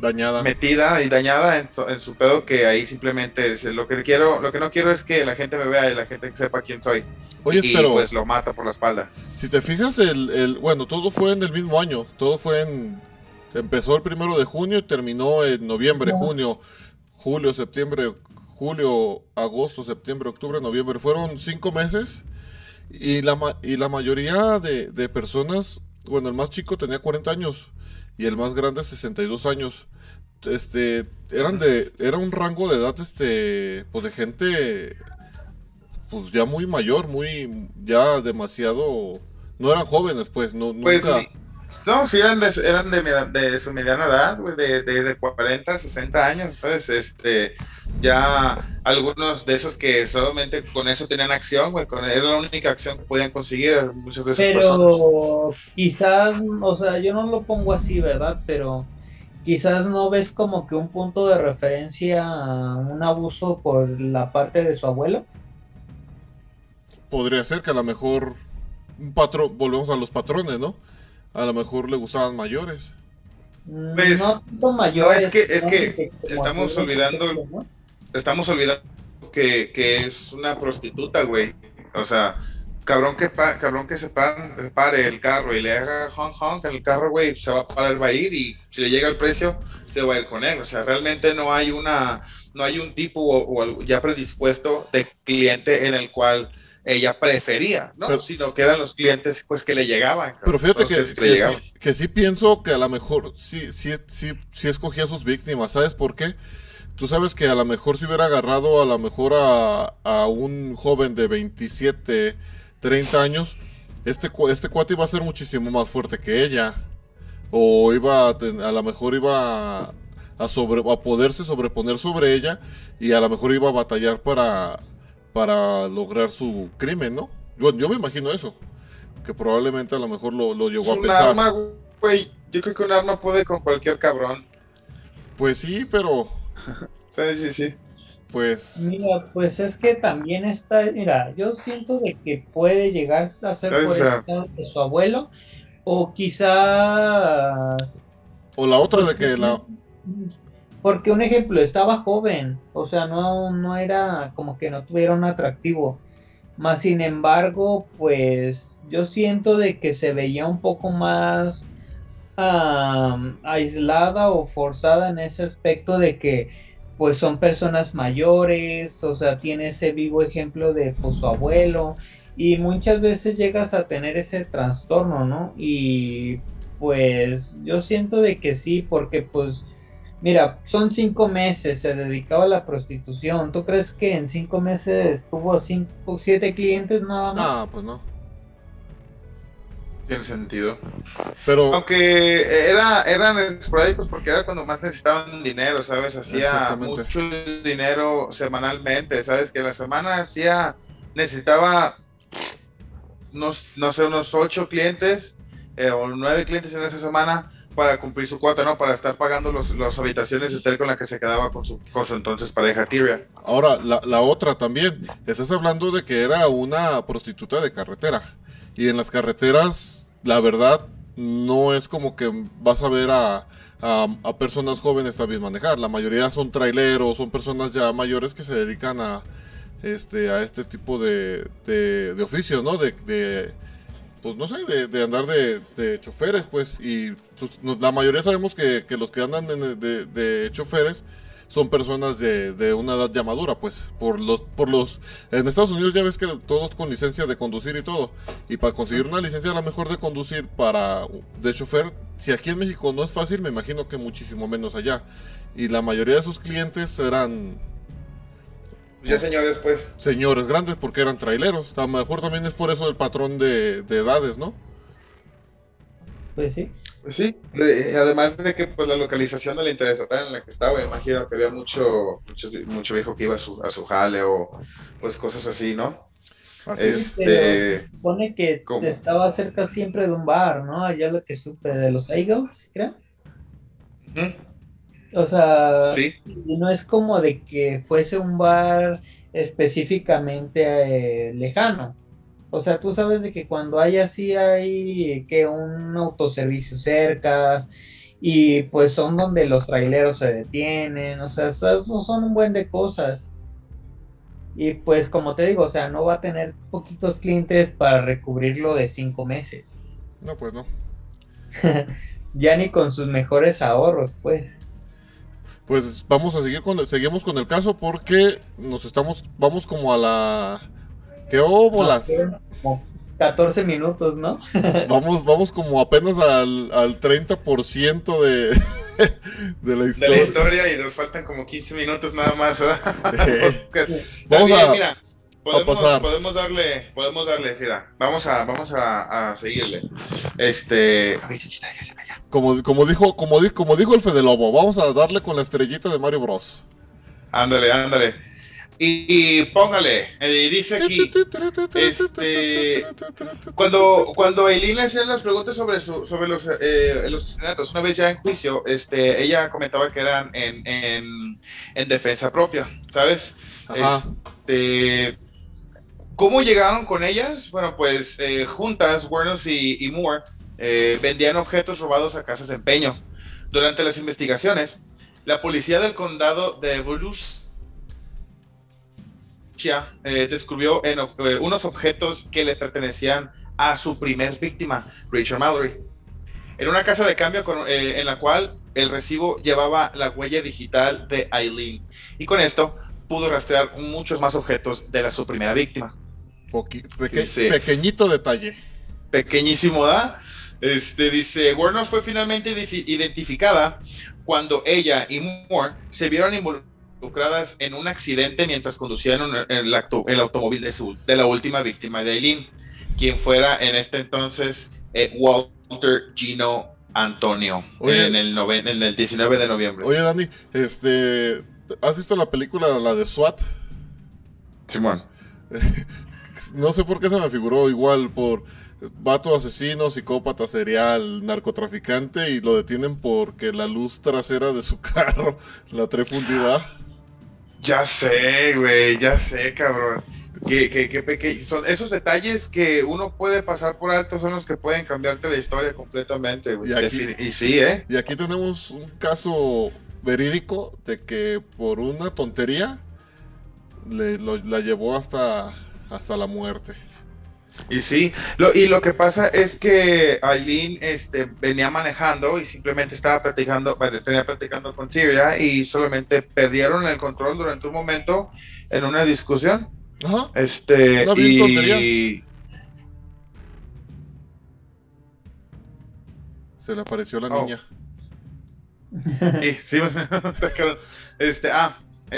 S3: dañada,
S4: metida y dañada en, en su pedo, que ahí simplemente es, lo que quiero, lo que no quiero es que la gente me vea y la gente sepa quién soy.
S3: Oye,
S4: y
S3: pero
S4: pues lo mata por la espalda.
S3: Si te fijas, el, el bueno, todo fue en el mismo año, todo fue en, empezó el primero de junio y terminó en noviembre, junio, julio, septiembre, julio, agosto, septiembre, octubre, noviembre, fueron cinco meses y la, y la mayoría de, de personas, bueno, el más chico tenía cuarenta años y el más grande sesenta y dos años, este, eran de, era un rango de edad, este, pues de gente, pues ya muy mayor, muy, ya demasiado, no eran jóvenes, pues, no,
S4: Pues,
S3: nunca.
S4: no, sí eran de, eran de, de su mediana edad, güey, de, de, de cuarenta, sesenta años, ¿sabes? Este, ya algunos de esos que solamente con eso tenían acción, güey, con, era la única acción que podían conseguir muchas de esas
S6: Pero
S4: personas.
S6: quizás, o sea, yo no lo pongo así, ¿verdad? Pero quizás no ves como que un punto de referencia a un abuso por la parte de su abuelo.
S3: Podría ser que a lo mejor un patrón, volvemos a los patrones, ¿no? A lo mejor le gustaban mayores.
S4: Pues,
S6: no tanto mayores,
S4: no, es que, es
S6: ¿no?
S4: que
S6: como
S4: estamos
S6: adultos,
S4: olvidando,
S6: ¿no?
S4: estamos olvidando que, que es una prostituta, güey. O sea, cabrón que pa, cabrón que se pare, pare el carro y le haga honk honk en el carro, güey, se va a parar, va a ir, y si le llega el precio, se va a ir con él. O sea, realmente no hay una, no hay un tipo o, o ya predispuesto de cliente en el cual ella prefería, ¿no?
S3: Pero,
S4: sino que eran los clientes, pues, que le llegaban.
S3: Pero fíjate que,
S4: que,
S3: que,
S4: le llegaban.
S3: Sí, que sí pienso que a lo mejor sí, sí, sí, sí escogía a sus víctimas. ¿Sabes por qué? Tú sabes que a lo mejor si hubiera agarrado a lo mejor a, a un joven de veintisiete, treinta años, este, este cuate iba a ser muchísimo más fuerte que ella. O iba a, ten, a lo mejor iba a, a, sobre, a poderse sobreponer sobre ella y a lo mejor iba a batallar para, para lograr su crimen, ¿no? Yo, yo me imagino eso. Que probablemente a lo mejor lo, lo llegó
S4: Es
S3: a
S4: un
S3: pensar.
S4: arma, güey. Yo creo que un arma puede con cualquier cabrón.
S3: Pues sí, pero...
S4: Sí, sí, sí.
S3: Pues...
S6: Mira, pues es que también está... Mira, yo siento de que puede llegar a ser por
S4: Esa.
S6: esto de su abuelo, o quizás...
S3: O la otra
S6: Porque,
S3: de que la...
S6: porque un ejemplo, estaba joven, o sea, no, no era como que no tuviera un atractivo. Más sin embargo, pues yo siento de que se veía un poco más um, aislada o forzada en ese aspecto de que pues son personas mayores, o sea, tiene ese vivo ejemplo de pues, su abuelo, y muchas veces llegas a tener ese trastorno, ¿no? Y pues yo siento de que sí, porque pues mira, son cinco meses, se dedicaba a la prostitución. ¿Tú crees que en cinco meses tuvo cinco o siete clientes nada más?
S3: Ah, pues no.
S4: Tiene sentido.
S3: Pero...
S4: Aunque era, eran esporádicos porque era cuando más necesitaban dinero, ¿sabes? Hacía mucho dinero semanalmente, ¿sabes? Que la semana hacía, necesitaba, unos, no sé, unos ocho clientes eh, o nueve clientes en esa semana para cumplir su cuota, ¿no? Para estar pagando los, las habitaciones de hotel con la que se quedaba con su, con su entonces pareja, Tyria.
S3: Ahora, la, la otra también. Estás hablando de que era una prostituta de carretera. Y en las carreteras, la verdad, no es como que vas a ver a, a, a personas jóvenes también manejar. La mayoría son traileros, son personas ya mayores que se dedican a este, a este tipo de, de, de oficio, ¿no? De... de pues no sé, de, de andar de, de choferes, pues, y pues, la mayoría sabemos que, que los que andan en, de, de choferes son personas de, de una edad ya madura, pues, por los, por los, en Estados Unidos ya ves que todos con licencia de conducir y todo, y para conseguir una licencia a lo mejor de conducir para, de chofer, si aquí en México no es fácil, me imagino que muchísimo menos allá, y la mayoría de sus clientes eran...
S4: Ya señores, pues.
S3: Señores grandes, porque eran traileros. A lo mejor también es por eso el patrón de, de edades, ¿no?
S6: Pues sí.
S4: Pues sí, de, además de que pues la localización de la interesatal en la que estaba, imagino que había mucho, mucho, mucho viejo que iba a su, a su jale o pues cosas así, ¿no?
S3: Así
S4: este,
S6: Pero supone que
S4: ¿cómo?
S6: estaba cerca siempre de un bar, ¿no? Allá lo que supe de los Eagles, creo.
S4: ¿Mm?
S6: O sea,
S4: Sí.
S6: no es como de que fuese un bar específicamente eh, lejano. O sea, tú sabes de que cuando hay así, hay que un autoservicio cerca y pues son donde los traileros se detienen, o sea, son, son un buen de cosas. Y pues como te digo, o sea, no va a tener poquitos clientes para recubrirlo de cinco meses.
S3: No, pues no.
S6: Ya ni con sus mejores ahorros, pues.
S3: Pues vamos a seguir con el, seguimos con el caso porque nos estamos, vamos como a la... ¿Qué óbolas?
S6: Como catorce minutos, ¿no?
S3: Vamos, vamos como apenas al, al treinta por ciento de, de la
S4: De
S3: historia.
S4: la historia y nos faltan como quince minutos nada más, ¿verdad?
S3: Eh,
S4: Vamos
S3: vamos a-
S4: mira, podemos,
S3: pasar.
S4: podemos darle, podemos darle, mira, vamos a, vamos a, a seguirle. Este, ay, déjese para allá.
S3: Como, como dijo, como, di- como dijo el Fede Lobo, vamos a darle con la estrellita de Mario Bros.
S4: Ándale, ándale. Y, y póngale, y dice aquí, este, cuando, cuando Aileen le hacían las preguntas sobre su, sobre los, eh, los asesinatos, una vez ya en juicio, este, ella comentaba que eran en, en, en defensa propia, ¿sabes?
S3: Ajá.
S4: Este, ¿cómo llegaron con ellas? Bueno, pues eh, juntas, Wuornos y, y Moore eh, vendían objetos robados a casas de empeño. Durante las investigaciones, la policía del condado de Volusia eh, descubrió en, eh, unos objetos que le pertenecían a su primer víctima, Rachel Mallory, en una casa de cambio con, eh, en la cual el recibo llevaba la huella digital de Aileen, y con esto pudo rastrear muchos más objetos de la su primera víctima.
S3: Poqui- peque-
S4: Dice-
S3: pequeñito detalle.
S4: Pequeñísimo, ¿da? Este, dice, Wuornos fue finalmente identifi- identificada cuando ella y Moore se vieron involucradas en un accidente mientras conducían un- el, acto- el automóvil de, su, de la última víctima de Aileen, quien fuera en este entonces eh, Walter Gino Antonio,
S3: Oye.
S4: en el, noven- en el diecinueve de noviembre.
S3: Oye, Dani, este, ¿has visto la película, la de SWAT?
S4: Simón.
S3: No sé por qué se me figuró igual por vato asesino, psicópata serial, narcotraficante, y lo detienen porque la luz trasera de su carro la trae fundida.
S4: Ya sé, güey, ya sé, cabrón. Que, que, que peque- son esos detalles que uno puede pasar por alto, son los que pueden cambiarte la historia completamente, güey.
S3: Y aquí-
S4: Defini- y sí, ¿eh?
S3: Y aquí tenemos un caso verídico de que por una tontería le, lo- la llevó hasta, hasta la muerte.
S4: Y sí, lo, y lo que pasa es que Aileen este, venía manejando y simplemente estaba platicando, bueno, tenía platicando con Tyria y solamente perdieron el control durante un momento en una discusión.
S3: Ajá.
S4: Este,
S3: Una vil
S4: y...
S3: tontería. Se le apareció la
S4: Oh.
S3: niña.
S4: Sí, sí, este, ah,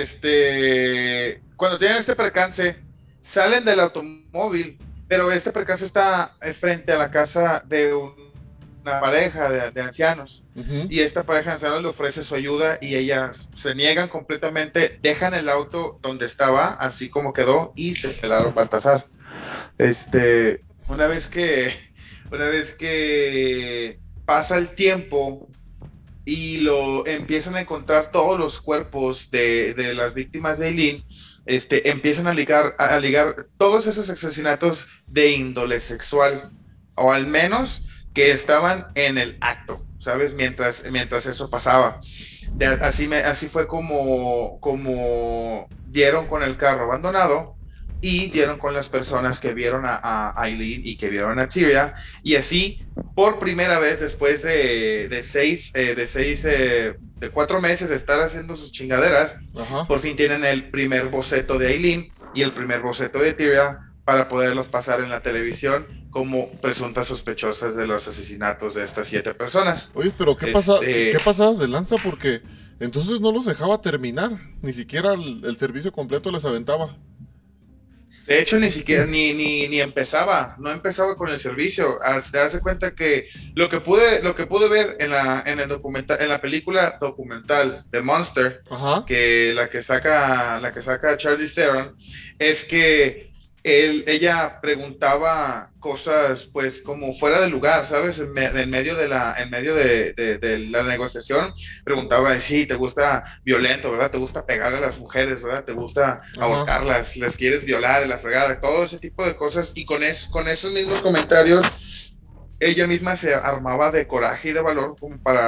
S4: este, cuando tienen este percance, salen del automóvil, pero este percance está eh, frente a la casa de un- una pareja de, de ancianos,
S3: Ujú.
S4: y esta pareja de ancianos le ofrece su ayuda y ellas se niegan completamente, dejan el auto donde estaba, así como quedó, y se pelaron Baltasar. Este, una vez que, una vez que pasa el tiempo y lo empiezan a encontrar todos los cuerpos de, de las víctimas de Aileen, este, empiezan a ligar, a, a ligar todos esos asesinatos de índole sexual, o al menos que estaban en el acto, ¿sabes? Mientras, mientras eso pasaba. De- así, me, así fue como, como dieron con el carro abandonado y dieron con las personas que vieron a, a Aileen y que vieron a Tyria, y así por primera vez después de, de seis, eh, de seis, eh, de cuatro meses de estar haciendo sus chingaderas,
S3: Ajá.
S4: por fin tienen el primer boceto de Aileen y el primer boceto de Tyria para poderlos pasar en la televisión como presuntas sospechosas de los asesinatos de estas siete personas.
S3: Oye, pero ¿qué pasa?
S4: Este-
S3: ¿Qué pasadas de lanza? Porque entonces no los dejaba terminar. Ni siquiera el, el servicio completo les aventaba.
S4: De hecho, ni siquiera, ni, ni, ni empezaba, no empezaba con el servicio. Haz- Te das cuenta que lo que pude, lo que pude ver en la, en el documental, en la película documental de Monster,
S3: Ajá.
S4: que la que saca, la que saca Charlie Theron, es que él, ella preguntaba cosas, pues, como fuera de lugar, ¿sabes? En, me- en medio de la, en medio de, de- de la negociación, preguntaba, sí, te gusta violento, ¿verdad? Te gusta pegarle a las mujeres, ¿verdad? Te gusta
S3: Ajá.
S4: ahorcarlas, las quieres violar, en la fregada, todo ese tipo de cosas, y con, es, con esos mismos comentarios, ella misma se armaba de coraje y de valor como para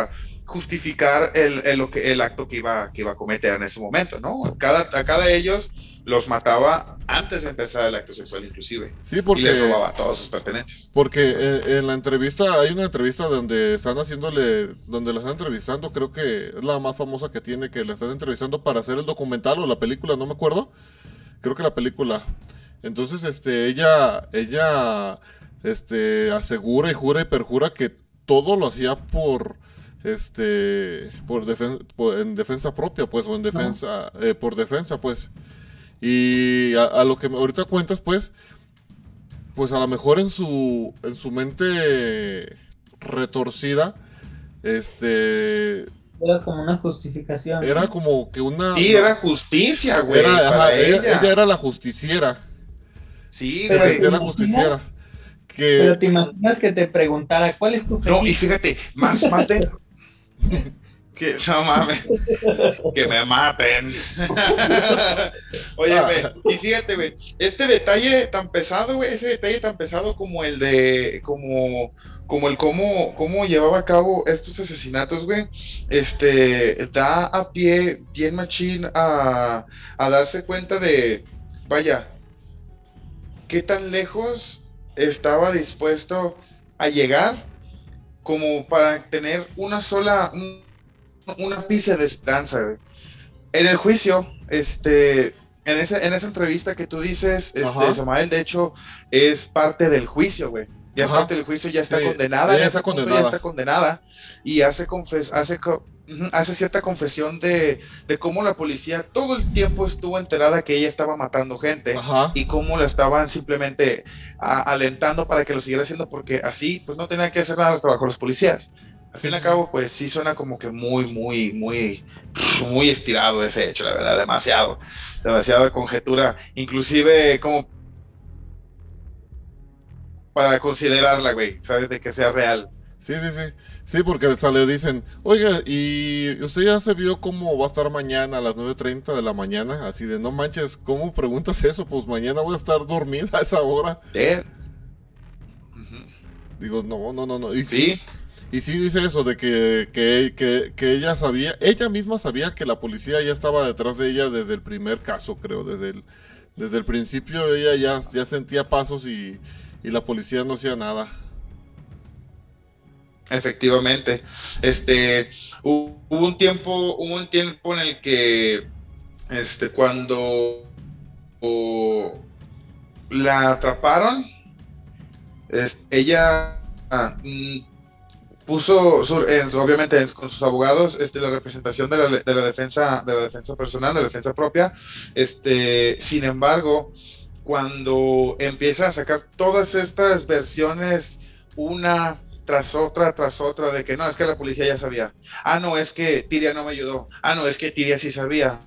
S4: justificar el, el, lo que, el acto que iba, que iba a cometer en ese momento, ¿no? Cada, a cada de ellos los mataba antes de empezar el acto sexual inclusive.
S3: Sí, porque,
S4: y les robaba todas sus pertenencias.
S3: Porque en, en la entrevista, hay una entrevista donde están haciéndole, donde la están entrevistando, creo que es la más famosa que tiene, que la están entrevistando para hacer el documental o la película, no me acuerdo. Creo que la película. Entonces, este, ella, ella, este, asegura y jura y perjura que todo lo hacía por, este, por, defen por en defensa propia, pues, o en defensa, no. eh, por defensa, pues. Y a, a lo que ahorita cuentas, pues, pues a lo mejor en su, en su mente retorcida, este...
S6: Era como una justificación.
S3: Era
S6: ¿no?
S3: como que una...
S4: Sí,
S3: no,
S4: era justicia, güey,
S3: era,
S4: para
S3: ajá,
S4: ella.
S3: ella. Ella era la justiciera.
S4: Sí,
S3: Se
S4: güey.
S3: sentía la justiciera. Que...
S6: Pero te imaginas que te preguntara, ¿cuál es tu fetiche?
S4: No, y fíjate, más, más de... Que no mames, que me maten. Oye, güey, y fíjate, güey, este detalle tan pesado, güey, ese detalle tan pesado como el de, como, como el cómo, cómo llevaba a cabo estos asesinatos, güey, este, da a pie, bien machín, a, a darse cuenta de, vaya, qué tan lejos estaba dispuesto a llegar como para tener una sola... Un, una pizca de esperanza, güey. En el juicio, este, en esa, en esa entrevista que tú dices, este, Samael, de hecho, es parte del juicio, güey. Ya es parte del juicio, ya está sí, condenada, ya está condenada. ya está condenada, y hace confes hace, hace cierta confesión de, de cómo la policía todo el tiempo estuvo enterada que ella estaba matando gente, Ajá. y cómo la estaban simplemente a, alentando para que lo siguiera haciendo, porque así, pues no tenían que hacer nada del trabajo de los policías. Al fin y al cabo, pues sí suena como que muy, muy, muy, muy estirado ese hecho, la verdad, demasiado, demasiada conjetura, inclusive como para considerarla, güey, ¿sabes? De que sea real.
S3: Sí, sí, sí, sí, porque hasta le dicen, oiga, ¿y usted ya se vio cómo va a estar mañana a las nueve treinta de la mañana? Así de, no manches, ¿cómo preguntas eso? Pues mañana voy a estar dormida a esa hora.
S4: ¿Eh? Uh-huh.
S3: Digo, no, no, no, no, y
S4: sí,
S3: sí. Y sí dice eso de que, que, que, que ella sabía, ella misma sabía que la policía ya estaba detrás de ella desde el primer caso, creo, desde el, desde el principio ella ya, ya sentía pasos y, y la policía no hacía nada.
S4: Efectivamente, este, hubo un tiempo, hubo un tiempo en el que, este, cuando o, la atraparon, es, ella ah, puso su, en, obviamente en, con sus abogados este, la representación de la, de la defensa de la defensa personal, de la defensa propia. Este, sin embargo, cuando empieza a sacar todas estas versiones una tras otra, tras otra, de que no, es que la policía ya sabía, ah no, es que Tiria no me ayudó, ah no, es que Tiria sí sabía,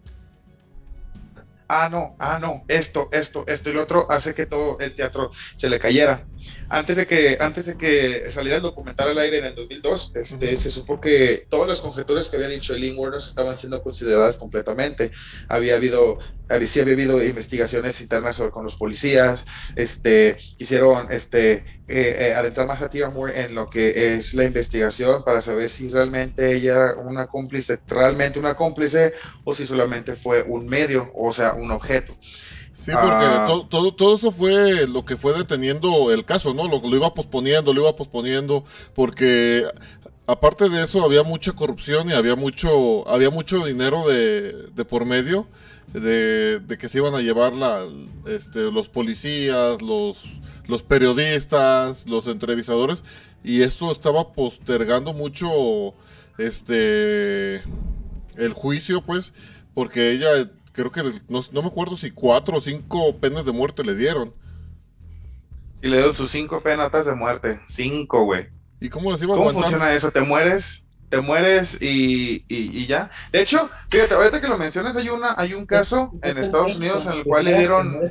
S4: ah no, ah no, esto, esto, esto y lo otro, hace que todo el teatro se le cayera. Antes de que, antes de que saliera el documental al aire en el dos mil dos, este, uh-huh. se supo que todas las conjeturas que había dicho Eileen Wuornos estaban siendo consideradas completamente. Había habido, había, sí había habido investigaciones internas sobre, con los policías, este, quisieron este, eh, eh, adentrar más a Tiria Moore en lo que es la investigación para saber si realmente ella era una cómplice, realmente una cómplice, o si solamente fue un medio, o sea, un objeto.
S3: Sí, porque uh, todo, todo, todo eso fue lo que fue deteniendo el caso, ¿no? Lo, lo iba posponiendo, lo iba posponiendo, porque aparte de eso había mucha corrupción y había mucho, había mucho dinero de, de por medio, de, de que se iban a llevar la, este, los policías, los, los periodistas, los entrevistadores, y esto estaba postergando mucho, este, el juicio, pues, porque ella... Creo que no, no me acuerdo si cuatro o cinco penas de muerte le dieron.
S4: Y le dieron sus cinco penatas de muerte. Cinco, güey.
S3: ¿Y cómo les iba a
S4: ¿Cómo
S3: aguantar?
S4: funciona eso? ¿Te mueres? ¿Te mueres y, y, y ya? De hecho, fíjate, ahorita que lo mencionas, hay una hay un caso en Estados Unidos en el cual le dieron...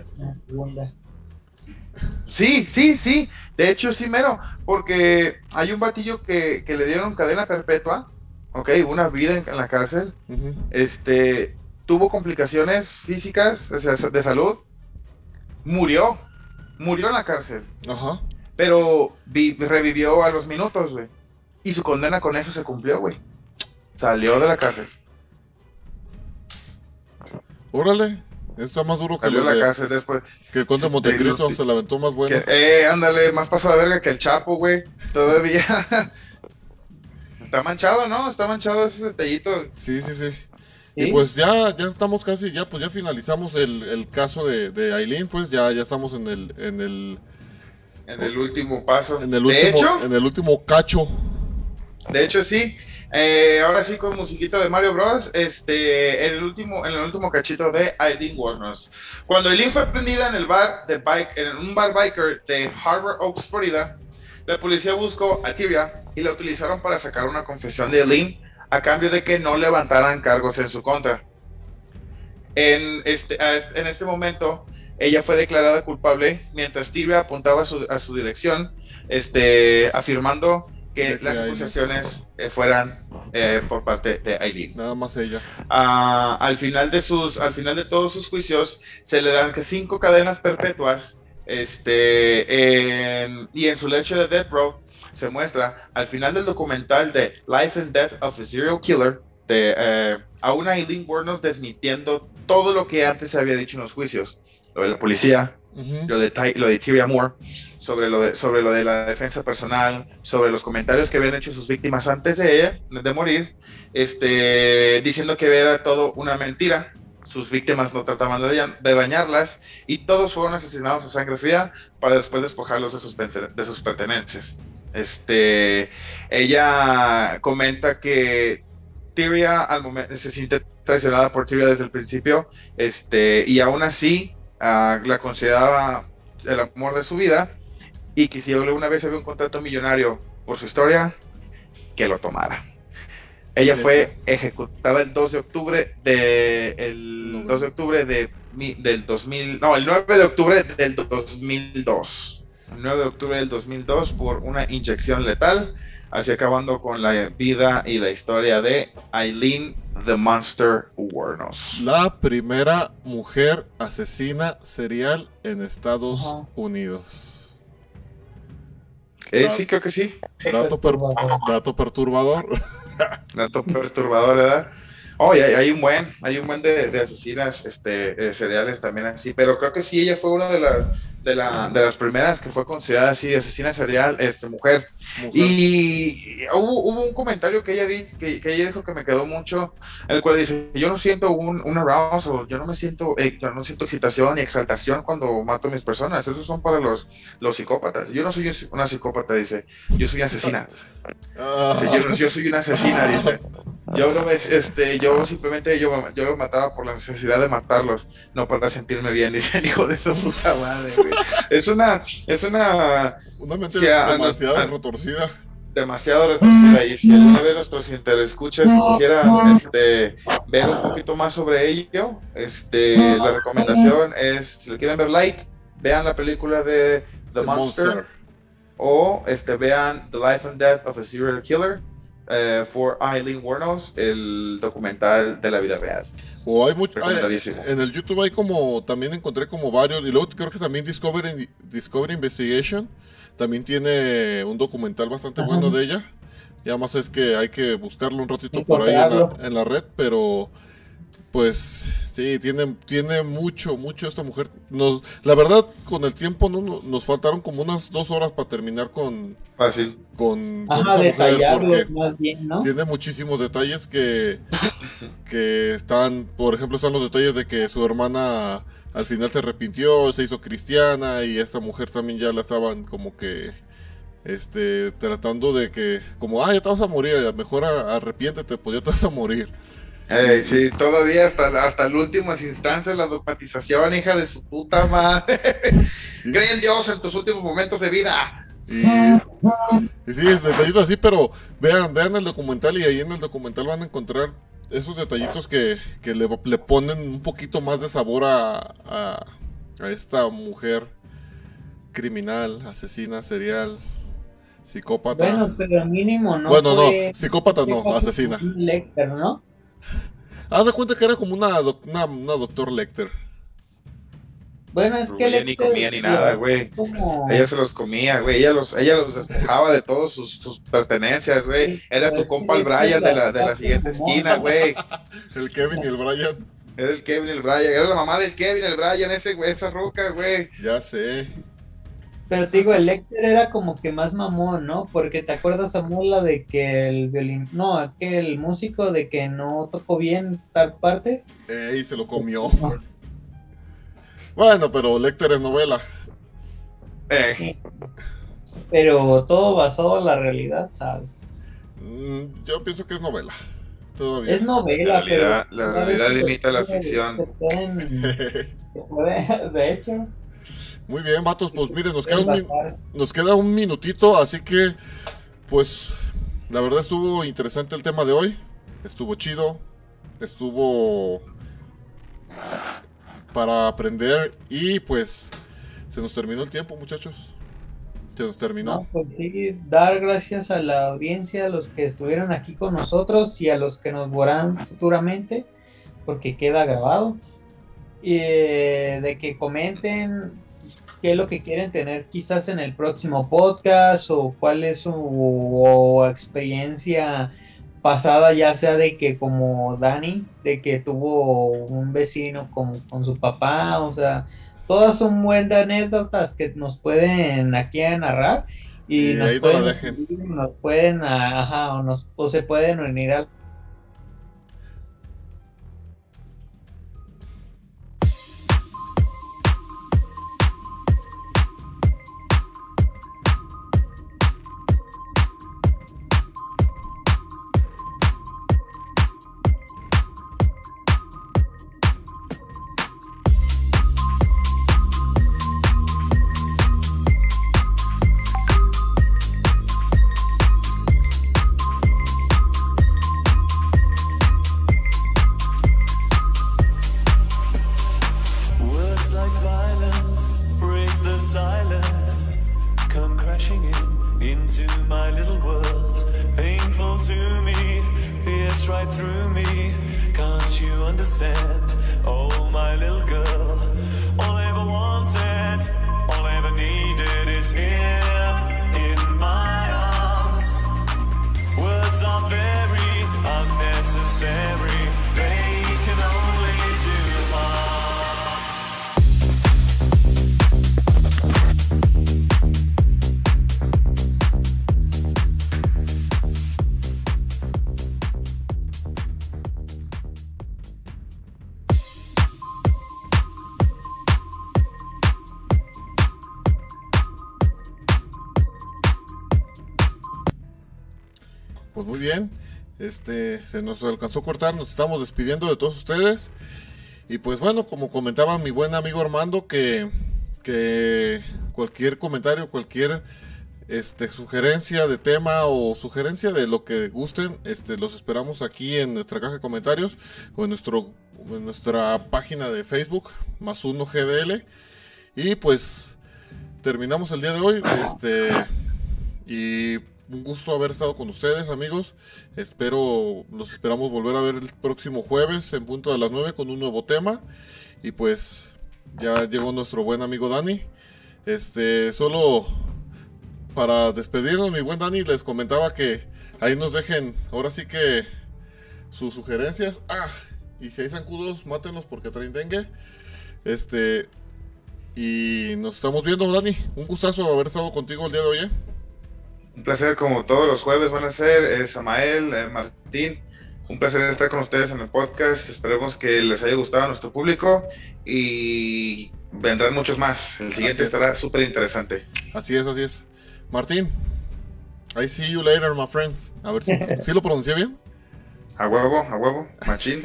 S4: Sí, sí, sí. De hecho, sí, mero. Porque hay un batillo que, que le dieron cadena perpetua. Ok, una vida en, en la cárcel. Uh-huh. Este... tuvo complicaciones físicas, o sea, de salud, murió, murió en la cárcel.
S3: Ajá.
S4: Pero vi, revivió a los minutos, güey. y su condena con eso se cumplió, güey. Salió de la cárcel.
S3: Órale, está más duro que
S4: Salió
S3: lo
S4: de la
S3: de,
S4: cárcel después.
S3: que el Conde de Montecristo, se la aventó más bueno.
S4: Que, eh, ándale, más pasado de verga que el Chapo, güey. Todavía. Está manchado, ¿no? Está manchado ese detallito.
S3: Sí, sí, sí.
S6: ¿Sí?
S3: Y pues ya, ya estamos casi, ya pues ya finalizamos el, el caso de, de Aileen, pues ya, ya estamos en el, en el,
S4: En el último paso.
S3: en el
S4: de
S3: último,
S4: hecho,
S3: en el último cacho.
S4: de hecho sí. Eh, ahora sí con musiquita de Mario Bros. Este, en el último, en el último cachito de Aileen Wuornos. Cuando Aileen fue prendida en el bar de bike, en un bar biker de Harbor Oaks, Florida, la policía buscó a Tyria y la utilizaron para sacar una confesión de Aileen a cambio de que no levantaran cargos en su contra. En este, en este momento, ella fue declarada culpable mientras Tyria apuntaba a su, a su dirección, este, afirmando que
S3: De que
S4: las
S3: Aileen.
S4: acusaciones eh, fueran eh, por parte de Aileen.
S3: Nada más ella.
S4: Ah, al final de sus, al final de todos sus juicios, se le dan que cinco cadenas perpetuas, este, en- y en su lecho de Death Row se muestra al final del documental de Life and Death of a Serial Killer, de eh, a una Aileen Wuornos desmintiendo todo lo que antes se había dicho en los juicios, lo de la policía,
S3: Ujú.
S4: lo de, Ty- lo de Tyria Moore, sobre lo de, sobre lo de la defensa personal, sobre los comentarios que habían hecho sus víctimas antes de ella, de morir, este, diciendo que era todo una mentira, sus víctimas no trataban de, daña- de dañarlas, y todos fueron asesinados a sangre fría para después despojarlos de sus, pense- de sus pertenencias. Este, ella comenta que Tyria al momento se siente traicionada por Tyria desde el principio, este, y aún así ah, la consideraba el amor de su vida, y que si alguna vez había un contrato millonario por su historia, que lo tomara. Ella fue ejecutada el dos de octubre de el dos de octubre de mi- del dos mil, no, el nueve de octubre del dos mil dos. El nueve de octubre del dos mil dos por una inyección letal, así acabando con la vida y la historia de Aileen the Monster Wuornos.
S3: La primera mujer asesina serial en Estados
S6: Ajá.
S3: Unidos.
S4: Eh, sí, creo que sí.
S3: Dato, per-
S6: Perturbador.
S3: dato perturbador.
S4: Dato perturbador, ¿verdad? Oh, y hay, hay un buen, hay un buen de, de asesinas este, eh, seriales también así, pero creo que sí, ella fue una de las, de, la, de las primeras que fue considerada así, asesina serial, este, mujer.
S3: Mujer.
S4: Y hubo, hubo un comentario que ella, di, que, que ella dijo que me quedó mucho, el cual dice, yo no siento un, un arousal, yo no me siento, eh, yo no siento excitación ni exaltación cuando mato a mis personas, esos son para los, los psicópatas. Yo no soy una psicópata, dice, yo soy asesina.
S3: Ah,
S4: Dice, yo, no- yo soy una asesina, dice. Yo no me, este, yo simplemente yo, yo los mataba por la necesidad de matarlos, no para sentirme bien, dice el hijo de su puta madre, güey. Es una, es una
S3: una mente
S4: sí, a-
S3: demasiado
S4: a-
S3: retorcida.
S4: demasiado retorcida, y si alguna vez nuestros interescuchas quisieran este, ver un poquito más sobre ello, este, la recomendación es, si lo quieren ver light, vean la película de The,
S3: The
S4: Monster,
S3: Monster.
S4: o este, vean The Life and Death of a Serial Killer eh, for Aileen Wuornos, el documental de la vida real.
S3: O hay mucho, hay-
S4: Recomendadísimo.
S3: en el YouTube hay como, también encontré como varios, y luego creo que también Discovery, Discovery Investigation también tiene un documental bastante
S6: Ajá.
S3: bueno de ella. Ya más es que hay que buscarlo un ratito por ahí en la,
S6: Encontrarlo.
S3: en la red, pero pues sí, tiene, tiene mucho, mucho esta mujer. Nos, la verdad, con el tiempo no, no- nos faltaron como unas dos horas para terminar con,
S4: Fácil.
S3: con, con
S6: Ajá,
S3: esta mujer,
S6: detallarlos
S3: porque
S6: más bien, ¿no?
S3: tiene muchísimos detalles que, que están, por ejemplo, están los detalles de que su hermana al final se arrepintió, se hizo cristiana, y esta mujer también ya la estaban como que este tratando de que, como, ah, ya te vas a morir, mejor a- arrepiéntete, pues ya te vas a morir.
S4: Eh, sí, todavía hasta, hasta las últimas instancias, la dogmatización, hija de su puta madre. Cree en Dios en tus últimos momentos de vida.
S3: Y, y sí, detallitos así, pero vean, vean el documental, y ahí en el documental van a encontrar esos detallitos que, que le, le ponen un poquito más de sabor a, a, a esta mujer criminal, asesina, serial, psicópata.
S6: Bueno, pero mínimo no
S3: Bueno,
S6: fue-
S3: no, psicópata no,
S6: fue
S3: asesina.
S6: un Lecter, ¿no?
S3: Haz de cuenta que era como una, doc- una, una doctor Lecter.
S6: Bueno, es que
S4: ella ni comía ni nada, güey. Como... Ella se los comía, güey. Ella los, ella los despojaba de todos sus, sus pertenencias, güey. Era tu compa el Brian de la, de la siguiente esquina, güey.
S3: El Kevin y el Brian.
S4: Era el Kevin y el Brian. Era la mamá del Kevin, el Brian, ese güey, esa ruca, güey.
S3: Ya sé.
S6: Pero te digo, el Lecter era como que más mamón, ¿no? Porque te acuerdas, Samuel, la de que el violín, no, que el músico de que no tocó bien tal parte.
S3: Ey, se lo comió. No. Bueno, pero Lecter es novela.
S4: Eh.
S6: Pero todo basado en la realidad, ¿sabes?
S3: Mm, yo pienso que es novela. Todavía.
S6: Es novela,
S4: la realidad,
S6: pero...
S4: La realidad limita la ficción.
S6: Pueden, puede, de hecho...
S3: Muy bien, vatos, pues miren, nos queda, un, nos queda un minutito, así que, pues, la verdad estuvo interesante el tema de hoy. Estuvo chido. Estuvo... para aprender y pues se nos terminó el tiempo, muchachos. Se nos terminó.
S6: No, pues sí, dar gracias a la audiencia, a los que estuvieron aquí con nosotros y a los que nos verán futuramente, porque queda grabado. Y eh, de que comenten qué es lo que quieren tener quizás en el próximo podcast o cuál es su o experiencia pasada, ya sea de que como Dani, de que tuvo un vecino con, con su papá, o sea, todas son buenas anécdotas que nos pueden aquí a narrar y,
S3: y
S6: nos,
S3: ahí
S6: pueden,
S3: no la dejen.
S6: nos pueden, ajá, o, nos, o se pueden unir al
S3: Pues muy bien, este se nos alcanzó a cortar, nos estamos despidiendo de todos ustedes. Y pues bueno, como comentaba mi buen amigo Armando, que, que cualquier comentario, cualquier este sugerencia de tema o sugerencia de lo que gusten, este los esperamos aquí en nuestra caja de comentarios o en nuestro en nuestra página de Facebook, más uno G D L. Y pues terminamos el día de hoy, este y un gusto haber estado con ustedes, amigos. Espero, los esperamos volver a ver el próximo jueves en punto de las nueve con un nuevo tema. Y pues ya llegó nuestro buen amigo Dani. Este, solo para despedirnos, mi buen Dani, les comentaba que ahí nos dejen, ahora sí que sus sugerencias. Ah, y si hay zancudos, mátenlos porque traen dengue. Este, y nos estamos viendo, Dani. Un gustazo haber estado contigo el día de hoy, ¿eh?
S4: Un placer, como todos los jueves van a ser, eh, Samael, eh, Martín, un placer estar con ustedes en el podcast. Esperemos que les haya gustado a nuestro público y vendrán muchos más. El siguiente estará súper interesante.
S3: Así es, así es. Martín, I see you later, my friends. A ver si, ¿sí lo pronuncié bien?
S4: A huevo, a huevo, machín.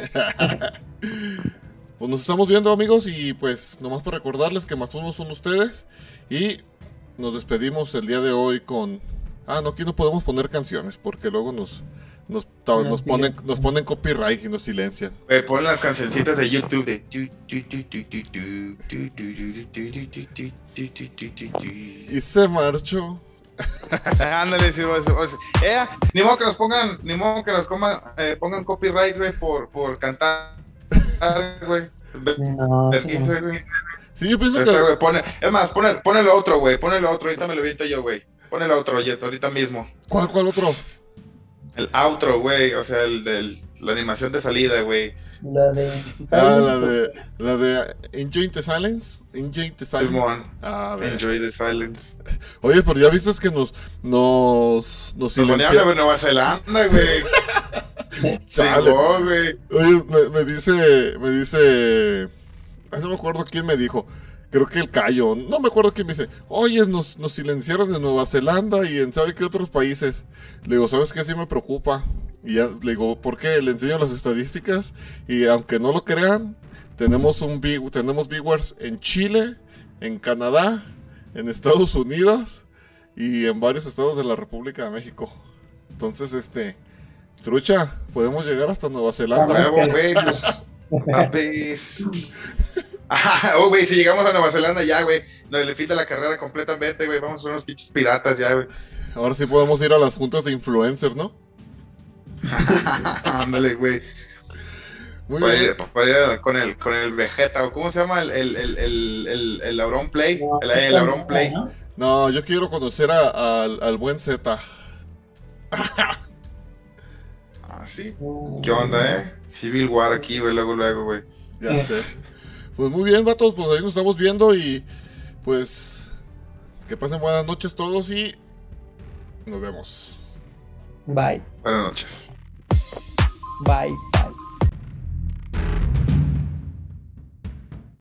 S3: Pues nos estamos viendo, amigos, y pues nomás para recordarles que más uno son ustedes. Y nos despedimos el día de hoy con... Ah, no, aquí no podemos poner canciones porque luego nos nos, nos, nos ponen nos ponen copyright y nos silencian.
S4: Eh, pon las cancioncitas de YouTube de...
S3: Y se marchó.
S4: Ándale, sí, o sea, eh, ni modo que nos pongan, ni modo que nos coman, eh, pongan copyright, güey, por, por cantar, güey.
S6: No,
S4: Del quince, güey.
S3: Sí, yo pienso
S4: Ese,
S3: que...
S4: güey, pone, es más, pone, ponele otro, güey, ponele otro, ahorita me lo viento yo, güey. Ponele otro, oye, ahorita mismo.
S3: ¿Cuál, cuál otro?
S4: El outro, güey, o sea, el de la animación de salida, güey.
S6: La de.
S3: Ah, la de... La de Enjoy the Silence. Enjoy the Silence.
S4: Simón,
S3: Ah, a ver.
S4: Enjoy the Silence.
S3: Oye, pero ya viste que nos... Nos... Nos
S4: Nos ponían
S3: silenciaron.
S4: de Nueva Zelanda, güey.
S3: Chale.
S4: Chingón, güey.
S3: Oye, me, me dice... Me dice... Ay, no me acuerdo quién me dijo. Creo que el Cayo. No me acuerdo quién me dice. Oye, nos, nos silenciaron en Nueva Zelanda y en sabe qué otros países. Le digo, ¿sabes qué? Sí me preocupa. Y ya le digo, ¿por qué? Le enseño las estadísticas. Y aunque no lo crean, tenemos un vi- tenemos viewers en Chile, en Canadá, en Estados Unidos y en varios estados de la República de México. Entonces, este... Trucha, podemos llegar hasta Nueva Zelanda.
S4: Nuevo, güey, pues. Papis. Ah, oh, güey, si llegamos a Nueva Zelanda ya, güey, nos le fita la carrera completamente, güey. Vamos a ser unos pinches piratas ya, güey.
S3: Ahora sí podemos ir a las juntas de influencers, ¿no?
S4: Ándale, güey.
S3: Muy
S4: Para
S3: bien.
S4: ir, para ir con el, con el Vegeta, o ¿cómo se llama? El, el, el, el, el, el Auron Play. El, el Auron Play.
S3: No, yo quiero conocer a- al, al buen Z.
S4: Ah, sí. ¿Qué onda, eh? Civil War aquí, güey, luego, luego, güey.
S3: Ya sé. Pues muy bien, vatos, pues ahí nos estamos viendo y pues que pasen buenas noches todos y nos vemos.
S6: Bye.
S4: Buenas noches.
S6: Bye.